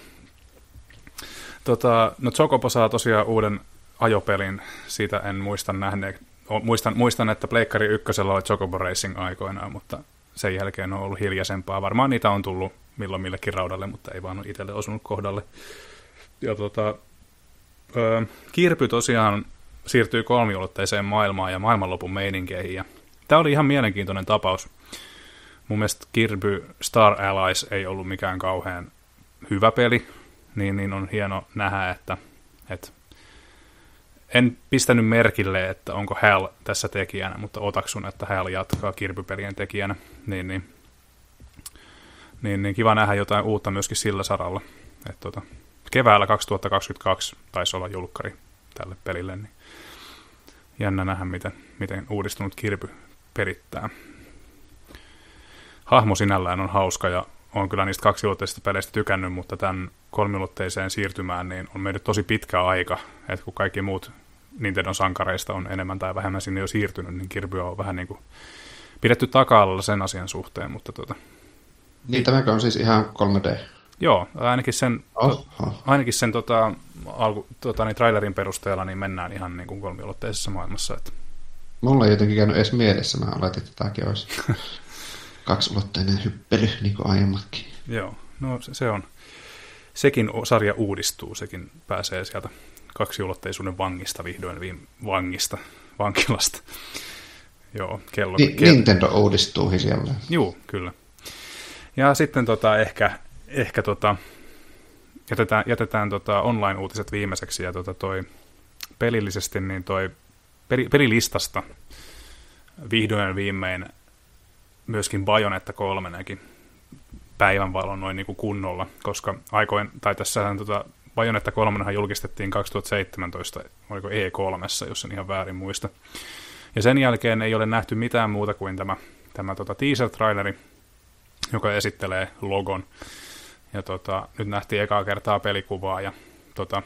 Tota, no Chocobo saa tosiaan uuden ajopelin. Siitä en muista nähneet. Muistan, muistan, että Pleikkari ykkösellä oli Chocobo Racing aikoinaan, mutta sen jälkeen on ollut hiljaisempaa. Varmaan niitä on tullut milloin millekin raudalle, mutta ei vaan ole itselle osunut kohdalle. Ja tota, ö, Kirby tosiaan siirtyy kolmiulotteiseen maailmaan ja maailmanlopun meininkeihin. Ja tämä oli ihan mielenkiintoinen tapaus. Mun mielestä Kirby Star Allies ei ollut mikään kauhean hyvä peli, niin, niin on hieno nähdä, että, että en pistänyt merkille, että onko Hal tässä tekijänä, mutta otaksun, että Hal jatkaa Kirby-pelien tekijänä. Niin, niin, niin, niin kiva nähdä jotain uutta myöskin sillä saralla. Että tota, keväällä kaksituhattakaksikymmentäkaksi taisi olla julkkari tälle pelille, niin jännä nähdä, miten, miten uudistunut Kirby perittää. Hahmo sinällään on hauska ja on kyllä niistä kaksiulotteisista peleistä tykännyt, mutta tämän kolmiulotteiseen siirtymään niin on mennyt tosi pitkä aika, että kun kaikki muut Nintendon sankareista on enemmän tai vähemmän sinne jo siirtynyt, niin Kirby on vähän niin kuin pidetty taka-alalla sen asian suhteen, mutta tota... Niin tämäkö on siis ihan kolme D? Joo, ainakin sen, Oho. ainakin sen tota, alku, tota, niin trailerin perusteella niin mennään ihan niin kuin kolmiulotteisessa maailmassa. Että... Mulla ei jotenkin käynyt edes mielessä, mä oletin, että tämäkin olisi kaksulotteinen hyppely, niin kuin aiemmatkin. Joo, no se, se on. Sekin sarja uudistuu, sekin pääsee sieltä kaksiulotteisuuden vangista vihdoin viime vangista, vankilasta. Joo, kello. Ni- kello. Nintendo uudistuu hiljalleen. Joo, kyllä. Ja sitten tota, ehkä, ehkä tota, jätetään, jätetään tota online-uutiset viimeiseksi ja tota toi pelillisesti niin toi peli, pelilistasta vihdoin viimein myöskin Bayonetta kolmenäkin päivänvalon noin niin kuin kunnolla, koska aikoin, tai tässähän tota, Bayonetta kolmenhan julkistettiin kaksituhattaseitsemäntoista, oliko E kolme, jos en ihan väärin muista. Ja sen jälkeen ei ole nähty mitään muuta kuin tämä, tämä tota teaser-traileri, joka esittelee logon. Ja tota, nyt nähtiin ekaa kertaa pelikuvaa. Ja tota,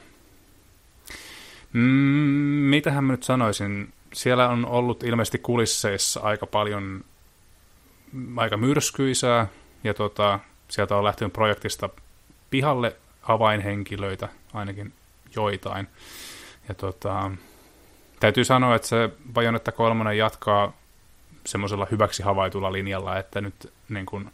mm, mitähän mä nyt sanoisin, siellä on ollut ilmeisesti kulisseissa aika paljon aika myrskyisää, ja tota, sieltä on lähtenyt projektista pihalle avainhenkilöitä, ainakin joitain. Ja tota, täytyy sanoa, että se Bayonetta kolme jatkaa semmoisella hyväksi havaitulla linjalla, että nyt niin kun,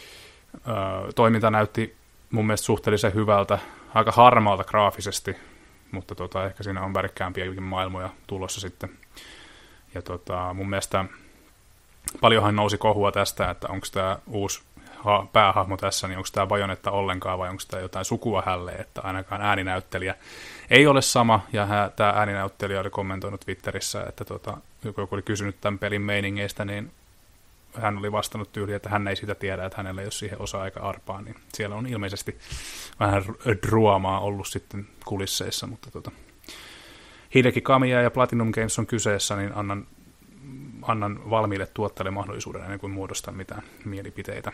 ö, toiminta näytti mun mielestä suhteellisen hyvältä, aika harmaalta graafisesti, mutta tota, ehkä siinä on värikkäämpiäkin maailmoja tulossa sitten. Ja tota, mun mielestä paljonhan nousi kohua tästä, että onko tämä uusi ha- päähahmo tässä, niin onko tämä Bayonetta ollenkaan vai onko tämä jotain sukua hälle, että ainakaan ääninäyttelijä ei ole sama, ja hä- tämä ääninäyttelijä oli kommentoinut Twitterissä, että tota, joku oli kysynyt tämän pelin meiningeistä, niin hän oli vastannut tyyliin, että hän ei sitä tiedä, että hänellä ei ole siihen osaa eikä arpaa, niin siellä on ilmeisesti vähän druomaa ollut sitten kulisseissa, mutta tota, Hideki Kamiya ja Platinum Games on kyseessä, niin annan annan valmiille tuottajille mahdollisuuden ennen kuin muodostaa mitään mielipiteitä.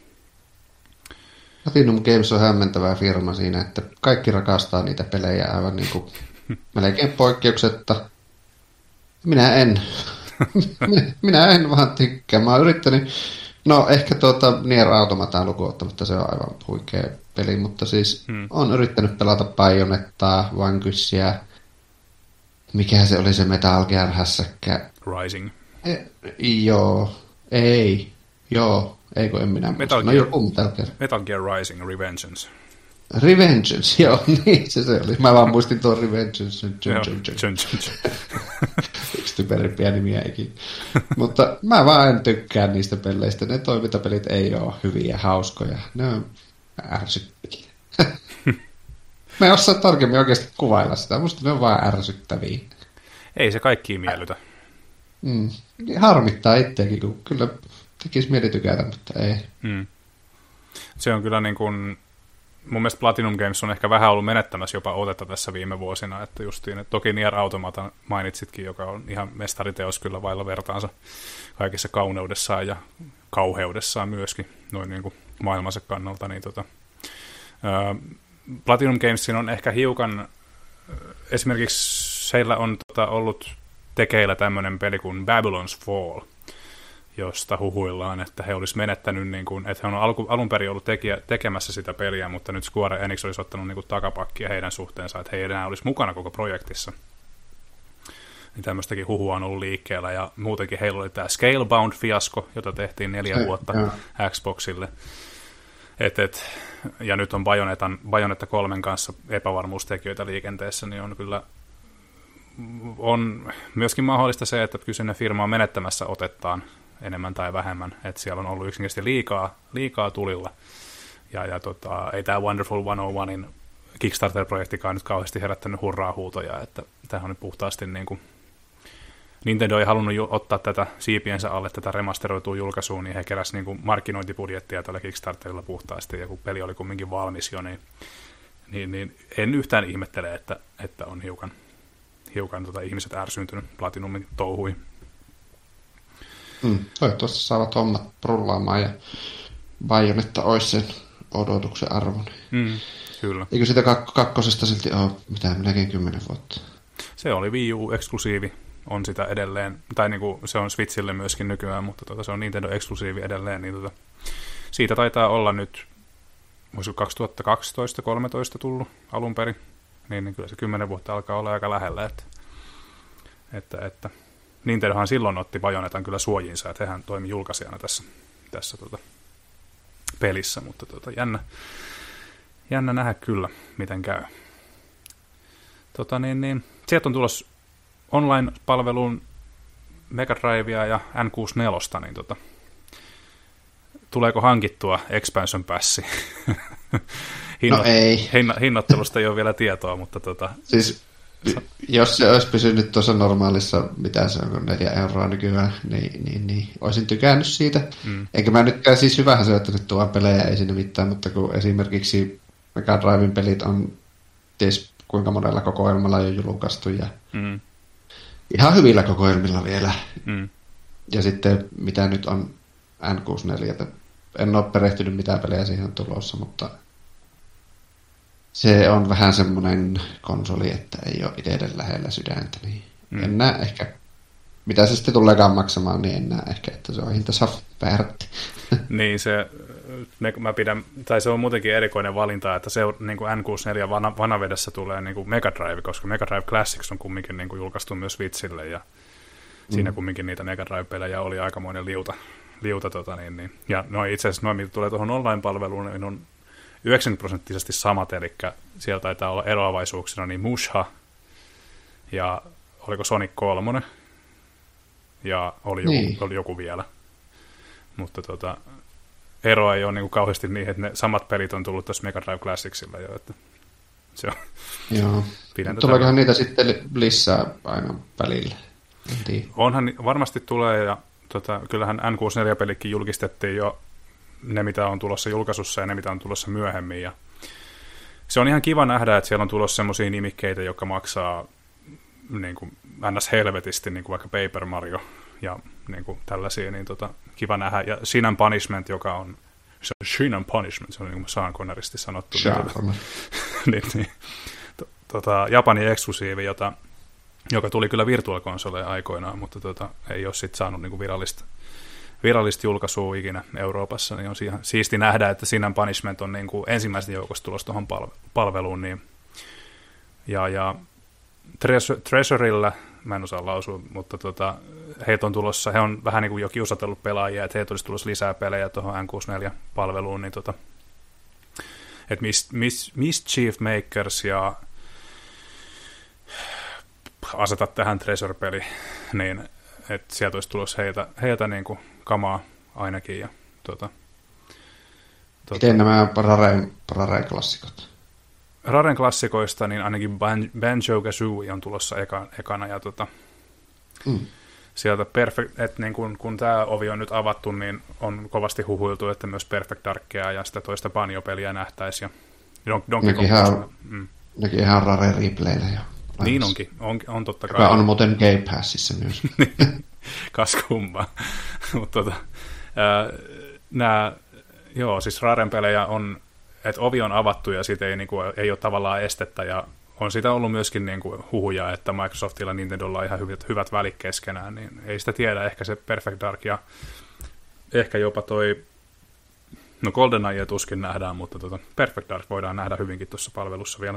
Platinum Games on hämmentävä firma siinä, että kaikki rakastaa niitä pelejä aivan niin kuin melkein poikkeuksetta. Minä en. Minä en vaan tykkää. Mä oon yrittänyt, no ehkä tuota Nier Automataa lukuun ottamatta, se on aivan huikea peli, mutta siis hmm. on yrittänyt pelata Bayonettaa, Vanquishia, mikä se oli se Metal Gear hässäkkä. Rising. E, joo, ei, joo, eikö en minä Metal muista. Gear, no joku Metal Gear. Metal Gear Rising, Revengeance. Revengeance, joo, niin se, se oli. Mä vaan muistin tuon Revengeance. Yksi typerimpiä nimiä ikinä. Mutta mä vaan en tykkää niistä peleistä. Ne toimintapelit ei ole hyviä ja hauskoja. Ne on ärsyttäviä. Mä en osaa tarkemmin oikeasti kuvailla sitä. Musta ne on vaan ärsyttäviä. Ei se kaikkiin miellytä. Mm. Harmittaa itseäkin, kun kyllä tekisi mieli tykätä, mutta ei. Mm. Se on kyllä niin kuin, mun mielestä Platinum Games on ehkä vähän ollut menettämässä jopa otetta tässä viime vuosina, että justiin, että toki Nier Automata mainitsitkin, joka on ihan mestariteos kyllä vailla vertaansa kaikissa kauneudessaan ja kauheudessaan myöskin, noin niin kuin maailmansa kannalta, niin tota, ää, Platinum Gamesin on ehkä hiukan, esimerkiksi heillä on tota, ollut tekeillä tämmöinen peli kuin Babylon's Fall, josta huhuillaan, että he olisi menettänyt, niin kuin, että he on alku, alun perin ollut tekijä, tekemässä sitä peliä, mutta nyt Square Enix olisi ottanut niin kuin takapakkia heidän suhteensa, että he ei enää olisi mukana koko projektissa. Niin tämmöistäkin huhua on ollut liikkeellä, ja muutenkin heillä oli tämä Scalebound-fiasko, jota tehtiin neljä se, vuotta joo. Xboxille. Et, et, ja nyt on Bayonetan, Bayonetta kolmen kanssa epävarmuustekijöitä liikenteessä, niin on kyllä on myöskin mahdollista se, että kyseinen firma on menettämässä otettaan enemmän tai vähemmän, että siellä on ollut yksinkertaisesti liikaa, liikaa tulilla. Ja, ja tota, ei tämä Wonderful sata yksi Kickstarter-projektikaan nyt kauheasti herättänyt hurraa-huutoja, että tämähän on puhtaasti niin kuin Nintendo ei halunnut ju- ottaa tätä siipiensä alle, tätä remasteroitua julkaisuun, niin he keräsivät niin kuin markkinointibudjettia tällä Kickstarterilla puhtaasti, ja kun peli oli kumminkin valmis jo, niin, niin, niin en yhtään ihmettele, että, että on hiukan, hiukan tota ihmiset ärsyntynyt Platinumin touhuihin. Mm, toivottavasti saavat hommat rullaamaan, ja Bayonetta olisi sen odotuksen arvon. Mm, kyllä. Eikö sitä kak- kakkosesta silti ole mitään melkein kymmenen vuotta? Se oli Wii U-eksklusiivi. On sitä edelleen, tai niinku se on Switchille myöskin nykyään, mutta tota, se on Nintendo-eksklusiivi edelleen, niin tota, siitä taitaa olla nyt, voisiko kaksituhattakaksitoista kolmetoista tullut alun perin, niin, niin kyllä se kymmenen vuotta alkaa olla aika lähellä, että, että, että Nintendohan silloin otti Bayonetan kyllä suojinsa, että hehän toimi julkaisijana tässä, tässä tota, pelissä, mutta tota, jännä, jännä nähdä kyllä, miten käy. Tota, niin, niin, sieltä on tulossa online-palveluun Mega Drivea ja N kuusikymmentäneljä, niin tota, tuleeko hankittua Expansion Passi? Hinno- no ei. Hinna- hinnoittelusta ei ole vielä tietoa, mutta tota... Siis, jos se olisi pysynyt tuossa normaalissa, mitä se on, neljä euroa nykyään, niin, niin, niin olisin tykännyt siitä. Mm. Enkä mä nytkään, siis hyvähän se, että nyt tuon pelejä ei sinne mitään, mutta kun esimerkiksi Mega Driven pelit on ties kuinka monella kokoelmalla jo julkaistu ja mm. ihan hyvillä kokoelmilla vielä. Mm. Ja sitten mitä nyt on N kuusikymmentäneljä. En ole perehtynyt mitään pelejä siihen tulossa, mutta se on vähän semmoinen konsoli, että ei ole itselle lähellä sydäntä. Niin mm. en näe ehkä, mitä se sitten tuleekaan maksamaan, niin en näe ehkä, että se on hintansa väärti. Niin se, mä pidän, tai se on muutenkin erikoinen valinta, että se niin kuin N kuusikymmentäneljä vana, vanavedessä tulee niin kuin Mega Drive, koska Mega Drive Classics on kumminkin niin kuin julkaistu myös Switchille, ja mm. siinä kumminkin niitä Mega Drive-pelejä oli aikamoinen liuta. liuta tota, niin, niin. Ja no, itse asiassa noin, mitä tulee tuohon online-palveluun, niin on yhdeksänkymmentä prosenttisesti samat, eli siellä taitaa olla eroavaisuuksina niin Musha, ja oliko Sonic kolme, ja oli joku, niin. oli joku vielä. Mutta tota, ero ei ole niin kuin kauheasti niin, että ne samat pelit on tullut tässä Mega Drive Classicsilla jo, että se on. Joo. Tuleekohan niitä sitten lisää aina välillä? Onhan, varmasti tulee, ja tota, kyllähän N kuusikymmentäneljä-pelikin julkistettiin jo ne, mitä on tulossa julkaisussa ja ne, mitä on tulossa myöhemmin. Ja se on ihan kiva nähdä, että siellä on tulossa semmoisia nimikkeitä, jotka maksaa niin kuin ns. Helvetisti, niin kuin vaikka Paper Mario ja niin kuin tällaisia, niin tota, kiva nähdä. Ja Sin and Punishment, joka on, se on Sin and Punishment, se on niin kuin Sean Connerysti sanottu. Niin, niin, niin, to, tota, Japanin eksklusiivi, jota joka tuli kyllä Virtual Consoleen aikoinaan, mutta tota, ei ole sitten saanut niinku virallista, virallista julkaisua ikinä Euroopassa, niin on siihen, siisti nähdä, että Sin and Punishment on niinku ensimmäisen joukossa tulossa tuohon palveluun. Niin, ja ja Treasurella, mä en osaa lausua, mutta tota, heitä on tulossa, he on vähän niin kuin jo kiusatellut pelaajia, että heitä olisi tulossa lisää pelejä tuohon N kuusikymmentäneljä-palveluun, niin tota, että Mis, Mis, Mischief Makers ja aseta tähän Treasure-peli, niin että sieltä olisi tulossa heiltä, heiltä niin kuin kamaa ainakin. Ja, tuota, tuota, miten nämä Raren, Raren klassikot? Raren klassikoista, niin ainakin Banjo-Kazooie on tulossa eka, ekana. Ja tuota, mm. sieltä Perfect, että niin kun, kun tämä ovi on nyt avattu, niin on kovasti huhuiltu, että myös Perfect Darkia ja sitä toista Banjo-peliä nähtäisiin. Ja Don- Donkey Kong. Nekin ihan, mm. nekin ihan Rare Replayllä jo. Niin onkin, on, on totta kai. Joka on muuten Game Passissa myös. Kas kummaa. Mutta tota, nämä, joo, siis Raren pelejä on, että ovi on avattu ja siitä ei, niinku, ei ole tavallaan estettä, ja on sitä ollut myöskin niinku huhuja, että Microsoftilla ja Nintendolla on ihan hyvät, hyvät välit keskenään, niin ei sitä tiedä, ehkä se Perfect Dark ja ehkä jopa toi, no GoldenEye tuskin nähdään, mutta tota, Perfect Dark voidaan nähdä hyvinkin tuossa palvelussa vielä.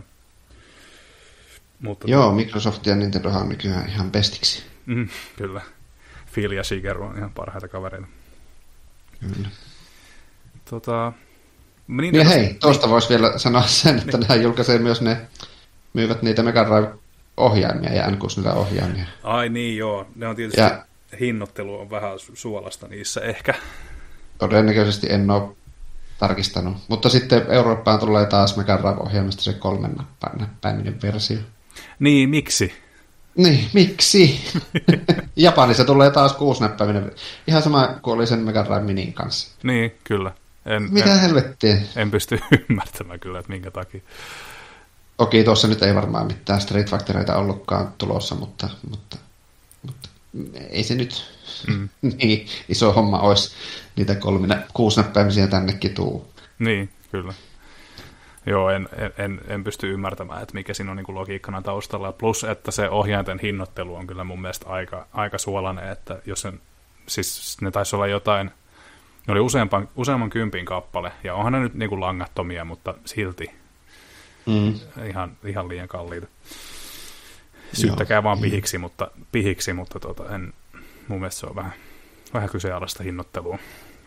Mutta joo, Microsoft ja Nintendo on nykyään ihan bestiksi. Mm, kyllä. Phil ja Shigeru on ihan parhaita kavereita. Kyllä. Tota, niin ja hei, tuosta voisi vielä sanoa sen, että niin. Nämä julkaisee myös ne, myyvät niitä Mega Drive-ohjaimia ja N kuusikymmentä-ohjaimia. Ai niin, joo. Ne on tietysti, ja hinnoittelu on vähän suolasta niissä ehkä. Todennäköisesti en ole tarkistanut. Mutta sitten Eurooppaan tulee taas Mega Drive-ohjaimista se kolmen näppäiminen versio. Niin, miksi? Niin, miksi? Japanissa tulee taas kuusnäppäiminen. Ihan sama kuin oli sen Mega Drive Minin kanssa. Niin, kyllä. En, Mitä en, helvettiä? En pysty ymmärtämään kyllä, että minkä takia. Okei, tuossa nyt ei varmaan mitään Street Factoreita ollutkaan tulossa, mutta, mutta, mutta ei se nyt mm. niin iso homma olisi niitä kolmina, kuusnäppäimisiä tännekin tuu. Niin, kyllä. Joo, en, en, en pysty ymmärtämään, että mikä siinä on niin kuin logiikkana taustalla. Plus, että se ohjainten hinnoittelu on kyllä mun mielestä aika, aika suolainen, että jos sen, siis ne taisi olla jotain, ne oli useampan, useamman kympin kappale, ja onhan ne nyt niin kuin langattomia, mutta silti mm. ihan, ihan liian kalliita. Syyttäkää vaan pihiksi, mutta, pihiksi, mutta tota, en, mun mielestä se on vähän, vähän kyseenalaista hinnoittelua.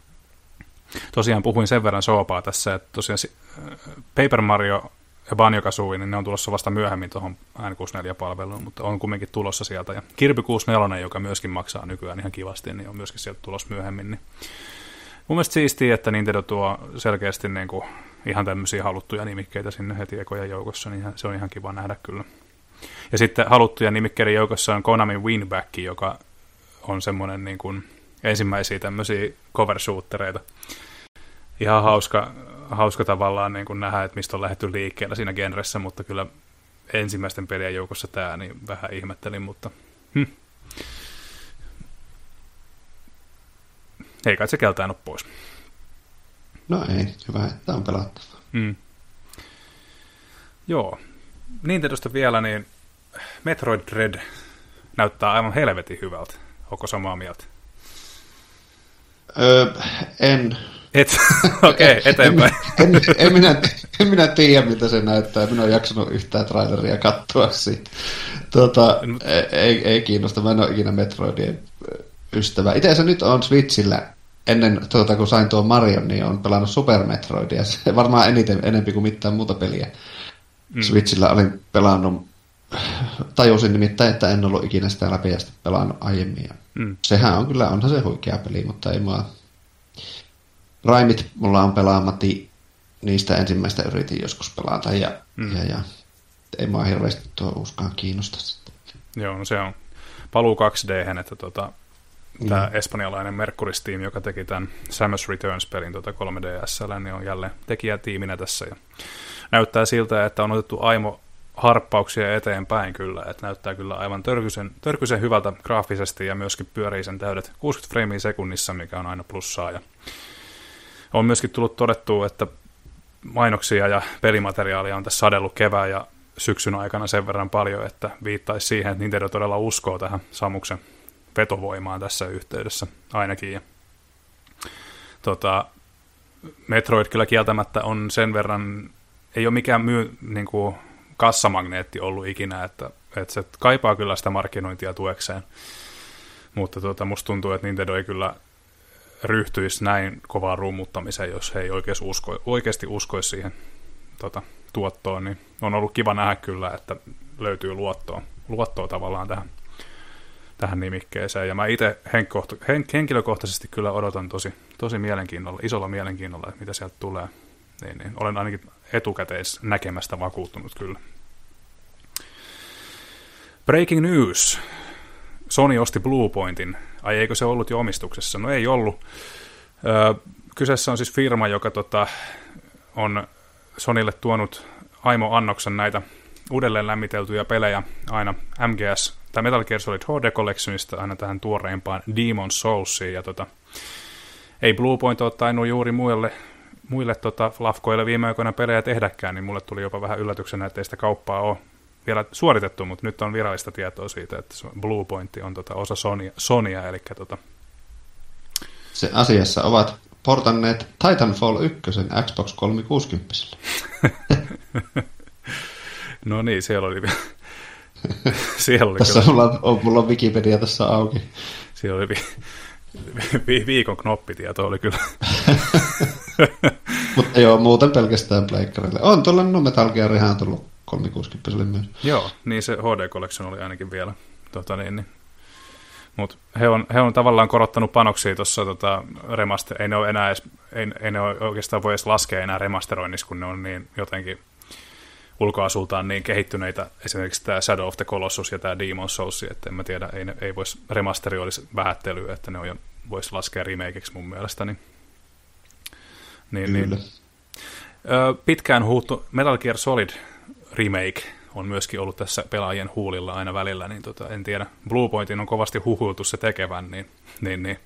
Tosiaan puhuin sen verran soopaa tässä, että tosiaan Paper Mario ja Banjo-Kazooie, niin ne on tulossa vasta myöhemmin tuohon N kuusikymmentäneljä-palveluun, mutta on kumminkin tulossa sieltä. Ja Kirby kuusikymmentäneljä, joka myöskin maksaa nykyään ihan kivasti, niin on myöskin sieltä tulossa myöhemmin. Niin mun mielestä siistiä, että Nintendo tuo selkeästi niin kuin ihan tämmöisiä haluttuja nimikkeitä sinne heti ekojen joukossa, niin se on ihan kiva nähdä kyllä. Ja sitten haluttuja nimikkeiden joukossa on Konami Winback, joka on semmoinen niin kuin ensimmäisiä tämmöisiä cover-shootereita. Ihan hauska, hauska tavallaan niin kuin nähdä, että mistä on lähdetty liikkeellä siinä genressä, mutta kyllä ensimmäisten pelien joukossa tämä, niin vähän ihmettelin, mutta hm. ei kai se keltään ole pois. No ei, hyvä, että on pelattavaa. Mm. Joo. Nintendosta vielä, niin Metroid Dread näyttää aivan helvetin hyvältä. Onko samaa mieltä? Öö, en. Et, okei, okay, eteenpäin. En, en, en, minä, en minä tiedä, miltä se näyttää. Minä olen jaksanut yhtään traileria katsoa siitä. Tuota, ei, ei kiinnosta, mä en ole ikinä Metroidien ystävä. Itse asiassa nyt on Switchillä, ennen tuota, kun sain tuon Marion, niin on pelannut Super Metroidia. Se varmaan eniten, enempi kuin mitään muuta peliä. Mm. Switchillä olin pelannut, tajusin nimittäin, että en ollut ikinä sitä läpi ja sitten pelannut aiemmin. Mm. Sehän on kyllä, onhan se huikea peli, mutta ei mua... Raimit mulla on pelaamati, niistä ensimmäistä yritin joskus pelata ja, mm. ja, ja ei mua hirveästi tuo uuskaan kiinnosta sitten. Joo, no se on paluu kaksi D-hän, että tota, tämä mm. espanjalainen Mercury Team, joka teki tämän Samus Returns-pelin tota kolme D S:llä, niin on jälleen tekijätiiminä tässä ja näyttää siltä, että on otettu aimo harppauksia eteenpäin kyllä, että näyttää kyllä aivan törkysen, törkysen hyvältä graafisesti ja myöskin pyörii sen täydet kuusikymmentä freimiä sekunnissa, mikä on aina plussaa. Ja on myöskin tullut todettua, että mainoksia ja pelimateriaalia on tässä sadellut kevään ja syksyn aikana sen verran paljon, että viittaisi siihen, että Nintendo todella uskoo tähän Samuksen vetovoimaan tässä yhteydessä ainakin. Ja, tota, Metroid kyllä kieltämättä on sen verran, ei ole mikään myy, niin kuin kassamagneetti ollut ikinä, että, että se kaipaa kyllä sitä markkinointia tuekseen. Mutta tota, musta tuntuu, että Nintendo ei kyllä ryhtyisi näin kovaan rummuttamiseen, jos he ei oikeasti, usko, oikeasti uskoisi siihen tota, tuottoon. Niin on ollut kiva nähdä kyllä, että löytyy luottoa, luottoa tavallaan tähän, tähän nimikkeeseen. Ja mä itse henkilökohtaisesti kyllä odotan tosi, tosi mielenkiinnolla, isolla mielenkiinnolla, että mitä sieltä tulee. Niin, niin. Olen ainakin etukäteis näkemästä vakuuttunut kyllä. Breaking news. Sony osti Bluepointin. Ai eikö se ollut jo omistuksessa? No ei ollut. Öö, kyseessä on siis firma, joka tota, on Sonylle tuonut aimo-annoksen näitä uudelleen lämmiteltyjä pelejä aina M G S tai Metal Gear Solid H D Collectionista aina tähän tuoreimpaan Demon's Soulsiin, ja tota, ei Bluepoint ole tainnut juuri muille, muille tota, lafkoille viime aikoina pelejä tehdäkään, niin mulle tuli jopa vähän yllätyksenä, että ei sitä kauppaa ole vielä suoritettu, mutta nyt on virallista tietoa siitä, että Bluepoint on tota osa Sonya, Sonya, eli tota... Se asiassa ovat portanneet Titanfall yksi Xbox kolmesataakuusikymmentä. No niin, siellä oli siellä oli tässä kyllä... mulla on, mulla on Wikipedia tässä auki. Siellä oli vi... Vi... viikon knoppitieto oli kyllä. Mutta joo, muuten pelkästään pleikkarille. On tuolla no Metal Gear ihan tullut kolmesataakuusikymmentä myös. Joo, niin se H D Collection oli ainakin vielä. Tota niin, niin. Mutta he on, he on tavallaan korottanut panoksia tuossa tota, remaster, ei ne ole enää edes, ei, ei ne ole oikeastaan voi edes laskea enää remasteroinnissa, kun ne on niin jotenkin ulkoasultaan niin kehittyneitä, esimerkiksi tämä Shadow of the Colossus ja tämä Demon's Souls, että en mä tiedä, ei, ne, ei vois, remasteri olisi vähättelyä, että ne on, voisi laskea remakeiksi mun mielestäni. Niin, niin. Ö, pitkään huuttu Metal Gear Solid remake on myöskin ollut tässä pelaajien huulilla aina välillä, niin tota, en tiedä. Bluepointin on kovasti huhuiltu se tekevän, niin, niin, niin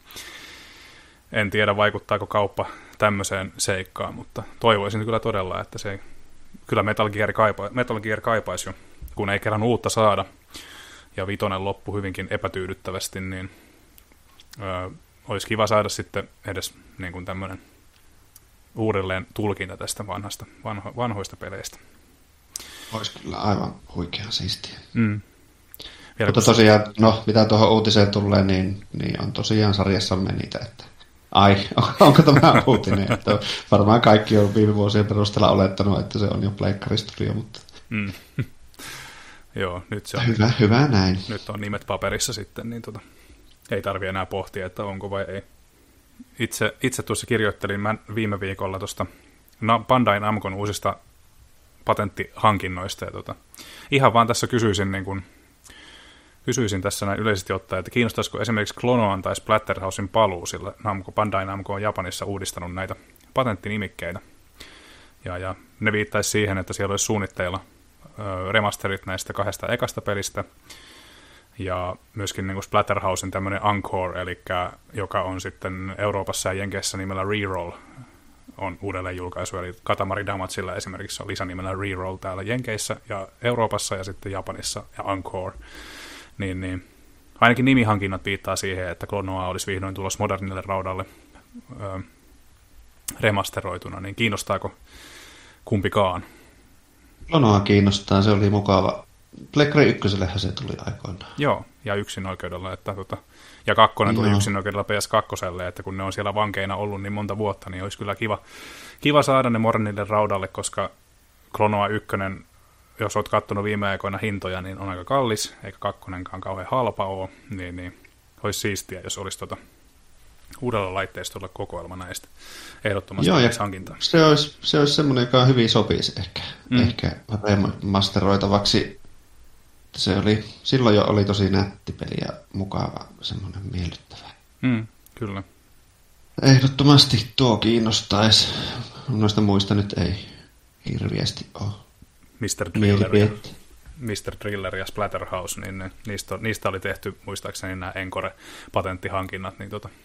en tiedä vaikuttaako kauppa tämmöiseen seikkaan, mutta toivoisin kyllä todella, että se kyllä Metal Gear, kaipa, Metal Gear kaipaisi jo, kun ei kerran uutta saada, ja vitonen loppu hyvinkin epätyydyttävästi, niin ö, olisi kiva saada sitten edes niin kuin tämmöinen uudelleen tulkinta tästä vanhasta, vanho, vanhoista peleistä. Olisi kyllä aivan huikea siistiä. Mm. Mutta tosiaan, no mitä tuohon uutiseen tulee, niin, niin on tosiaan sarjassamme niitä, että ai, onko tämä uutinen? Että varmaan kaikki on viime vuosien perusteella olettanut, että se on jo pleikkaristudio, mutta... Mm. Joo, nyt se on... Hyvä, hyvä näin. Nyt on nimet paperissa sitten, niin tota, ei tarvitse enää pohtia, että onko vai ei. Itse, itse tuossa kirjoittelin mä viime viikolla tuosta Bandai Namcon uusista patenttihankinnoista, ja tota, ihan vaan tässä kysyisin, niin kun, kysyisin tässä näin yleisesti ottaen, että kiinnostaisiko esimerkiksi Klonoan tai Splatterhousen paluu, sillä Namco, Bandai Namco on Japanissa uudistanut näitä patenttinimikkeitä, ja, ja ne viittaisi siihen, että siellä olisi suunnitteilla ö, remasterit näistä kahdesta ekasta pelistä, ja myöskin niin kuin Splatterhousen tämmöinen Encore, eli joka on sitten Euroopassa ja Jenkeissä nimellä Reroll, on uudelleen julkaisu, eli Katamari Damacylla esimerkiksi on lisänimellä Reroll täällä Jenkeissä ja Euroopassa ja sitten Japanissa ja Encore. Niin, niin. Ainakin nimihankinnat viittaa siihen, että Klonoa olisi vihdoin tulossa modernille raudalle ö, remasteroituna, niin kiinnostaako kumpikaan? Klonoa kiinnostaa, se oli mukava. Pleikkari ykkösellähän se tuli aikoinaan. Joo, ja yksin oikeudella, että tota, ja kakkonen tuli yksin oikeudella P S kaksi, että kun ne on siellä vankeina ollut niin monta vuotta, niin olisi kyllä kiva, kiva saada ne modernille raudalle, koska Klonoa ykkönen, jos olet katsonut viime aikoina hintoja, niin on aika kallis, eikä kakkonenkaan kauhean halpa ole, niin, niin olisi siistiä, jos olisi tota uudella laitteistolla kokoelma näistä ehdottomasti. Joo, ja se olisi, se olisi semmoinen, joka hyvin sopisi ehkä, mm. ehkä remasteroitavaksi. Se oli, silloin jo oli tosi nätti peli ja mukava, semmoinen miellyttävä. Mm, kyllä. Ehdottomasti tuo kiinnostaisi. Noista muista nyt ei hirviästi ole. mister Driller ja, mister Driller ja Splatterhouse, niin ne, niistä, niistä oli tehty muistaakseni nämä Encore-patenttihankinnat. Niin tota.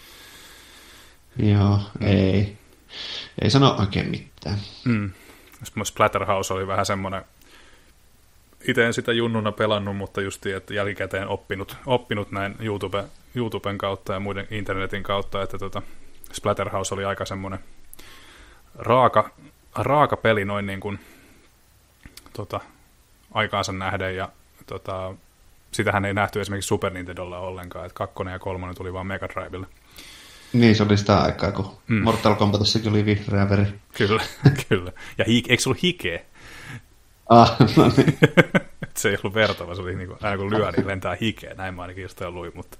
Joo, mm. ei. Ei sano oikein mitään. Mm. Splatterhouse oli vähän semmoinen, itse en sitä junnuna pelannut, mutta just että jälkikäteen oppinut, oppinut näin YouTube, YouTuben kautta ja muiden internetin kautta, että tota, Splatterhouse oli aika semmoinen raaka, raaka peli noin niin kuin tota, aikaansa nähden, ja tota, sitähän ei nähty esimerkiksi Super Nintendolla ollenkaan, että kakkonen ja kolmonen tuli vaan Mega Drivelle. Niin, se oli sitä aikaa, kun mm. Mortal Kombatissakin oli vihreä veri. Kyllä, kyllä. Ja hi- eikö se ollut hikeä? Ah, no niin. Se ei ollut verta, vaan se oli niin kuin, aina kun lyö, niin lentää hikeä. Näin mä ainakin jostain luin, mutta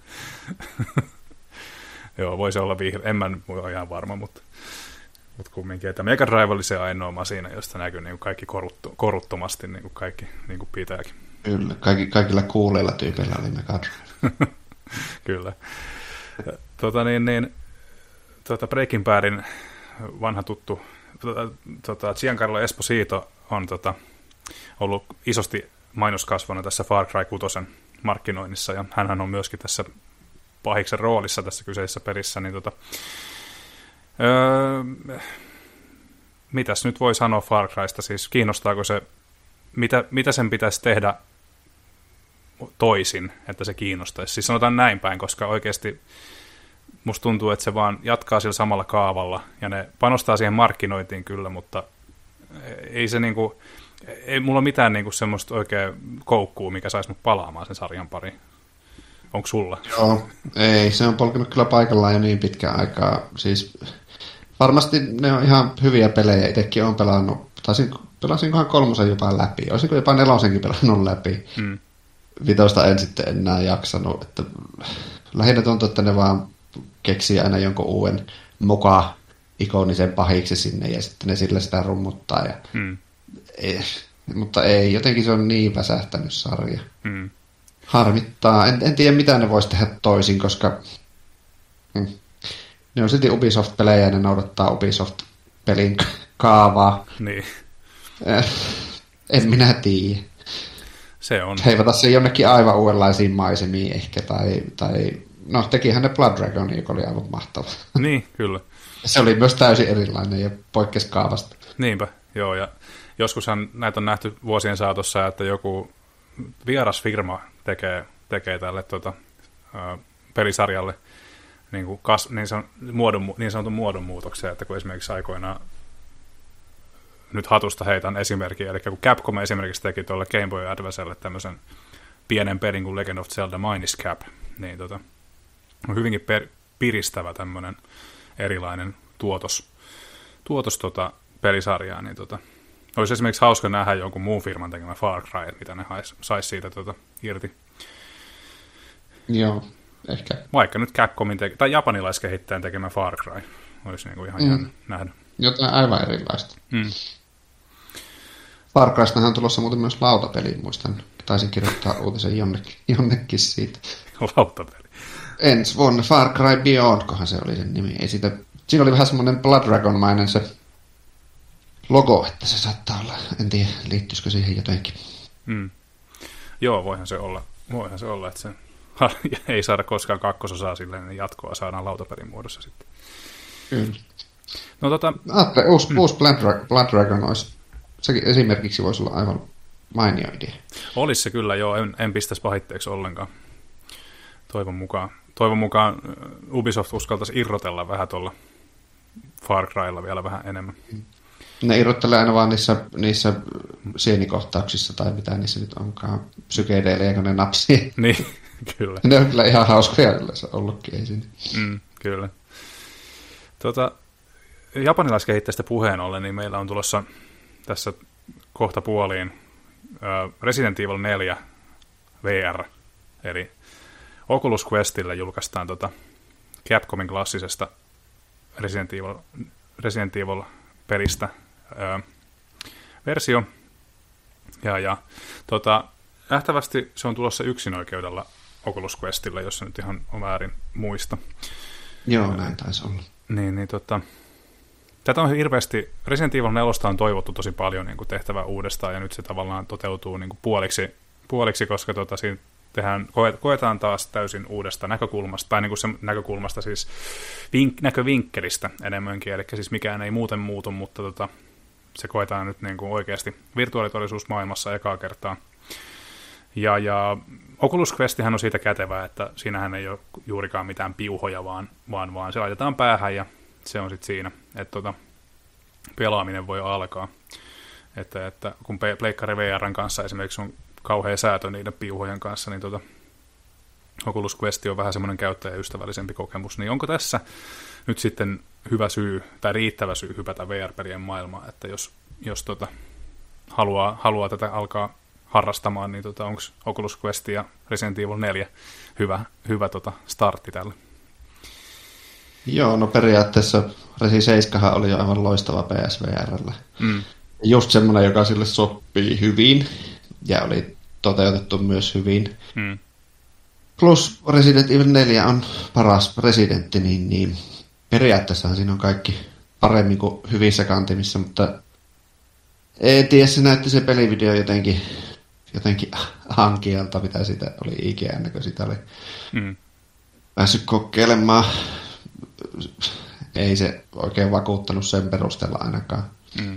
joo, voisi olla vihreä. En mä ole ihan varma, mutta, mutta kumminkin. Että Mega Drive oli se ainoa masina, josta näkyy niin kuin kaikki koruttu, koruttomasti, niin kuin kaikki niin kuin pitääkin. Kyllä, kaikki, kaikilla kuuleilla tyypeillä oli Mega Drive. Kyllä. Tota niin, niin, tota Breaking Badin vanha tuttu tota, Giancarlo Esposito on tota, ollut isosti mainoskasvona tässä Far Cry kuusi markkinoinnissa, ja hänhän on myöskin tässä pahiksen roolissa tässä kyseisessä pelissä, niin tota, öö, mitäs nyt voi sanoa Far Crysta, siis kiinnostaako se, mitä, mitä sen pitäisi tehdä toisin, että se kiinnostaisi, siis sanotaan näin päin, koska oikeasti musta tuntuu, että se vaan jatkaa sillä samalla kaavalla, ja ne panostaa siihen markkinointiin kyllä, mutta ei se niinku, ei mulla ole mitään niinku semmoista oikein koukkuu, mikä saisi mut palaamaan sen sarjan pariin. Onko sulla? Joo, ei, se on polkenut kyllä paikallaan jo niin pitkään aikaa. Siis varmasti ne on ihan hyviä pelejä, itsekin olen pelannut, taisin, pelasinkohan kolmosen jopa läpi, olisinko jopa nelosenkin pelannut läpi. Mm. Vitosta en sitten enää jaksanut, että lähinnä tuntuu, että ne vaan keksii aina jonkun uuden muka ikonisen pahiksi sinne ja sitten ne sillä sitä rummuttaa. Ja mm. ei, mutta ei, jotenkin se on niin väsähtänyt sarja. Mm. Harmittaa. En, en tiedä, mitä ne voisi tehdä toisin, koska hmm, ne on silti Ubisoft-pelejä ja ne noudattaa Ubisoft-pelin kaavaa. Niin. En minä tiedä. Se on. Heivata se jonnekin aivan uudenlaisiin maisemiin ehkä, tai, tai no tekihän ne Blood Dragon, joka oli aivan mahtava. Niin, kyllä. Se oli myös täysin erilainen ja poikkesi kaavasta. Niinpä, joo, ja joskushan näitä on nähty vuosien saatossa, että joku vieras firma tekee, tekee tälle tuota, ä, pelisarjalle niin, kuin kas, niin, san, muodon, niin sanotun muodonmuutoksen, että kun esimerkiksi aikoinaan nyt hatusta heitän esimerkkiä, eli kun Capcom esimerkiksi teki tuolle Game Boy Advancelle tämmöisen pienen pelin kuin Legend of Zelda Minish Cap, niin tota, on hyvinkin per, piristävä tämmöinen erilainen tuotos, tuotos tota, pelisarjaa, niin tota, olisi esimerkiksi hauska nähdä jonkun muun firman tekemään Far Cry, että mitä ne saisi siitä tota, irti. Joo, ehkä. Vaikka nyt Capcomin teke- tai japanilaiskehittäjän tekemä Far Cry olisi niinku ihan mm. jännä nähdä. Jotain aivan erilaista. Mm. Far Crystahan on tulossa muuten myös lautapeli, muistan. Taisin kirjoittaa uutisen jonnekin, jonnekin siitä. Lautapeli. Ensi vuonna Far Cry Beyond, kohan se oli sen nimi. Ei siitä, siinä oli vähän semmoinen Blood Dragon-mainen se logo, että se saattaa olla, en tiedä, liittyisikö siihen jotenkin. Mm. Joo, voihan se olla, voihan se olla, että se ei saada koskaan kakkososaa silleen, niin jatkoa saadaan lautapelin muodossa sitten. Kyllä. No tota... Aatte, uusi, mm. uusi Blood, Dra- Blood Dragon olisi, sekin esimerkiksi voisi olla aivan mainio idea. Olisi se kyllä, joo, en, en pistäisi pahitteeksi ollenkaan. Toivon mukaan, toivon mukaan Ubisoft uskaltaisi irrotella vähän tuolla Far Crylla vielä vähän enemmän. Mm. Ne irrottelee aina vaan niissä, niissä sienikohtauksissa tai mitä niissä nyt onkaan, psykedeeleja, kun ne napsii. Niin, kyllä. Ne on kyllä ihan hauskoja yleensä ollutkin, ei siinä. Mm, kyllä. Tota, japanilaiskehittäjistä puheen ollen, niin meillä on tulossa tässä kohta puoliin uh, Resident Evil neljä V R, eli Oculus Questille julkaistaan tota Capcomin klassisesta Resident Evil, Resident Evil pelistä öö, versio. Ja, ja tota, nähtävästi se on tulossa yksinoikeudella Oculus Questille, jos se nyt ihan on väärin muista. Joo, näin taisi olla. Niin, niin tota, tätä on hirveästi, Resident Evil neljä on toivottu tosi paljon niin kuin tehtävää uudestaan, ja nyt se tavallaan toteutuu niin kuin puoliksi, puoliksi, koska tota, siinä tehdään, koetaan taas täysin uudesta näkökulmasta, tai niin kuin se näkökulmasta siis vink, näkövinkkelistä enemmänkin, eli siis mikään ei muuten muutu, mutta tota, se koetaan nyt niin kuin oikeasti virtuaalitodellisuusmaailmassa ekaa kertaa. Ja, ja Oculus Questihän on siitä kätevää, että siinähän ei ole juurikaan mitään piuhoja, vaan, vaan, vaan se laitetaan päähän ja se on sitten siinä, että tota, pelaaminen voi alkaa. Että, että kun Pleikkari V R:n kanssa esimerkiksi on kauhea säätö niiden piuhojen kanssa, niin tota, Oculus Quest on vähän semmoinen käyttäjäystävällisempi kokemus. Niin onko tässä nyt sitten hyvä syy tai riittävä syy hypätä V R-pelien maailmaan, että jos, jos tota, haluaa, haluaa tätä alkaa harrastamaan, niin tota, onko Oculus Quest ja Resident Evil neljä hyvä, hyvä tota, startti tälle? Joo, no periaatteessa Resi seitsemän oli jo aivan loistava P S V R:llä. Mm. Just semmoinen, joka sille sopii hyvin ja oli toteutettu myös hyvin. Mm. Plus Resident Evil neljä on paras Residentti, niin, niin periaatteessahan siinä on kaikki, paremmin kuin hyvissä kantimissa, mutta en tiedä, se näytti se pelivideo jotenkin, jotenkin hankialta, mitä sitä oli I G N, kun sitä oli mm. päässyt kokeilemaan. Ei se oikein vakuuttanut sen perusteella ainakaan. Mm.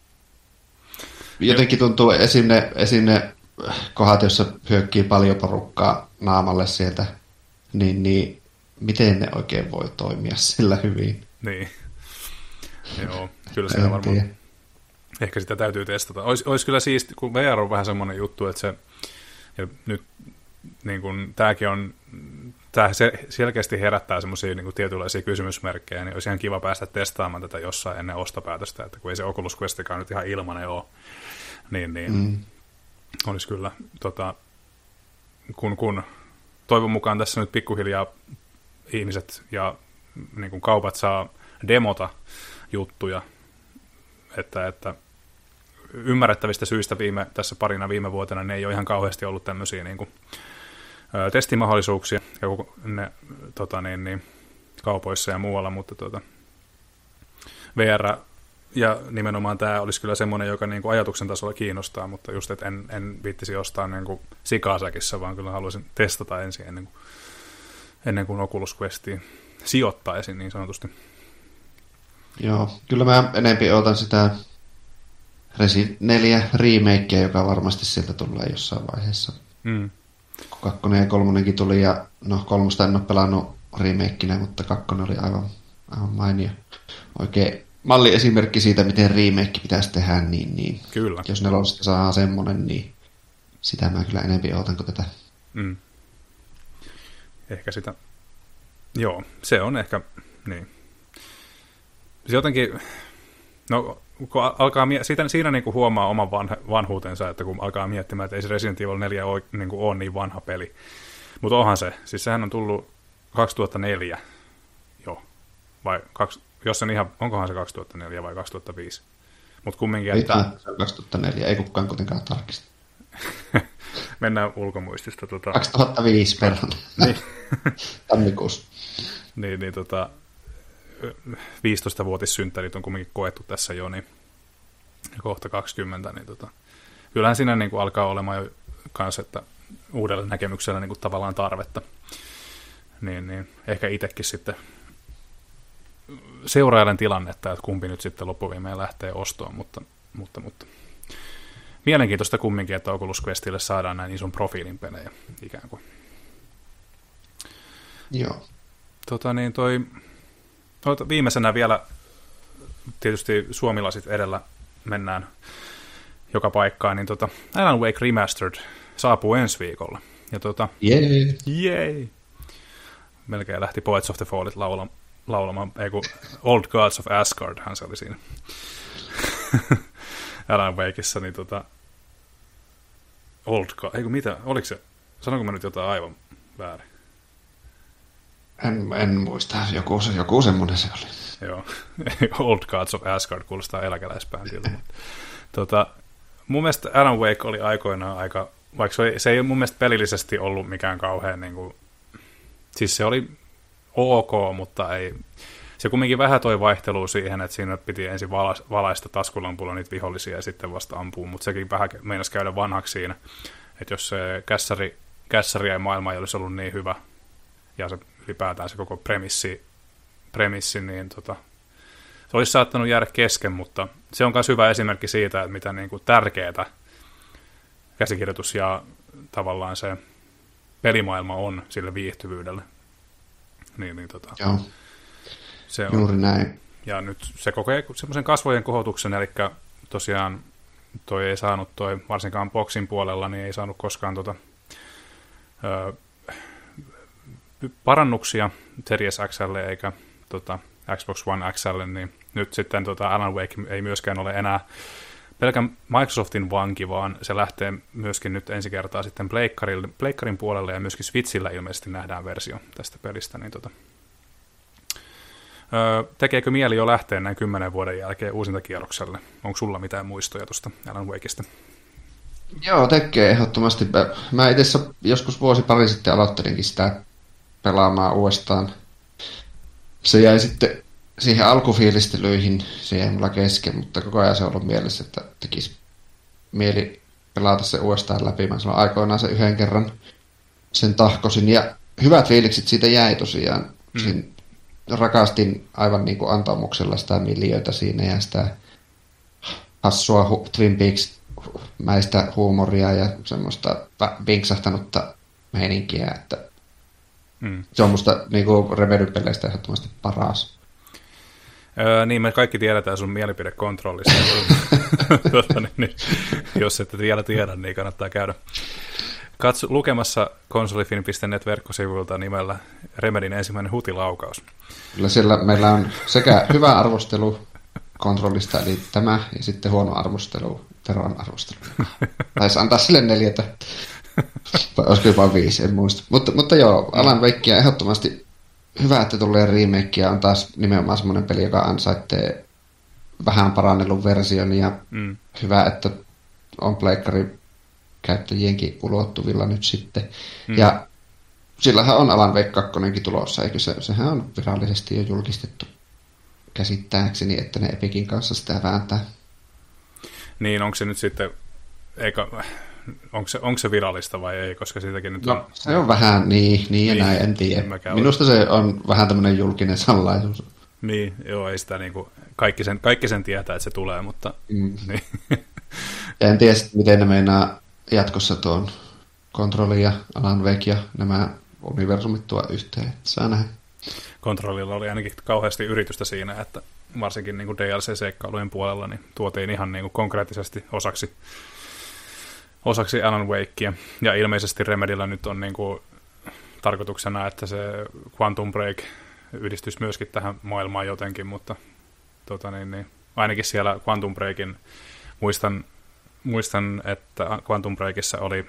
Jotenkin tuntuu esim. Ne, esim. ne kohdat, joissa hyökkii paljon porukkaa naamalle sieltä, niin, niin miten ne oikein voi toimia sillä hyvin? Niin. Joo, kyllä siinä varmaan. Tiedä. Ehkä sitä täytyy testata. Ois, ois kyllä siisti, kun V R on vähän semmoinen juttu, että se, ja nyt niin kun, tämäkin on, tämä selkeästi herättää semmoisia niin tietynlaisia kysymysmerkkejä, niin olisi ihan kiva päästä testaamaan tätä jossain ennen ostopäätöstä, että kun ei se Oculus Questikaan nyt ihan ilmanen ole, niin, niin mm. olisi kyllä, tota, kun, kun toivon mukaan tässä nyt pikkuhiljaa ihmiset ja niin kuin kaupat saa demota juttuja, että, että ymmärrettävistä syistä viime, tässä parina viime vuotena ne ei ole ihan kauheasti ollut tämmöisiä niin kuin, ä, testimahdollisuuksia ne, tota, niin, niin, kaupoissa ja muualla, mutta tota, V R ja nimenomaan tämä olisi kyllä semmoinen, joka niin kuin ajatuksen tasolla kiinnostaa, mutta just, että en, en viittisi ostaa niin kuin sikasäkissä, vaan kyllä haluaisin testata ensin ennen kuin, ennen kuin Oculus Questiin sijoittaisin niin sanotusti. Kun... Joo, kyllä mä enempi otan sitä Resident neljä remakea, joka varmasti sieltä tulee jossain vaiheessa. Mm. Kun kakkonen ja kolmonenkin tuli, ja no kolmosta en ole pelannut remakinä, mutta kakkonen oli aivan, aivan mainio. Oikein malliesimerkki siitä, miten remake pitäisi tehdä, niin, niin kyllä. Jos nelosesta saa semmoinen, niin sitä mä kyllä enempi otan kuin tätä. Mm. Ehkä sitä, joo, se on ehkä, niin. Se jotenkin, no kun alkaa, siitä, siinä niin kuin huomaa oman vanha, vanhuutensa, että kun alkaa miettimään, että ei se Resident Evil neljä ole niin, kuin ole niin vanha peli. Mutta onhan se, siis sehän on tullut kaksituhattaneljä jo, vai kaksi, jos sen ihan, onkohan se kaksituhattaneljä vai kaksituhattaviisi? Mutta kumminkin, ei, että... Se on kaksituhattaneljä, ei kukaan kuitenkaan tarkista. Mennään ulkomuistista. Tota... kaksituhattaviisi perhana. Niin. Tammikuussa. Niin, niin tota... viisitoistavuotissynttärit on kumminkin koettu tässä jo, niin kohta kaksikymmentä, niin tota, kyllähän siinä niin kuin alkaa olemaan jo kanssa, että uudelle näkemyksellä niin kuin tavallaan tarvetta. Niin, niin ehkä itsekin sitten seurailen tilannetta, että kumpi nyt sitten loppuviimeen lähtee ostoon, mutta, mutta, mutta mielenkiintoista kumminkin, että Oculus Questille saadaan näin ison profiilin pelejä ikään kuin. Joo. Tota niin, toi... No, viimeisenä vielä tietysti suomilasit edellä mennään joka paikkaan, niin tota, Alan Wake Remastered saapuu ensi viikolla. Ja tota, Jee! Jee! Melkein lähti Poets of the Fallit laula, laulamaan, ei kun Old Gods of Asgardhan se oli siinä Alan Wakeissa, niin tota, Old God, ei kun mitä, oliko se, sanonko mä nyt jotain aivan väärin? En, en muista, joku, joku semmoinen se oli. Joo, Old Gods of Asgard kuulostaa eläkeläisbändiltä. tota, mun mielestä Alan Wake oli aikoinaan aika, vaikka se, oli, se ei mun mielestä pelillisesti ollut mikään kauhean, niin kuin, siis se oli ok, mutta ei, se kumminkin vähän toi vaihtelua siihen, että siinä piti ensin vala, valaista taskulampulla niitä vihollisia ja sitten vasta ampuu, mutta sekin vähän meinasi käydä vanhaksi siinä, että jos se kässäri, kässäri ja maailma ei olisi ollut niin hyvä, ja se ylipäätään se koko premissi, premissi niin tota, se olisi saattanut jäädä kesken, mutta se on myös hyvä esimerkki siitä, että mitä niin kuin tärkeää käsikirjoitus ja tavallaan se pelimaailma on sille viihtyvyydelle. Niin, niin, tota, Joo, se on. Juuri näin. Ja nyt se kokee semmoisen kasvojen kohotuksen, eli tosiaan toi ei saanut, toi, varsinkaan boxin puolella, niin ei saanut koskaan tota, ö, parannuksia Series X:lle eikä tota, Xbox One X:lle, niin nyt sitten tota, Alan Wake ei myöskään ole enää pelkän Microsoftin vanki, vaan se lähtee myöskin nyt ensi kertaa sitten Pleikkarin puolelle ja myöskin Switchillä ilmeisesti nähdään versio tästä pelistä. Niin tota, öö, tekeekö mieli jo lähteä näin kymmenen vuoden jälkeen uusintakierrokselle? Onko sulla mitään muistoja tuosta Alan Wakeista? Joo, tekee ehdottomasti. Mä itse joskus vuosi pari sitten aloittelinkin sitä pelaamaan uudestaan. Se jäi sitten siihen alkufiilistelyihin se jäi mulla kesken, mutta koko ajan se on ollut mielessä, että tekisi mieli pelata se uudestaan läpi. Mä silloin aikoinaan se yhden kerran sen tahkosin, ja hyvät fiilikset siitä jäi tosiaan. Mm. Siinä rakastin aivan niin kuin antaumuksella sitä miljöitä siinä ja sitä hassua hu- Twin Peaks-mäistä huumoria ja semmoista vinksahtanutta meininkiä, että mm. se on musta niin kuin Remedy-peleistä ehdottomasti paras. Öö, niin, me kaikki tiedetään sun mielipidekontrollista. tuota, niin, niin, jos ette vielä tiedä, niin kannattaa käydä Katso, lukemassa konsolifin piste net verkkosivuilta nimellä Remedyn ensimmäinen hutilaukaus. Kyllä siellä meillä on sekä hyvä arvostelu kontrollista, eli tämä, ja sitten huono arvostelu, Teron arvostelu. Taisi antaa sille neljä tähteä. Olisiko jopa viisi, en muista. Mutta, mutta joo, Alan Wakea ehdottomasti hyvä, että tulee remake, ja on taas nimenomaan semmoinen peli, joka ansaitsee vähän parannellun version, ja mm. hyvä, että on pleikkari käyttäjienkin ulottuvilla nyt sitten. Mm. Ja sillähän on Alan Wake kaksi tulossa, eikö se? Sehän on virallisesti jo julkistettu käsittääkseni, että ne Epicin kanssa sitä vääntää. Niin, onko se nyt sitten, eikö, onko, se, onko se virallista vai ei, koska siitäkin nyt no, on... se on vähän niin, niin ja niin, näin, en tiedä. Minusta se on vähän tämmöinen julkinen salaisuus. Niin, joo, ei sitä niin kuin, kaikki, sen, kaikki sen tietää, että se tulee, mutta... Mm. Niin. Ja en tiedä, miten ne meinaa jatkossa tuon Kontrolli ja Alan Wake ja nämä universumit tuo yhteen. Saa nähdä. Kontrollilla oli ainakin kauheasti yritystä siinä, että varsinkin niin kuin D L C-seikkailujen puolella niin tuotiin ihan niin kuin konkreettisesti osaksi, osaksi Alan Wakea. Ja ilmeisesti Remedyllä nyt on niin kuin tarkoituksena, että se Quantum Break yhdistyisi myöskin tähän maailmaan jotenkin, mutta tota niin, niin, ainakin siellä Quantum Breakin muistan, muistan, että Quantum Breakissa oli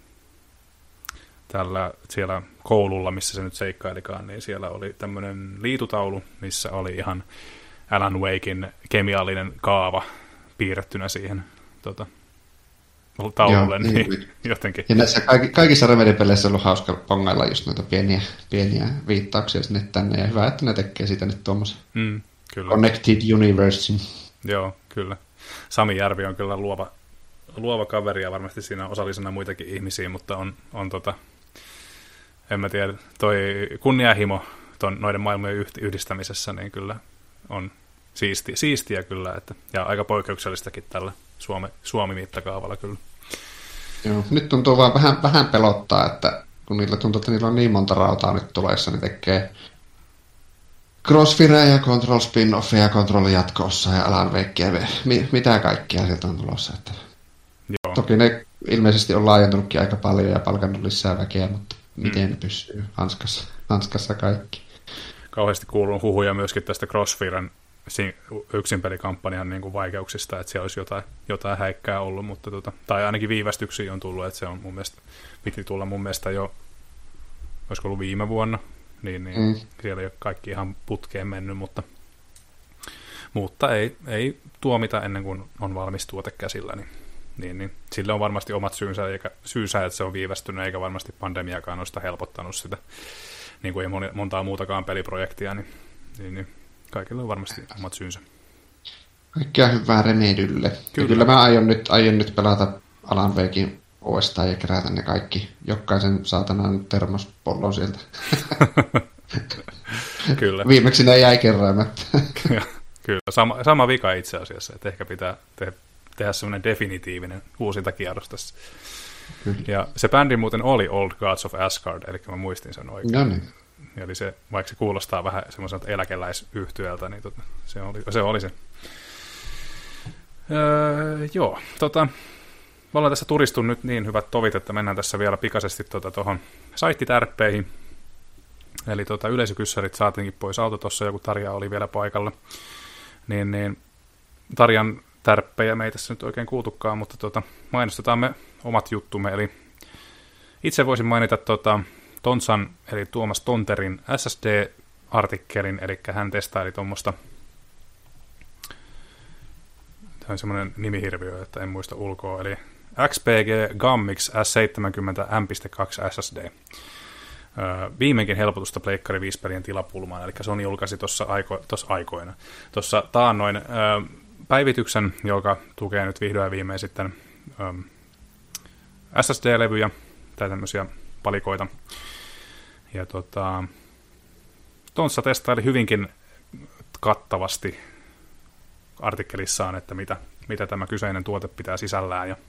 tällä siellä koululla, missä se nyt seikkailikaan, niin siellä oli tämmöinen liitutaulu, missä oli ihan Alan Waken kemiallinen kaava piirrettynä siihen tota, taululle. Joo, niin, niin, jotenkin. Ja näissä kaikissa Remedy-peleissä on ollut hauska pongailla just noita pieniä, pieniä viittauksia sinne tänne, ja hyvä, että ne tekee siitä nyt tuommoisen mm, Connected Universe. Joo, kyllä. Sami Järvi on kyllä luova, luova kaveri, ja varmasti siinä on osallisena muitakin ihmisiä, mutta on, on tota, en mä tiedä, toi kunnianhimo ton, noiden maailmojen yhdistämisessä, niin kyllä on siistiä, siistiä kyllä, että, ja aika poikkeuksellistakin tällä Suomi, Suomi-mittakaavalla kyllä. Joo, nyt tuntuu vaan vähän, vähän pelottaa, että kun niillä tuntuu, että niillä on niin monta rautaa nyt tulessa, niin tekee Crossfire ja Control spin-offia ja Control jatkossa ja Alan Wakea, mitä kaikkia sieltä on tulossa. Että joo. Toki ne ilmeisesti on laajentunutkin aika paljon ja palkannut lisää väkeä, mutta miten mm. ne pysyy hanskassa, hanskassa kaikki. Kauheasti kuuluu huhuja myöskin tästä Crossfiren yksinpelikampanjan niin kuin vaikeuksista, että siellä olisi jotain, jotain häikkää ollut, mutta tota, tai ainakin viivästyksiä on tullut, että se on mun mielestä, piti tulla mun mielestä jo, olisiko ollut viime vuonna, niin, niin mm. siellä ei ole kaikki ihan putkeen mennyt, mutta, mutta ei, ei tuomita ennen kuin on valmis tuote käsillä, niin, niin, niin sille on varmasti omat syynsä, eikä, syysä, että se on viivästynyt, eikä varmasti pandemiakaan ole sitä helpottanut sitä, niin kuin ei montaa muutakaan peliprojektia, niin, niin, niin kaikilla on varmasti omat syynsä. Kaikkea hyvää Remedylle. Kyllä. Kyllä mä aion nyt, aion nyt pelata Alan Waken uudestaan ja kerätä ne kaikki. Jokaisen saatanan termospollon sieltä. Kyllä. Viimeksi ne jäi keräämättä. Kyllä, sama, sama vika itse asiassa, että ehkä pitää te- tehdä semmoinen definitiivinen uusintakierros tässä. Kyllä. Ja se bändi muuten oli Old Gods of Asgard, eli mä muistin sen oikein. No niin. Eli se, vaikka se kuulostaa vähän semmoiselta eläkeläisyhtyöltä, niin tota, se, oli, se oli se. Öö, joo, tota, me ollaan tässä turistunut nyt niin hyvät tovit, että mennään tässä vielä pikaisesti tuohon tota, saittitärppeihin. Eli tota, yleisökyssärit saatiinkin pois alta, tuossa joku Tarja oli vielä paikalla. Niin, niin Tarjan tärppejä me ei tässä nyt oikein kuultukaan, mutta tota, mainostetaan me omat juttumme. Eli itse voisin mainita tota, Tontsan, eli Tuomas Tonterin S S D-artikkelin, eli hän testaili tuommoista, tämä on semmoinen nimihirviö, että en muista ulkoa, eli X P G Gammix S seitsemänkymmentä M piste kaksi S S D. viimeinkin helpotusta Pleikkari viisi pelien tilapulmaan, eli Sony julkaisi tuossa aiko, aikoina. Tuossa taannoin ö, päivityksen, joka tukee nyt vihdoin ja viimein sitten ö, S S D-levyjä tai tämmöisiä palikoita. Ja tota, Tontsa testaili hyvinkin kattavasti artikkelissaan, että mitä, mitä tämä kyseinen tuote pitää sisällään. Ja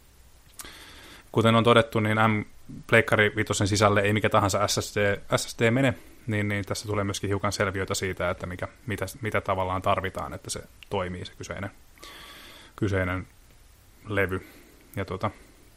kuten on todettu, niin M-Pleikkari viitosen sisälle ei mikä tahansa S S D, S S D mene, niin, niin tässä tulee myöskin hiukan selviötä siitä, että mikä, mitä, mitä tavallaan tarvitaan, että se toimii se kyseinen, kyseinen levy. Ja tuota,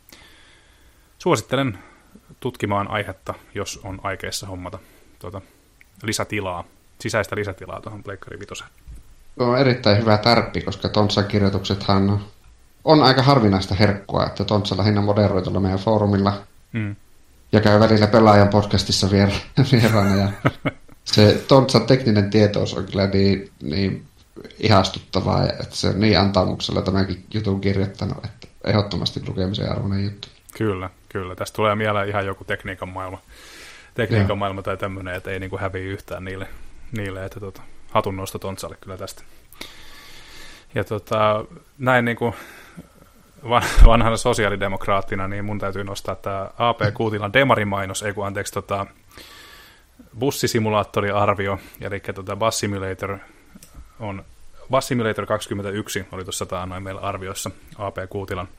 suosittelen tutkimaan aihetta, jos on aikeissa hommata tuota, lisätilaa, sisäistä lisätilaa tuohon Pleikkari viitoseen. On erittäin hyvä tärppi, koska Tontsan kirjoituksethan on aika harvinaista herkkua, että Tontsa lähinnä moderoi tuolla meidän foorumilla mm. ja käy välillä pelaajan podcastissa vieraana. Ja se Tontsan tekninen tietous on kyllä niin, niin ihastuttavaa, että se on niin antaumuksella tämänkin jutun kirjoittanut, että ehdottomasti lukemisen arvoinen juttu. Kyllä, kyllä. Tästä tulee mieleen ihan joku tekniikan maailma, tekniikan ja. maailma tai tämmöinen, että ei niinku häviä yhtään niille, niille että tota, hatunnosto Tontsalle kyllä tästä. Ja tota, näin niinku vanhana sosiaalidemokraattina, niin mun täytyy nostaa tämä A P Kuutilan Demarimainos, ei kun anteeksi, tota, bussisimulaattoriarvio, eli tota Bus Simulator on, Bus Simulator kaksikymmentäyksi oli tuossa taannoin meillä arvioissa A P Kuutilan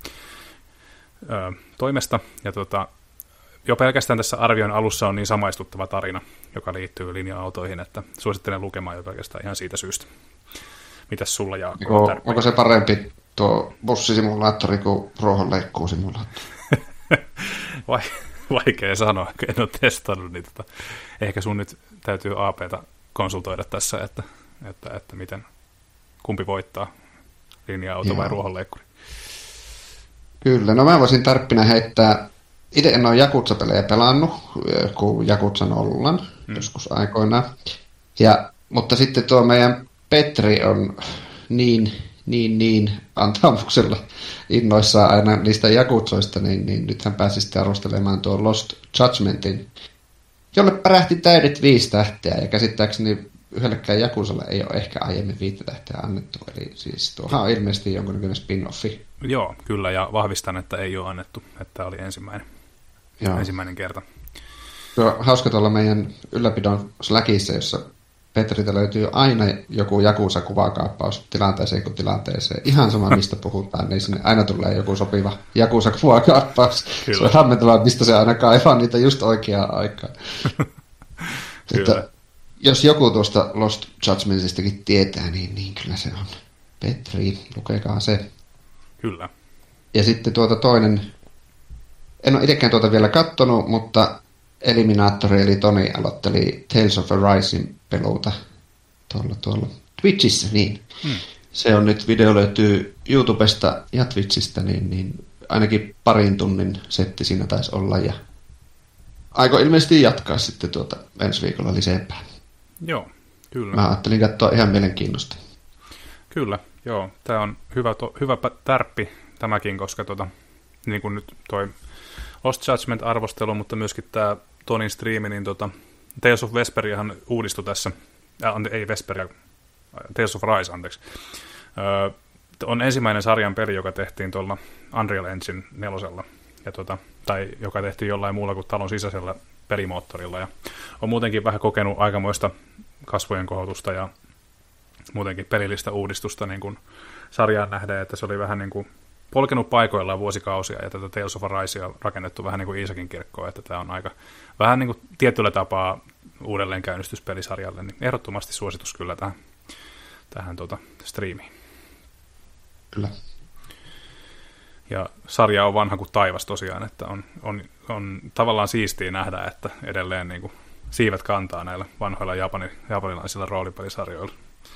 ö, toimesta, ja tota, jo pelkästään tässä arvion alussa on niin samaistuttava tarina, joka liittyy linja-autoihin, että suosittelen lukemaan jo pelkästään ihan siitä syystä. Mitäs sulla, Jaakko? Onko, onko se parempi tuo bussisimulaattori kuin ruohonleikkuusimulaattori? Vai, vaikea sanoa, en ole testannut niitä. Tota, ehkä sun nyt täytyy A P:tä konsultoida tässä, että, että, että miten, kumpi voittaa, linja-auto vai ruohonleikkuri. Kyllä, no mä voisin tarppina heittää, itse en ole Jakutsa-pelejä pelannut, kun Jakutsa nollan hmm. joskus aikoinaan, ja, mutta sitten tuo meidän Petri on niin, niin, niin antamuksella innoissaan aina niistä jakutsoista, niin, niin nyt hän pääsi sitten arvostelemaan tuon Lost Judgmentin, jolle pärähti täydet viisi tähteä, ja käsittääkseni yhdellekään Jakusalle ei ole ehkä aiemmin viittä tähteä annettu, eli siis tuohan on ilmeisesti jonkunnäköinen spin-offi. Joo, kyllä, ja vahvistan, että ei ole annettu, että tämä oli ensimmäinen, ensimmäinen kerta. Se on hauska tuolla meidän ylläpidon Slackissa, jossa Petriltä löytyy aina joku Jakusa-kuvakaappaus tilanteeseen kuin tilanteeseen. Ihan sama, mistä puhutaan, niin sinne aina tulee joku sopiva Jakusa-kuvakaappaus. Se on hämmentävää, mistä se aina kaivaa niitä just oikeaan aikaan. Että, jos joku tuosta Lost Judgmentistakin tietää, niin, niin kyllä se on Petri. Lukekaa se. Kyllä. Ja sitten tuota toinen, en ole itsekään tuota vielä kattonut, mutta Eliminaattori eli Toni aloitteli Tales of Arisin peluuta tuolla, tuolla Twitchissä, niin. Hmm. Se on nyt, video löytyy YouTubesta ja Twitchistä, niin, niin ainakin parin tunnin setti siinä taisi olla, ja aiko ilmeisesti jatkaa sitten tuota ensi viikolla lisempää. Joo, kyllä. Mä ajattelin katsoa ihan mielenkiinnosta. Kyllä, joo. Tämä on hyvä, to, hyvä tärppi tämäkin, koska tota, niin kuin nyt toi Lost Judgment-arvostelu, mutta myöskin tämä Tonin striimi, niin tota, Tales of Vesperiahan uudistui tässä, äh, ei Vesperia, Tales of Rise, anteeksi. Öö, on ensimmäinen sarjan peli, joka tehtiin tuolla Unreal Engine nelosella, ja tota, tai joka tehtiin jollain muulla kuin talon sisäisellä pelimoottorilla, ja on muutenkin vähän kokenut aikamoista kasvojen kohotusta ja muutenkin pelillistä uudistusta niin kuin sarjaan nähdään, että se oli vähän niin kuin polkenut paikoillaan vuosikausia, ja tätä Tales of Arisea on rakennettu vähän niin kuin Iisakin kirkkoa, että tämä on aika vähän niin kuin tietyllä tapaa uudelleen käynnistys pelisarjalle, niin ehdottomasti suositus kyllä tähän, tähän tuota, striimiin. Kyllä. Ja sarja on vanha kuin taivas tosiaan, että on, on, on tavallaan siistiä nähdä, että edelleen niin kuin siivet kantaa näillä vanhoilla japani, japanilaisilla roolipelisarjoilla.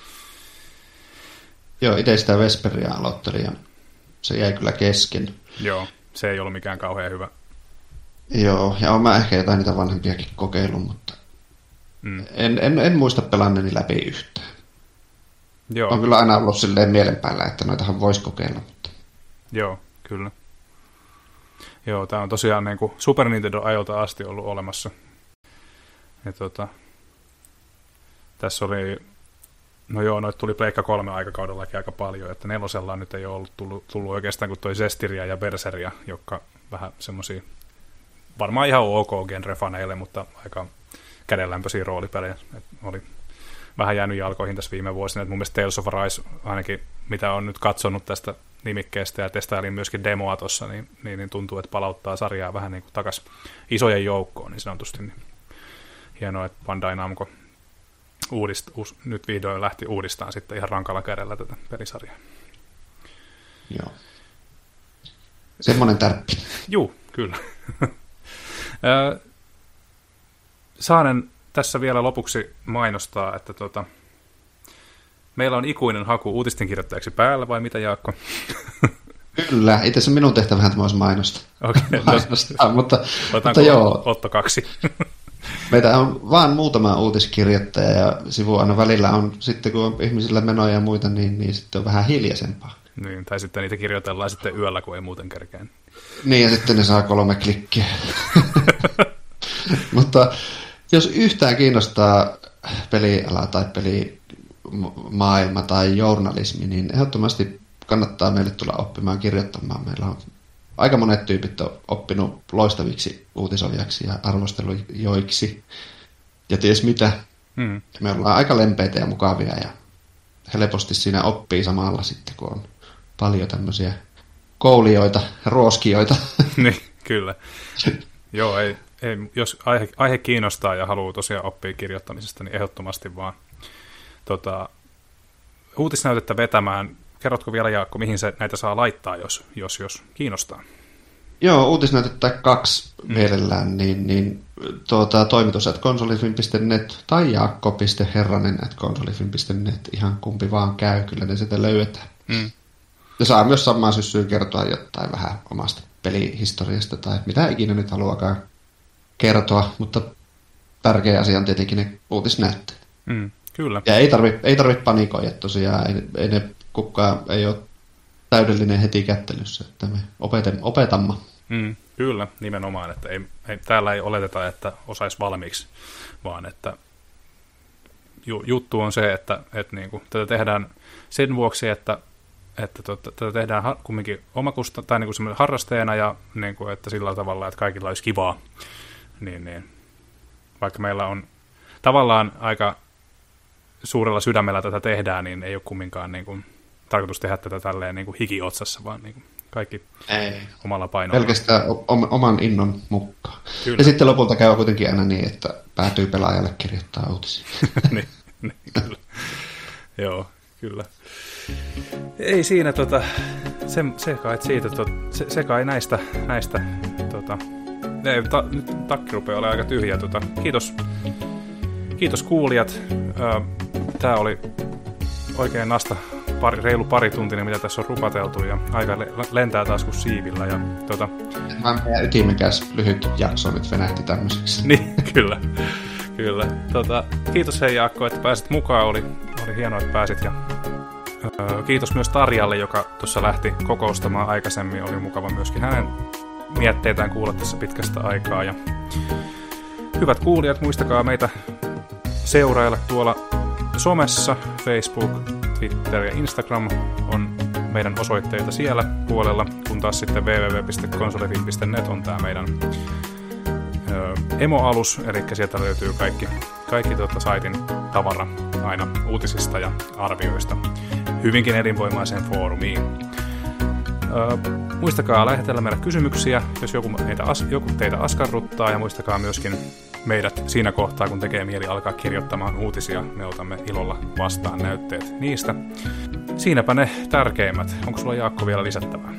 Joo, itse sitä Vesperia aloittelin ja se jäi kyllä kesken. Joo, se ei ollut mikään kauhean hyvä. Joo, ja olen mä ehkä jotain niitä vanhempiakin kokeillut, mutta mm. en, en, en muista pelanneeni läpi yhtään. Joo. On kyllä aina ollut silleen mielen päällä, että noitahan voisi kokeilla. Mutta... Joo, kyllä. Joo, tämä on tosiaan niin kuin Super Nintendo-ajolta asti ollut olemassa. Ja tota, tässä oli, no joo, noita tuli Pleikka kolme aikakaudellakin aika paljon, että nelosella nyt ei ole ollut tullut, tullut oikeastaan kuin toi Zestiria ja Berseria, jotka vähän semmosia, varmaan ihan ok genrefaneille, mutta aika kädenlämpöisiä roolipelejä. Et oli vähän jäänyt jalkoihin tässä viime vuosina. Et mun mielestä Tales of Arise, ainakin mitä on nyt katsonut tästä nimikkeestä ja testailin myöskin demoa tuossa, niin, niin, niin tuntuu, että palauttaa sarjaa vähän niin kuin takaisin isojen joukkoon, niin sanotusti. Niin hienoa, että Bandai Namco uudist, uus, nyt vihdoin lähti uudistamaan sitten ihan rankalla kädellä tätä pelisarjaa. Joo. Semmoinen tärppi. Juu, kyllä. Saanen tässä vielä lopuksi mainostaa, että tota, meillä on ikuinen haku uutistenkirjoittajaksi päällä, vai mitä, Jaakko? Kyllä, itse asiassa minun tehtävähän tämä olisi mainosta. Okei, okay, mainostaa, no, mutta, mutta joo. Otto kaksi. Meitä on vaan muutama uutiskirjoittaja ja sivu aina välillä on, sitten kun on ihmisillä menoja ja muita, niin, niin sitten on vähän hiljaisempaa. Niin, tai sitten niitä kirjoitellaan sitten yöllä, kun ei muuten kerkeä. Niin, ja sitten ne saa kolme klikkiä. Mutta jos yhtään kiinnostaa peliala tai pelimaailma tai journalismi, niin ehdottomasti kannattaa meille tulla oppimaan kirjoittamaan. Meillä on aika monet tyypit on oppinut loistaviksi uutisoijaksi ja arvostelujoiksi ja ties mitä. Mm. Me ollaan aika lempeitä ja mukavia ja helposti siinä oppii samalla sitten, kun on paljon tämmöisiä koulijoita ja ruoskijoita. Niin, kyllä. Joo, ei, ei, jos aihe, aihe kiinnostaa ja haluaa tosiaan oppia kirjoittamisesta, niin ehdottomasti vaan tota, uutisnäytettä vetämään. Kerrotko vielä, Jaakko, mihin se näitä saa laittaa, jos, jos, jos kiinnostaa? Joo, uutisnäytettä kaksi mm. mielellään, niin, niin tuota, toimitus at konsolifin piste net tai jaakko piste herranen at konsolifin piste net, ihan kumpi vaan käy, kyllä ne sitä löydetään. Mm. Ja saa myös samaan syssyyn kertoa jotain vähän omasta pelihistoriasta tai mitä ikinä nyt haluakaan kertoa, mutta tärkeä asia on tietenkin ne uutisnäytteet. Mm, kyllä. Ja ei tarvitse ei tarvi panikoida, tosiaan ei, ei ne kukaan ei ole täydellinen heti kättelyssä, että me opetem, opetamme. Mm, kyllä, nimenomaan, että ei, ei, täällä ei oleteta, että osaisi valmiiksi, vaan että ju, juttu on se, että, että niin kuin, tätä tehdään sen vuoksi, että että tota, tätä tehdään ha- kumminkin omakusta, tai niin kuin harrasteena, ja niin kuin, että sillä tavalla, että kaikilla olisi kivaa. Niin, niin. Vaikka meillä on tavallaan aika suurella sydämellä tätä tehdään, niin ei ole kumminkaan niin kuin, tarkoitus tehdä tätä tälleen niin kuin hikiotsassa, vaan niin kuin, kaikki ei. Omalla painolla. Pelkästään o- oman innon mukaan. Kyllä. Ja sitten lopulta käy kuitenkin aina niin, että päätyy pelaajalle kirjoittaa uutisia. niin, niin, kyllä. Joo, kyllä. Ei siinä, tota, se, se kai siitä, tot, se, se kai näistä, näistä tota, ei, ta, nyt takki rupeaa olemaan aika tyhjä. Tota, kiitos, kiitos kuulijat. Tää oli oikein nasta pari, reilu pari tuntia, mitä tässä on rupateltu, ja aika lentää taas kuin siivillä. Ja, tota, meidän ytimekäs lyhyt jakso nyt venähti tämmöiseksi. Niin, kyllä. kyllä. Tota, kiitos hei Jaakko, että pääsit mukaan. Oli, oli hienoa, että pääsit. Ja kiitos myös Tarjalle, joka tuossa lähti kokoustamaan aikaisemmin. Oli mukava myöskin hänen mietteitään kuulla tässä pitkästä aikaa. Ja hyvät kuulijat, muistakaa meitä seurailla tuolla somessa. Facebook, Twitter ja Instagram on meidän osoitteita siellä puolella, kun taas sitten double-u double-u double-u piste konsolifin piste net on tämä meidän ö, emoalus, eli sieltä löytyy kaikki, kaikki tuota saitin tavara aina uutisista ja arvioista hyvinkin elinvoimaiseen foorumiin. Ö, muistakaa lähetellä meille kysymyksiä, jos joku, meitä, joku teitä askarruttaa, ja muistakaa myöskin meidät siinä kohtaa, kun tekee mieli alkaa kirjoittamaan uutisia. Me otamme ilolla vastaan näytteet niistä. Siinäpä ne tärkeimmät. Onko sulla, Jaakko, vielä lisättävää?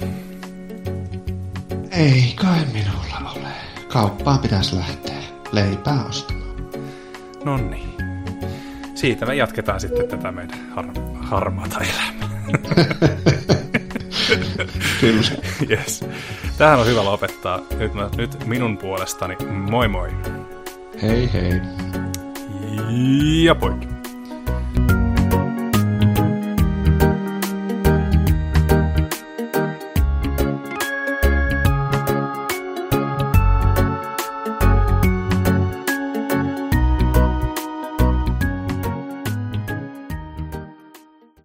Ei kai minulla ole. Kauppaan pitäisi lähteä leipää ostamaan. Noniin. Siitä me jatketaan sitten tätä meidän har- harmaata elämää. Kyllä. Yes. Tähän on hyvä lopettaa. Nyt, nyt minun puolestani moi moi. Hei hei. Ja poikki.